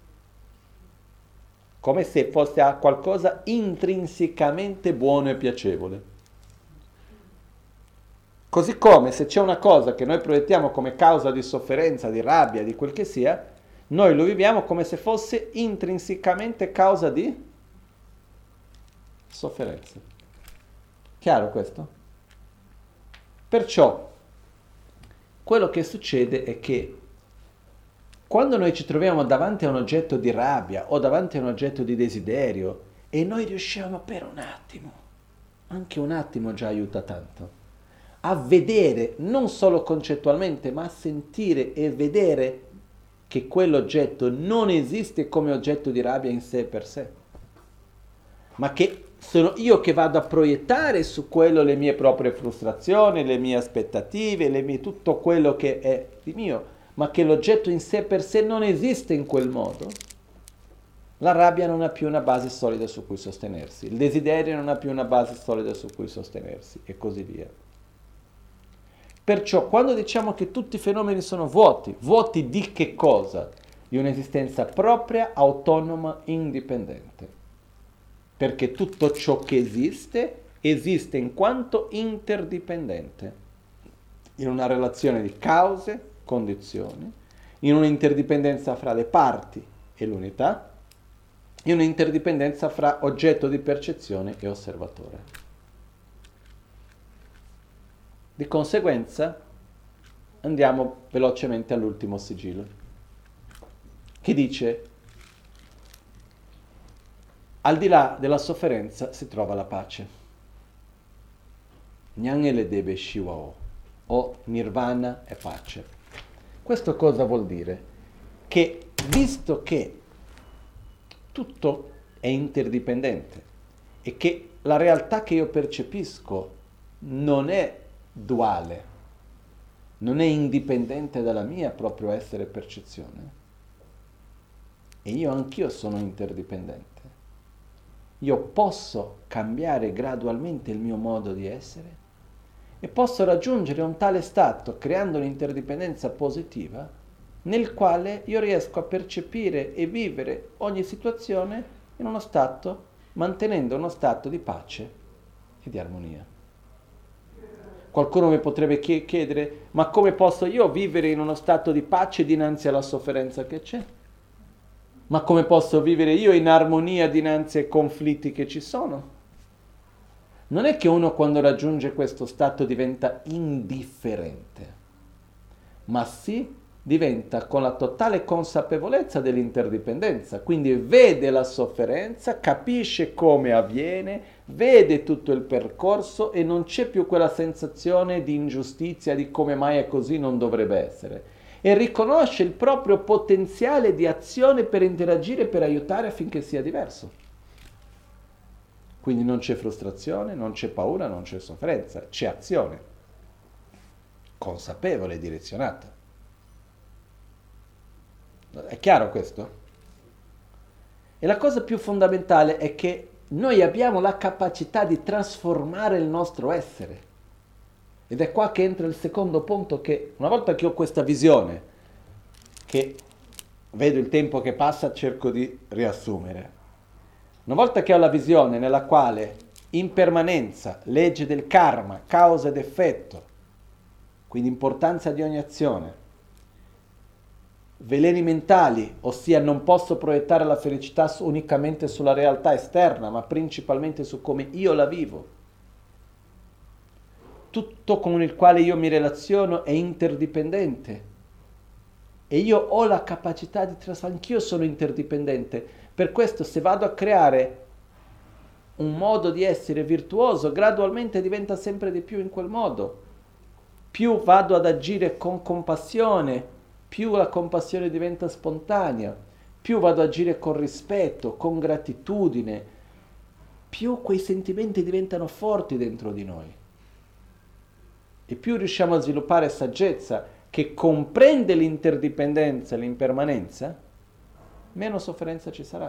Come se fosse qualcosa intrinsecamente buono e piacevole. Così come se c'è una cosa che noi proiettiamo come causa di sofferenza, di rabbia, di quel che sia, noi lo viviamo come se fosse intrinsecamente causa di sofferenza. Chiaro questo? Perciò, quello che succede è che quando noi ci troviamo davanti a un oggetto di rabbia o davanti a un oggetto di desiderio e noi riusciamo per un attimo, anche un attimo già aiuta tanto, a vedere, non solo concettualmente, ma a sentire e vedere che quell'oggetto non esiste come oggetto di rabbia in sé per sé, ma che sono io che vado a proiettare su quello le mie proprie frustrazioni, le mie aspettative, le mie, tutto quello che è di mio, ma che l'oggetto in sé per sé non esiste in quel modo, la rabbia non ha più una base solida su cui sostenersi, il desiderio non ha più una base solida su cui sostenersi, e così via. Perciò quando diciamo che tutti i fenomeni sono vuoti, vuoti di che cosa? Di un'esistenza propria, autonoma, indipendente. Perché tutto ciò che esiste, esiste in quanto interdipendente, in una relazione di cause, condizioni, in un'interdipendenza fra le parti e l'unità, in un'interdipendenza fra oggetto di percezione e osservatore. Di conseguenza andiamo velocemente all'ultimo sigillo, che dice: al di là della sofferenza si trova la pace. Nyangele debe shiwao, o nirvana è pace. Questo cosa vuol dire? Che visto che tutto è interdipendente e che la realtà che io percepisco non è duale, non è indipendente dalla mia proprio essere e percezione, e io anch'io sono interdipendente, io posso cambiare gradualmente il mio modo di essere e posso raggiungere un tale stato, creando un'interdipendenza positiva, nel quale io riesco a percepire e vivere ogni situazione in uno stato, mantenendo uno stato di pace e di armonia. Qualcuno mi potrebbe chiedere: ma come posso io vivere in uno stato di pace dinanzi alla sofferenza che c'è? Ma come posso vivere io in armonia dinanzi ai conflitti che ci sono? Non è che uno quando raggiunge questo stato diventa indifferente, ma sì diventa con la totale consapevolezza dell'interdipendenza, quindi vede la sofferenza, capisce come avviene, vede tutto il percorso e non c'è più quella sensazione di ingiustizia, di come mai è così, non dovrebbe essere, e riconosce il proprio potenziale di azione per interagire, per aiutare affinché sia diverso. Quindi non c'è frustrazione, non c'è paura, non c'è sofferenza, c'è azione consapevole e direzionata. È chiaro questo? E la cosa più fondamentale è che noi abbiamo la capacità di trasformare il nostro essere. Ed è qua che entra il secondo punto, che una volta che ho questa visione, che vedo il tempo che passa, cerco di riassumere. Una volta che ho la visione nella quale impermanenza, legge del karma, causa ed effetto, quindi importanza di ogni azione, veleni mentali, ossia non posso proiettare la felicità unicamente sulla realtà esterna, ma principalmente su come io la vivo. Tutto con il quale io mi relaziono è interdipendente e io ho la capacità di trasformare, anch'io sono interdipendente. Per questo, se vado a creare un modo di essere virtuoso, gradualmente diventa sempre di più in quel modo. Più vado ad agire con compassione, più la compassione diventa spontanea, più vado ad agire con rispetto, con gratitudine, più quei sentimenti diventano forti dentro di noi. E più riusciamo a sviluppare saggezza che comprende l'interdipendenza e l'impermanenza, meno sofferenza ci sarà.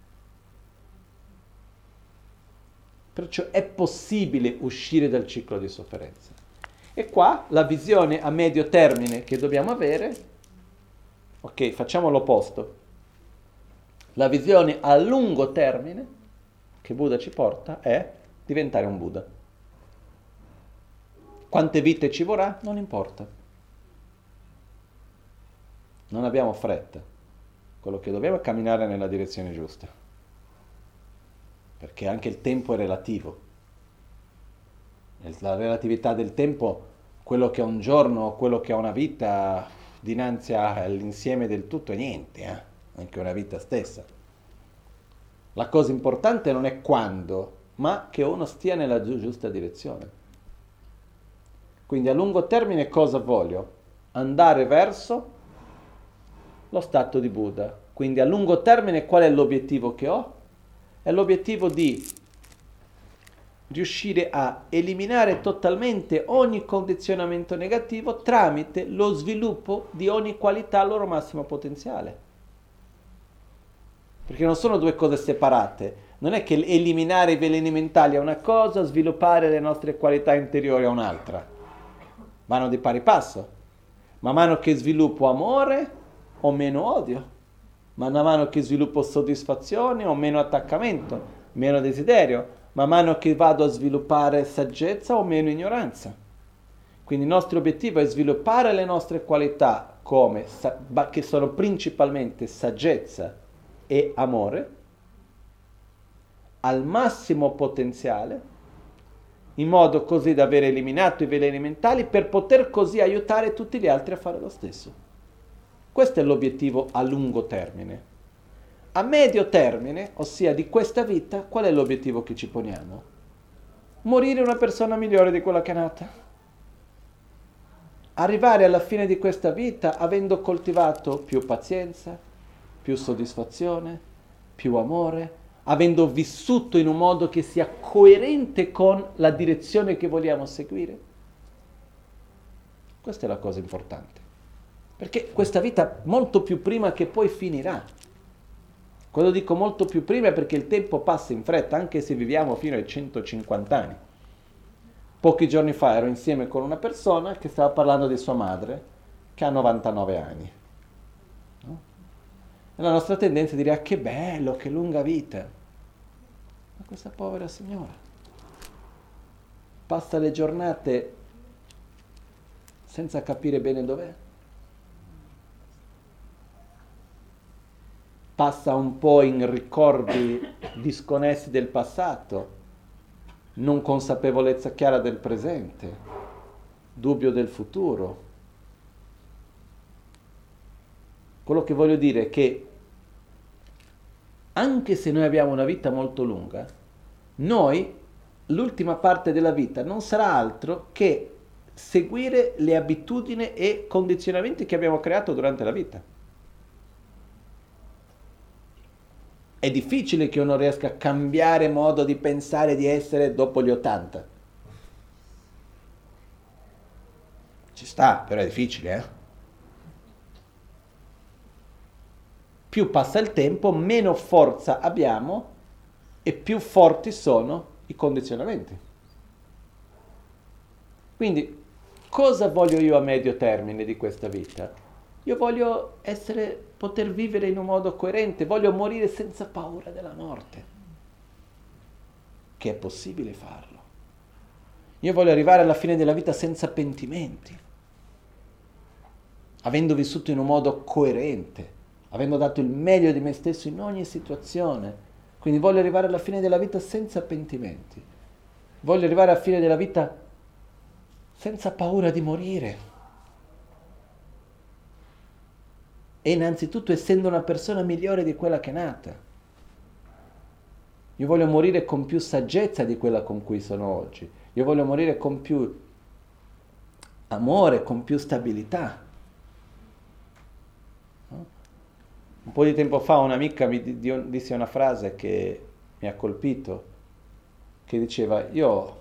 Perciò è possibile uscire dal ciclo di sofferenza. E qua la visione a medio termine che dobbiamo avere, ok, facciamo l'opposto. La visione a lungo termine che Buddha ci porta è diventare un Buddha. Quante vite ci vorrà? Non importa. Non abbiamo fretta. Quello che dobbiamo è camminare nella direzione giusta. Perché anche il tempo è relativo. La relatività del tempo, quello che è un giorno, quello che è una vita, dinanzi all'insieme del tutto è niente, eh? Anche una vita stessa. La cosa importante non è quando, ma che uno stia nella gi- giusta direzione. Quindi a lungo termine cosa voglio? Andare verso lo stato di Buddha. Quindi a lungo termine qual è l'obiettivo che ho? È l'obiettivo di riuscire a eliminare totalmente ogni condizionamento negativo tramite lo sviluppo di ogni qualità al loro massimo potenziale. Perché non sono due cose separate. Non è che eliminare i veleni mentali è una cosa, sviluppare le nostre qualità interiori è un'altra. Vanno di pari passo. Man mano che sviluppo amore ho meno odio. Man mano che sviluppo soddisfazione ho meno attaccamento, meno desiderio. Man mano che vado a sviluppare saggezza ho meno ignoranza. Quindi il nostro obiettivo è sviluppare le nostre qualità come, che sono principalmente saggezza e amore, al massimo potenziale, in modo così da aver eliminato i veleni mentali per poter così aiutare tutti gli altri a fare lo stesso. Questo è l'obiettivo a lungo termine. A medio termine, ossia di questa vita, qual è l'obiettivo che ci poniamo? Morire una persona migliore di quella che è nata. Arrivare alla fine di questa vita avendo coltivato più pazienza, più soddisfazione, più amore, avendo vissuto in un modo che sia coerente con la direzione che vogliamo seguire. Questa è la cosa importante. Perché questa vita molto più prima che poi finirà. Quando dico molto più prima è perché il tempo passa in fretta, anche se viviamo fino ai centocinquanta anni. Pochi giorni fa ero insieme con una persona che stava parlando di sua madre, che ha novantanove anni. No? E la nostra tendenza è dire, ah, che bello, che lunga vita. Ma questa povera signora passa le giornate senza capire bene dov'è. Passa un po' in ricordi disconnessi del passato, non consapevolezza chiara del presente, dubbio del futuro. Quello che voglio dire è che anche se noi abbiamo una vita molto lunga, noi, l'ultima parte della vita non sarà altro che seguire le abitudini e condizionamenti che abbiamo creato durante la vita. È difficile che uno riesca a cambiare modo di pensare e di essere dopo gli ottanta. Ci sta, però è difficile, eh? Più passa il tempo, meno forza abbiamo e più forti sono i condizionamenti. Quindi, cosa voglio io a medio termine di questa vita? Io voglio essere, poter vivere in un modo coerente, voglio morire senza paura della morte, che è possibile farlo. Io voglio arrivare alla fine della vita senza pentimenti, avendo vissuto in un modo coerente, avendo dato il meglio di me stesso in ogni situazione. Quindi voglio arrivare alla fine della vita senza pentimenti. Voglio arrivare alla fine della vita senza paura di morire. E innanzitutto essendo una persona migliore di quella che è nata. Io voglio morire con più saggezza di quella con cui sono oggi. Io voglio morire con più amore, con più stabilità. Un po' di tempo fa un'amica mi disse una frase che mi ha colpito, che diceva: io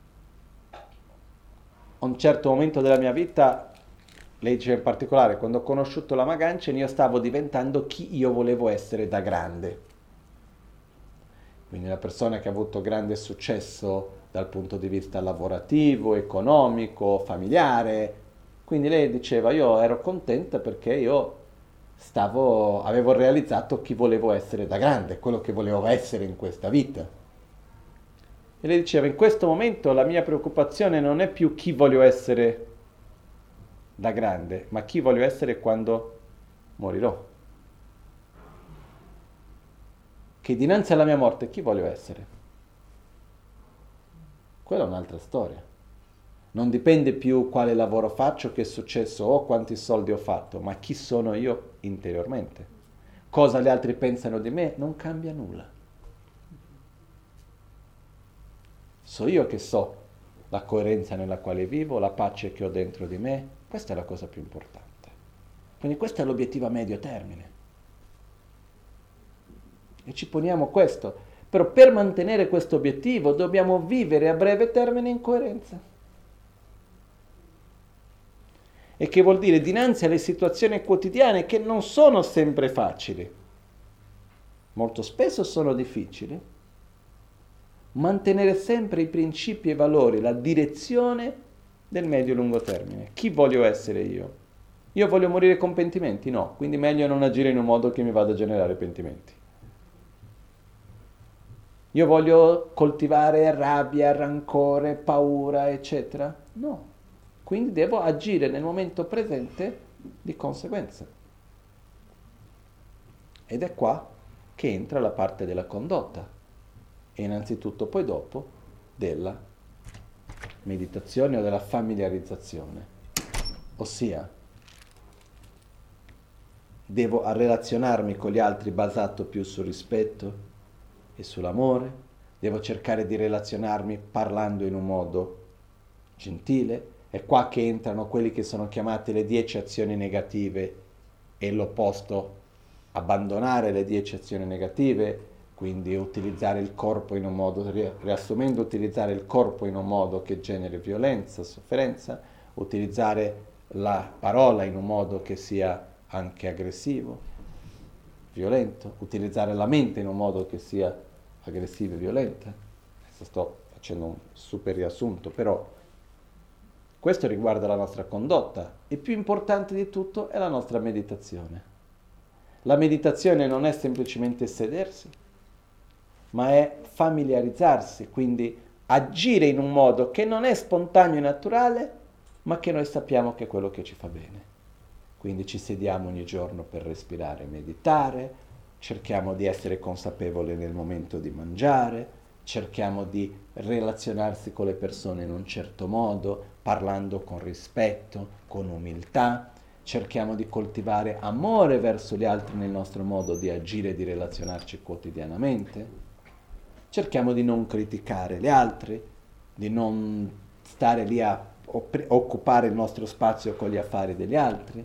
a un certo momento della mia vita, lei diceva in particolare, quando ho conosciuto la Maganchen, io stavo diventando chi io volevo essere da grande. Quindi una persona che ha avuto grande successo dal punto di vista lavorativo, economico, familiare. Quindi lei diceva: io ero contenta perché io stavo, avevo realizzato chi volevo essere da grande, quello che volevo essere in questa vita. E lei diceva: in questo momento la mia preoccupazione non è più chi voglio essere da grande, ma chi voglio essere quando morirò. Che dinanzi alla mia morte chi voglio essere? Quella è un'altra storia. Non dipende più quale lavoro faccio, che successo ho, quanti soldi ho fatto, ma chi sono io interiormente. Cosa gli altri pensano di me non cambia nulla. So io che so la coerenza nella quale vivo, la pace che ho dentro di me, questa è la cosa più importante. Quindi questo è l'obiettivo a medio termine. E ci poniamo questo. Però per mantenere questo obiettivo dobbiamo vivere a breve termine in coerenza. E che vuol dire dinanzi alle situazioni quotidiane che non sono sempre facili, molto spesso sono difficili, mantenere sempre i principi e i valori, la direzione del medio-lungo termine. Chi voglio essere io? Io voglio morire con pentimenti? No, quindi meglio non agire in un modo che mi vada a generare pentimenti. Io voglio coltivare rabbia, rancore, paura, eccetera? No. Quindi devo agire nel momento presente di conseguenza. Ed è qua che entra la parte della condotta. E innanzitutto poi dopo della meditazione o della familiarizzazione. Ossia, devo relazionarmi con gli altri basato più sul rispetto e sull'amore, devo cercare di relazionarmi parlando in un modo gentile. È qua che entrano quelli che sono chiamati le dieci azioni negative e l'opposto, abbandonare le dieci azioni negative, quindi utilizzare il corpo in un modo, riassumendo, utilizzare il corpo in un modo che generi violenza, sofferenza, utilizzare la parola in un modo che sia anche aggressivo, violento, utilizzare la mente in un modo che sia aggressiva e violenta. Adesso sto facendo un super riassunto, però questo riguarda la nostra condotta e più importante di tutto è la nostra meditazione. La meditazione non è semplicemente sedersi, ma è familiarizzarsi, quindi agire in un modo che non è spontaneo e naturale, ma che noi sappiamo che è quello che ci fa bene. Quindi ci sediamo ogni giorno per respirare e meditare, cerchiamo di essere consapevoli nel momento di mangiare, cerchiamo di relazionarsi con le persone in un certo modo, parlando con rispetto, con umiltà, cerchiamo di coltivare amore verso gli altri nel nostro modo di agire e di relazionarci quotidianamente, cerchiamo di non criticare gli altri, di non stare lì a occupare il nostro spazio con gli affari degli altri,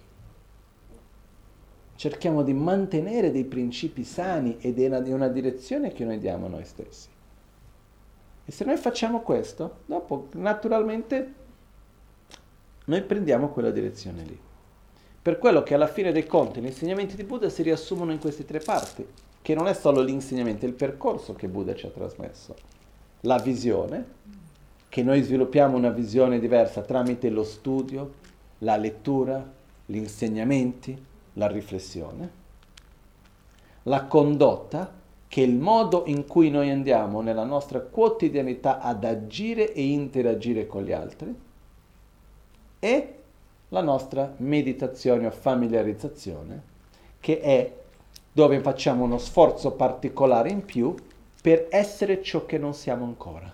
cerchiamo di mantenere dei principi sani ed è una, una direzione che noi diamo a noi stessi. E se noi facciamo questo, dopo naturalmente noi prendiamo quella direzione lì. Per quello che alla fine dei conti gli insegnamenti di Buddha si riassumono in queste tre parti, che non è solo l'insegnamento, è il percorso che Buddha ci ha trasmesso. La visione, che noi sviluppiamo una visione diversa tramite lo studio, la lettura, gli insegnamenti, la riflessione. La condotta, che è il modo in cui noi andiamo nella nostra quotidianità ad agire e interagire con gli altri, e la nostra meditazione o familiarizzazione, che è dove facciamo uno sforzo particolare in più per essere ciò che non siamo ancora,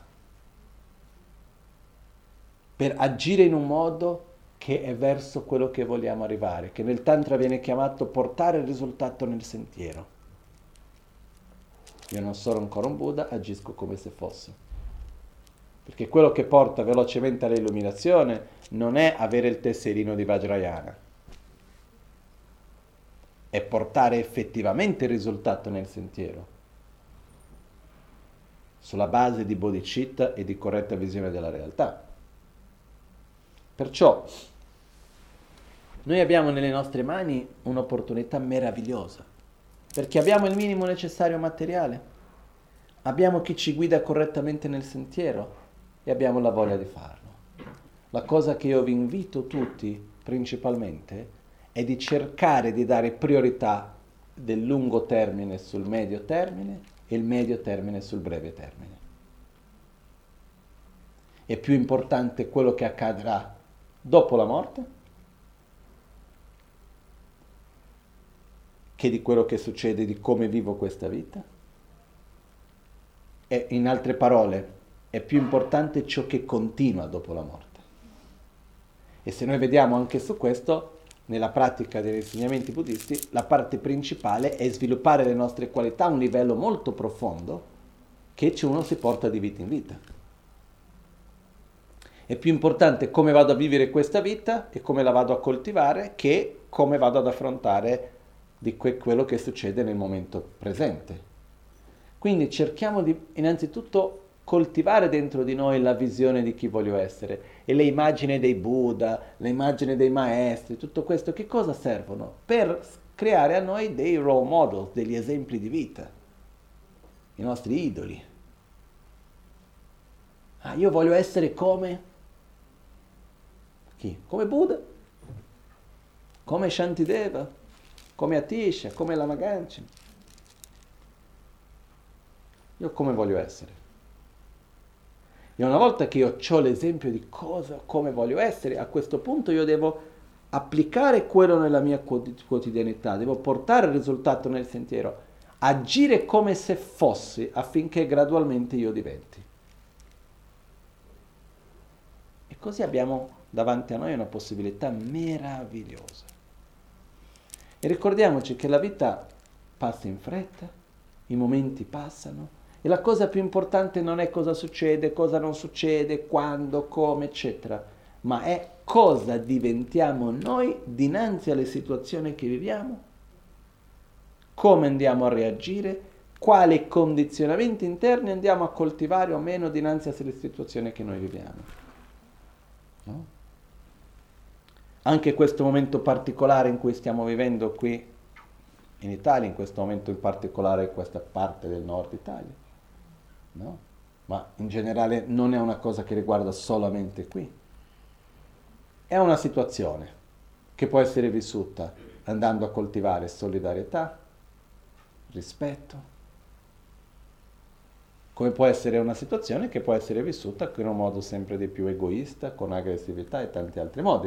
per agire in un modo che è verso quello che vogliamo arrivare, che nel Tantra viene chiamato portare il risultato nel sentiero. Io non sono ancora un Buddha, agisco come se fosse. Perché quello che porta velocemente all'illuminazione non è avere il tesserino di Vajrayana, è portare effettivamente il risultato nel sentiero, sulla base di bodhicitta e di corretta visione della realtà. Perciò noi abbiamo nelle nostre mani un'opportunità meravigliosa, perché abbiamo il minimo necessario materiale, abbiamo chi ci guida correttamente nel sentiero e abbiamo la voglia di farlo. La cosa che io vi invito tutti principalmente è di cercare di dare priorità del lungo termine sul medio termine e il medio termine sul breve termine. È più importante quello che accadrà dopo la morte che di quello che succede, di come vivo questa vita. E in altre parole, è più importante ciò che continua dopo la morte. E se noi vediamo anche su questo, nella pratica degli insegnamenti buddisti, la parte principale è sviluppare le nostre qualità a un livello molto profondo che uno si porta di vita in vita. È più importante come vado a vivere questa vita e come la vado a coltivare che come vado ad affrontare di que- quello che succede nel momento presente. Quindi cerchiamo di innanzitutto coltivare dentro di noi la visione di chi voglio essere e le immagini dei Buddha, le immagini dei maestri, tutto questo che cosa servono? Per creare a noi dei role model, degli esempi di vita, i nostri idoli. Ah, io voglio essere come chi? Come Buddha, come Shantideva, come Atisha, come Lama Ganchen. Io come voglio essere? E una volta che io ho l'esempio di cosa, come voglio essere, a questo punto io devo applicare quello nella mia quotidianità, devo portare il risultato nel sentiero, agire come se fossi affinché gradualmente io diventi. E così abbiamo davanti a noi una possibilità meravigliosa. E ricordiamoci che la vita passa in fretta, i momenti passano, e la cosa più importante non è cosa succede, cosa non succede, quando, come, eccetera, ma è cosa diventiamo noi dinanzi alle situazioni che viviamo, come andiamo a reagire, quali condizionamenti interni andiamo a coltivare o meno dinanzi alle situazioni che noi viviamo. No? Anche questo momento particolare in cui stiamo vivendo qui in Italia, in questo momento in particolare in questa parte del nord Italia, no? Ma in generale non è una cosa che riguarda solamente qui. È una situazione che può essere vissuta andando a coltivare solidarietà, rispetto, come può essere una situazione che può essere vissuta in un modo sempre di più egoista, con aggressività e tanti altri modi.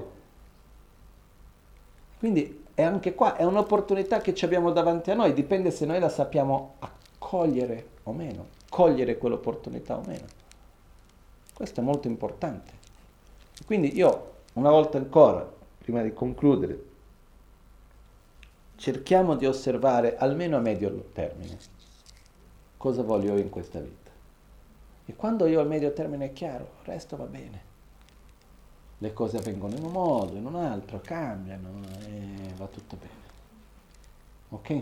Quindi è anche qua, è un'opportunità che ci abbiamo davanti a noi, dipende se noi la sappiamo accogliere o meno, cogliere quell'opportunità o meno. Questo è molto importante. Quindi io, una volta ancora, prima di concludere, cerchiamo di osservare almeno a medio termine cosa voglio io in questa vita. E quando io ho il medio termine è chiaro, il resto va bene. Le cose avvengono in un modo, in un altro, cambiano e va tutto bene. Ok?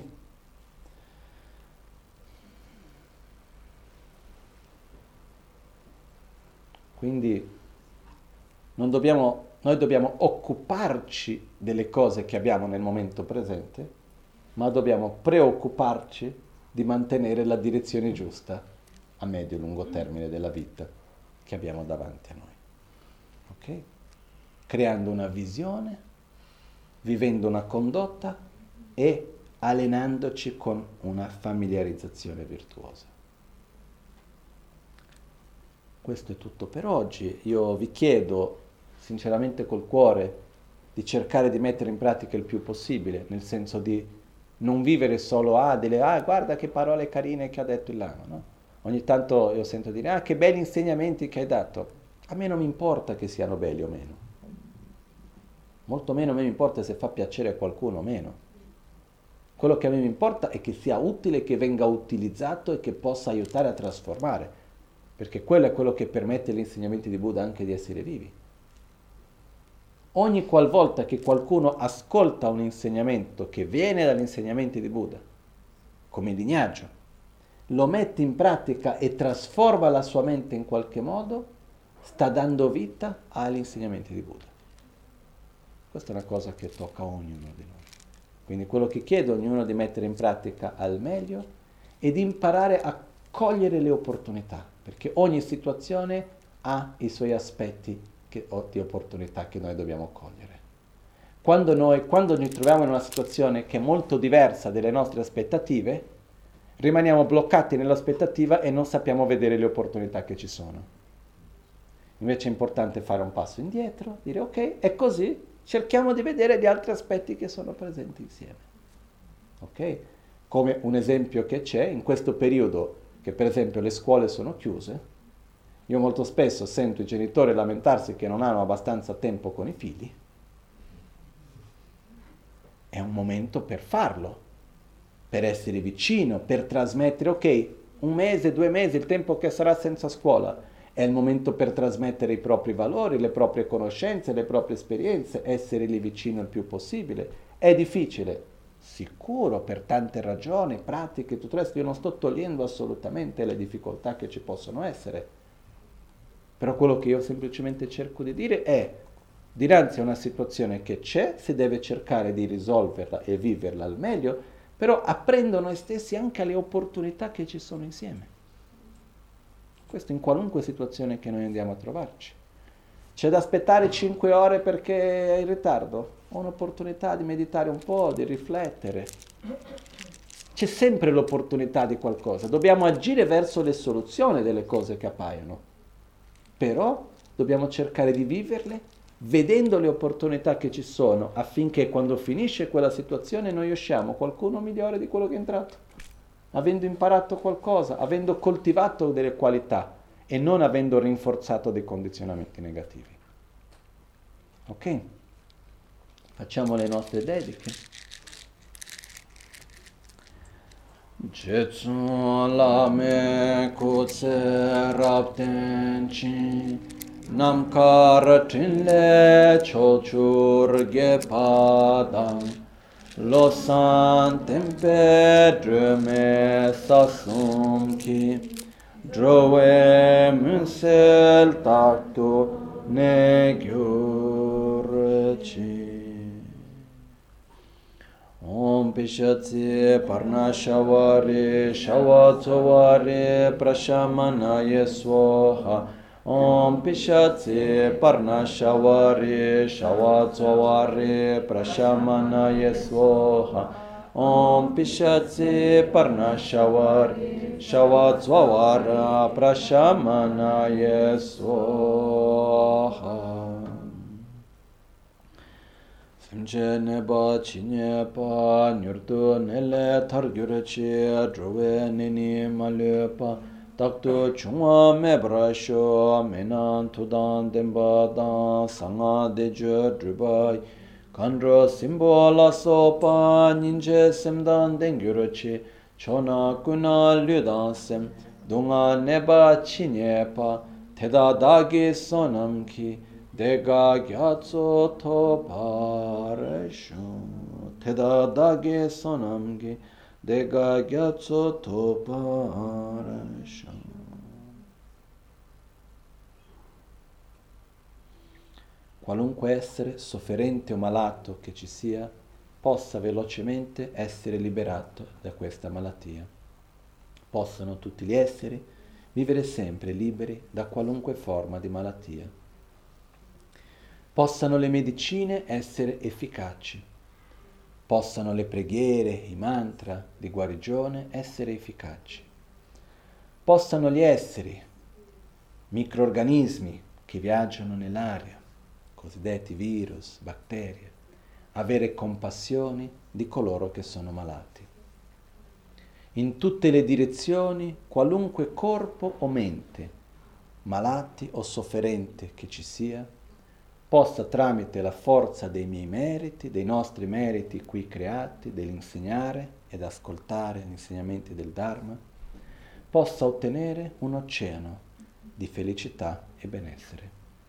Quindi non dobbiamo, noi dobbiamo occuparci delle cose che abbiamo nel momento presente, ma dobbiamo preoccuparci di mantenere la direzione giusta a medio e lungo termine della vita che abbiamo davanti a noi. Ok? Creando una visione, vivendo una condotta e allenandoci con una familiarizzazione virtuosa. Questo è tutto per oggi. Io vi chiedo sinceramente col cuore di cercare di mettere in pratica il più possibile, nel senso di non vivere solo a ah, delle ah guarda che parole carine che ha detto il lama, no? Ogni tanto io sento dire ah che belli insegnamenti che hai dato. A me non mi importa che siano belli o meno. Molto meno a me mi importa se fa piacere a qualcuno o meno. Quello che a me mi importa è che sia utile, che venga utilizzato e che possa aiutare a trasformare. Perché quello è quello che permette agli insegnamenti di Buddha anche di essere vivi. Ogni qualvolta che qualcuno ascolta un insegnamento che viene dagli insegnamenti di Buddha, come lignaggio, lo mette in pratica e trasforma la sua mente in qualche modo, sta dando vita agli insegnamenti di Buddha. Questa è una cosa che tocca a ognuno di noi. Quindi quello che chiedo a ognuno di mettere in pratica al meglio è di imparare a cogliere le opportunità, perché ogni situazione ha i suoi aspetti che, di opportunità che noi dobbiamo cogliere. Quando noi, quando ci troviamo in una situazione che è molto diversa dalle nostre aspettative, rimaniamo bloccati nell'aspettativa e non sappiamo vedere le opportunità che ci sono. Invece è importante fare un passo indietro, dire ok, è così, cerchiamo di vedere gli altri aspetti che sono presenti insieme. Ok? Come un esempio che c'è, in questo periodo che per esempio le scuole sono chiuse, io molto spesso sento i genitori lamentarsi che non hanno abbastanza tempo con i figli. È un momento per farlo, per essere vicino, per trasmettere, ok, un mese, due mesi, il tempo che sarà senza scuola, è il momento per trasmettere i propri valori, le proprie conoscenze, le proprie esperienze, essere lì vicino il più possibile. È difficile, sicuro, per tante ragioni, pratiche, tutto il resto. Io non sto togliendo assolutamente le difficoltà che ci possono essere, però quello che io semplicemente cerco di dire è, dinanzi a una situazione che c'è, si deve cercare di risolverla e viverla al meglio, però apprendo noi stessi anche alle opportunità che ci sono insieme. Questo in qualunque situazione che noi andiamo a trovarci. C'è da aspettare cinque ore perché è in ritardo? Ho un'opportunità di meditare un po', di riflettere. C'è sempre l'opportunità di qualcosa. Dobbiamo agire verso le soluzioni delle cose che appaiono. Però dobbiamo cercare di viverle vedendo le opportunità che ci sono, affinché quando finisce quella situazione noi usciamo qualcuno migliore di quello che è entrato, avendo imparato qualcosa, avendo coltivato delle qualità e non avendo rinforzato dei condizionamenti negativi. Ok? Facciamo le nostre dediche. Jetsu lame kutse raptenchi namkar tinle chochur gepadam losan tempe drume sasumki drove munsel takto negyurchi. Om Pishatsi Parna Shavari Shavatsavari Prashamanaye Swaha. Om Pishatsi Parna Shavari Shavatsavari Prashamanaye Swaha. Om Pishatsi Parna Shavari Shavatsavari Prashamanaye Swaha. Semche neba chi nepa nyurtu nele targyurachi drove nini malepa taktu chungwa mebrasho menan tudan demba dan sanga dejo drubai Kandro simbo la sopa ninje semdan dengyurochi chona kuna lyudansem dunga neba chinyepa teda dagi sonamki dega gyatso to parasho teda dagi sonamki dega gyatso to parasho. Qualunque essere sofferente o malato che ci sia, possa velocemente essere liberato da questa malattia. Possano tutti gli esseri vivere sempre liberi da qualunque forma di malattia. Possano le medicine essere efficaci. Possano le preghiere, i mantra di guarigione essere efficaci. Possano gli esseri, microrganismi che viaggiano nell'aria, cosiddetti virus, batterie, avere compassione di coloro che sono malati. In tutte le direzioni, qualunque corpo o mente, malati o sofferente che ci sia, possa tramite la forza dei miei meriti, dei nostri meriti qui creati, dell'insegnare ed ascoltare gli insegnamenti del Dharma, possa ottenere un oceano di felicità e benessere.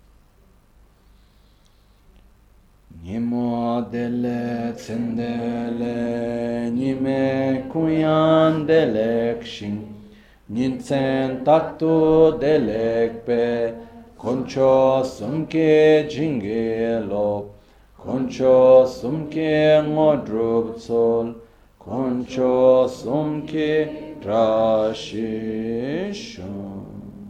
Nimo dele tsendele nime kuyan delek shin ninsen taktu delek pe koncho sumke jinge lop koncho sumke ngodrup sol koncho sumke trashishon.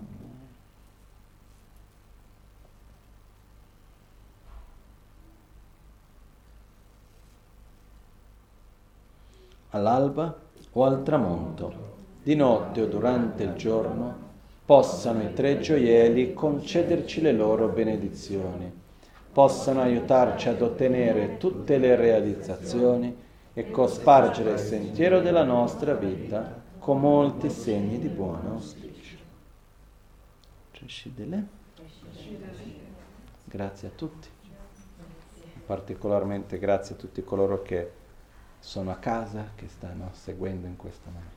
All'alba o al tramonto, di notte o durante il giorno, possano i tre gioielli concederci le loro benedizioni, possano aiutarci ad ottenere tutte le realizzazioni e cospargere il sentiero della nostra vita con molti segni di buon auspicio. Grazie a tutti, particolarmente grazie a tutti coloro che sono a casa, che stanno seguendo in questo momento.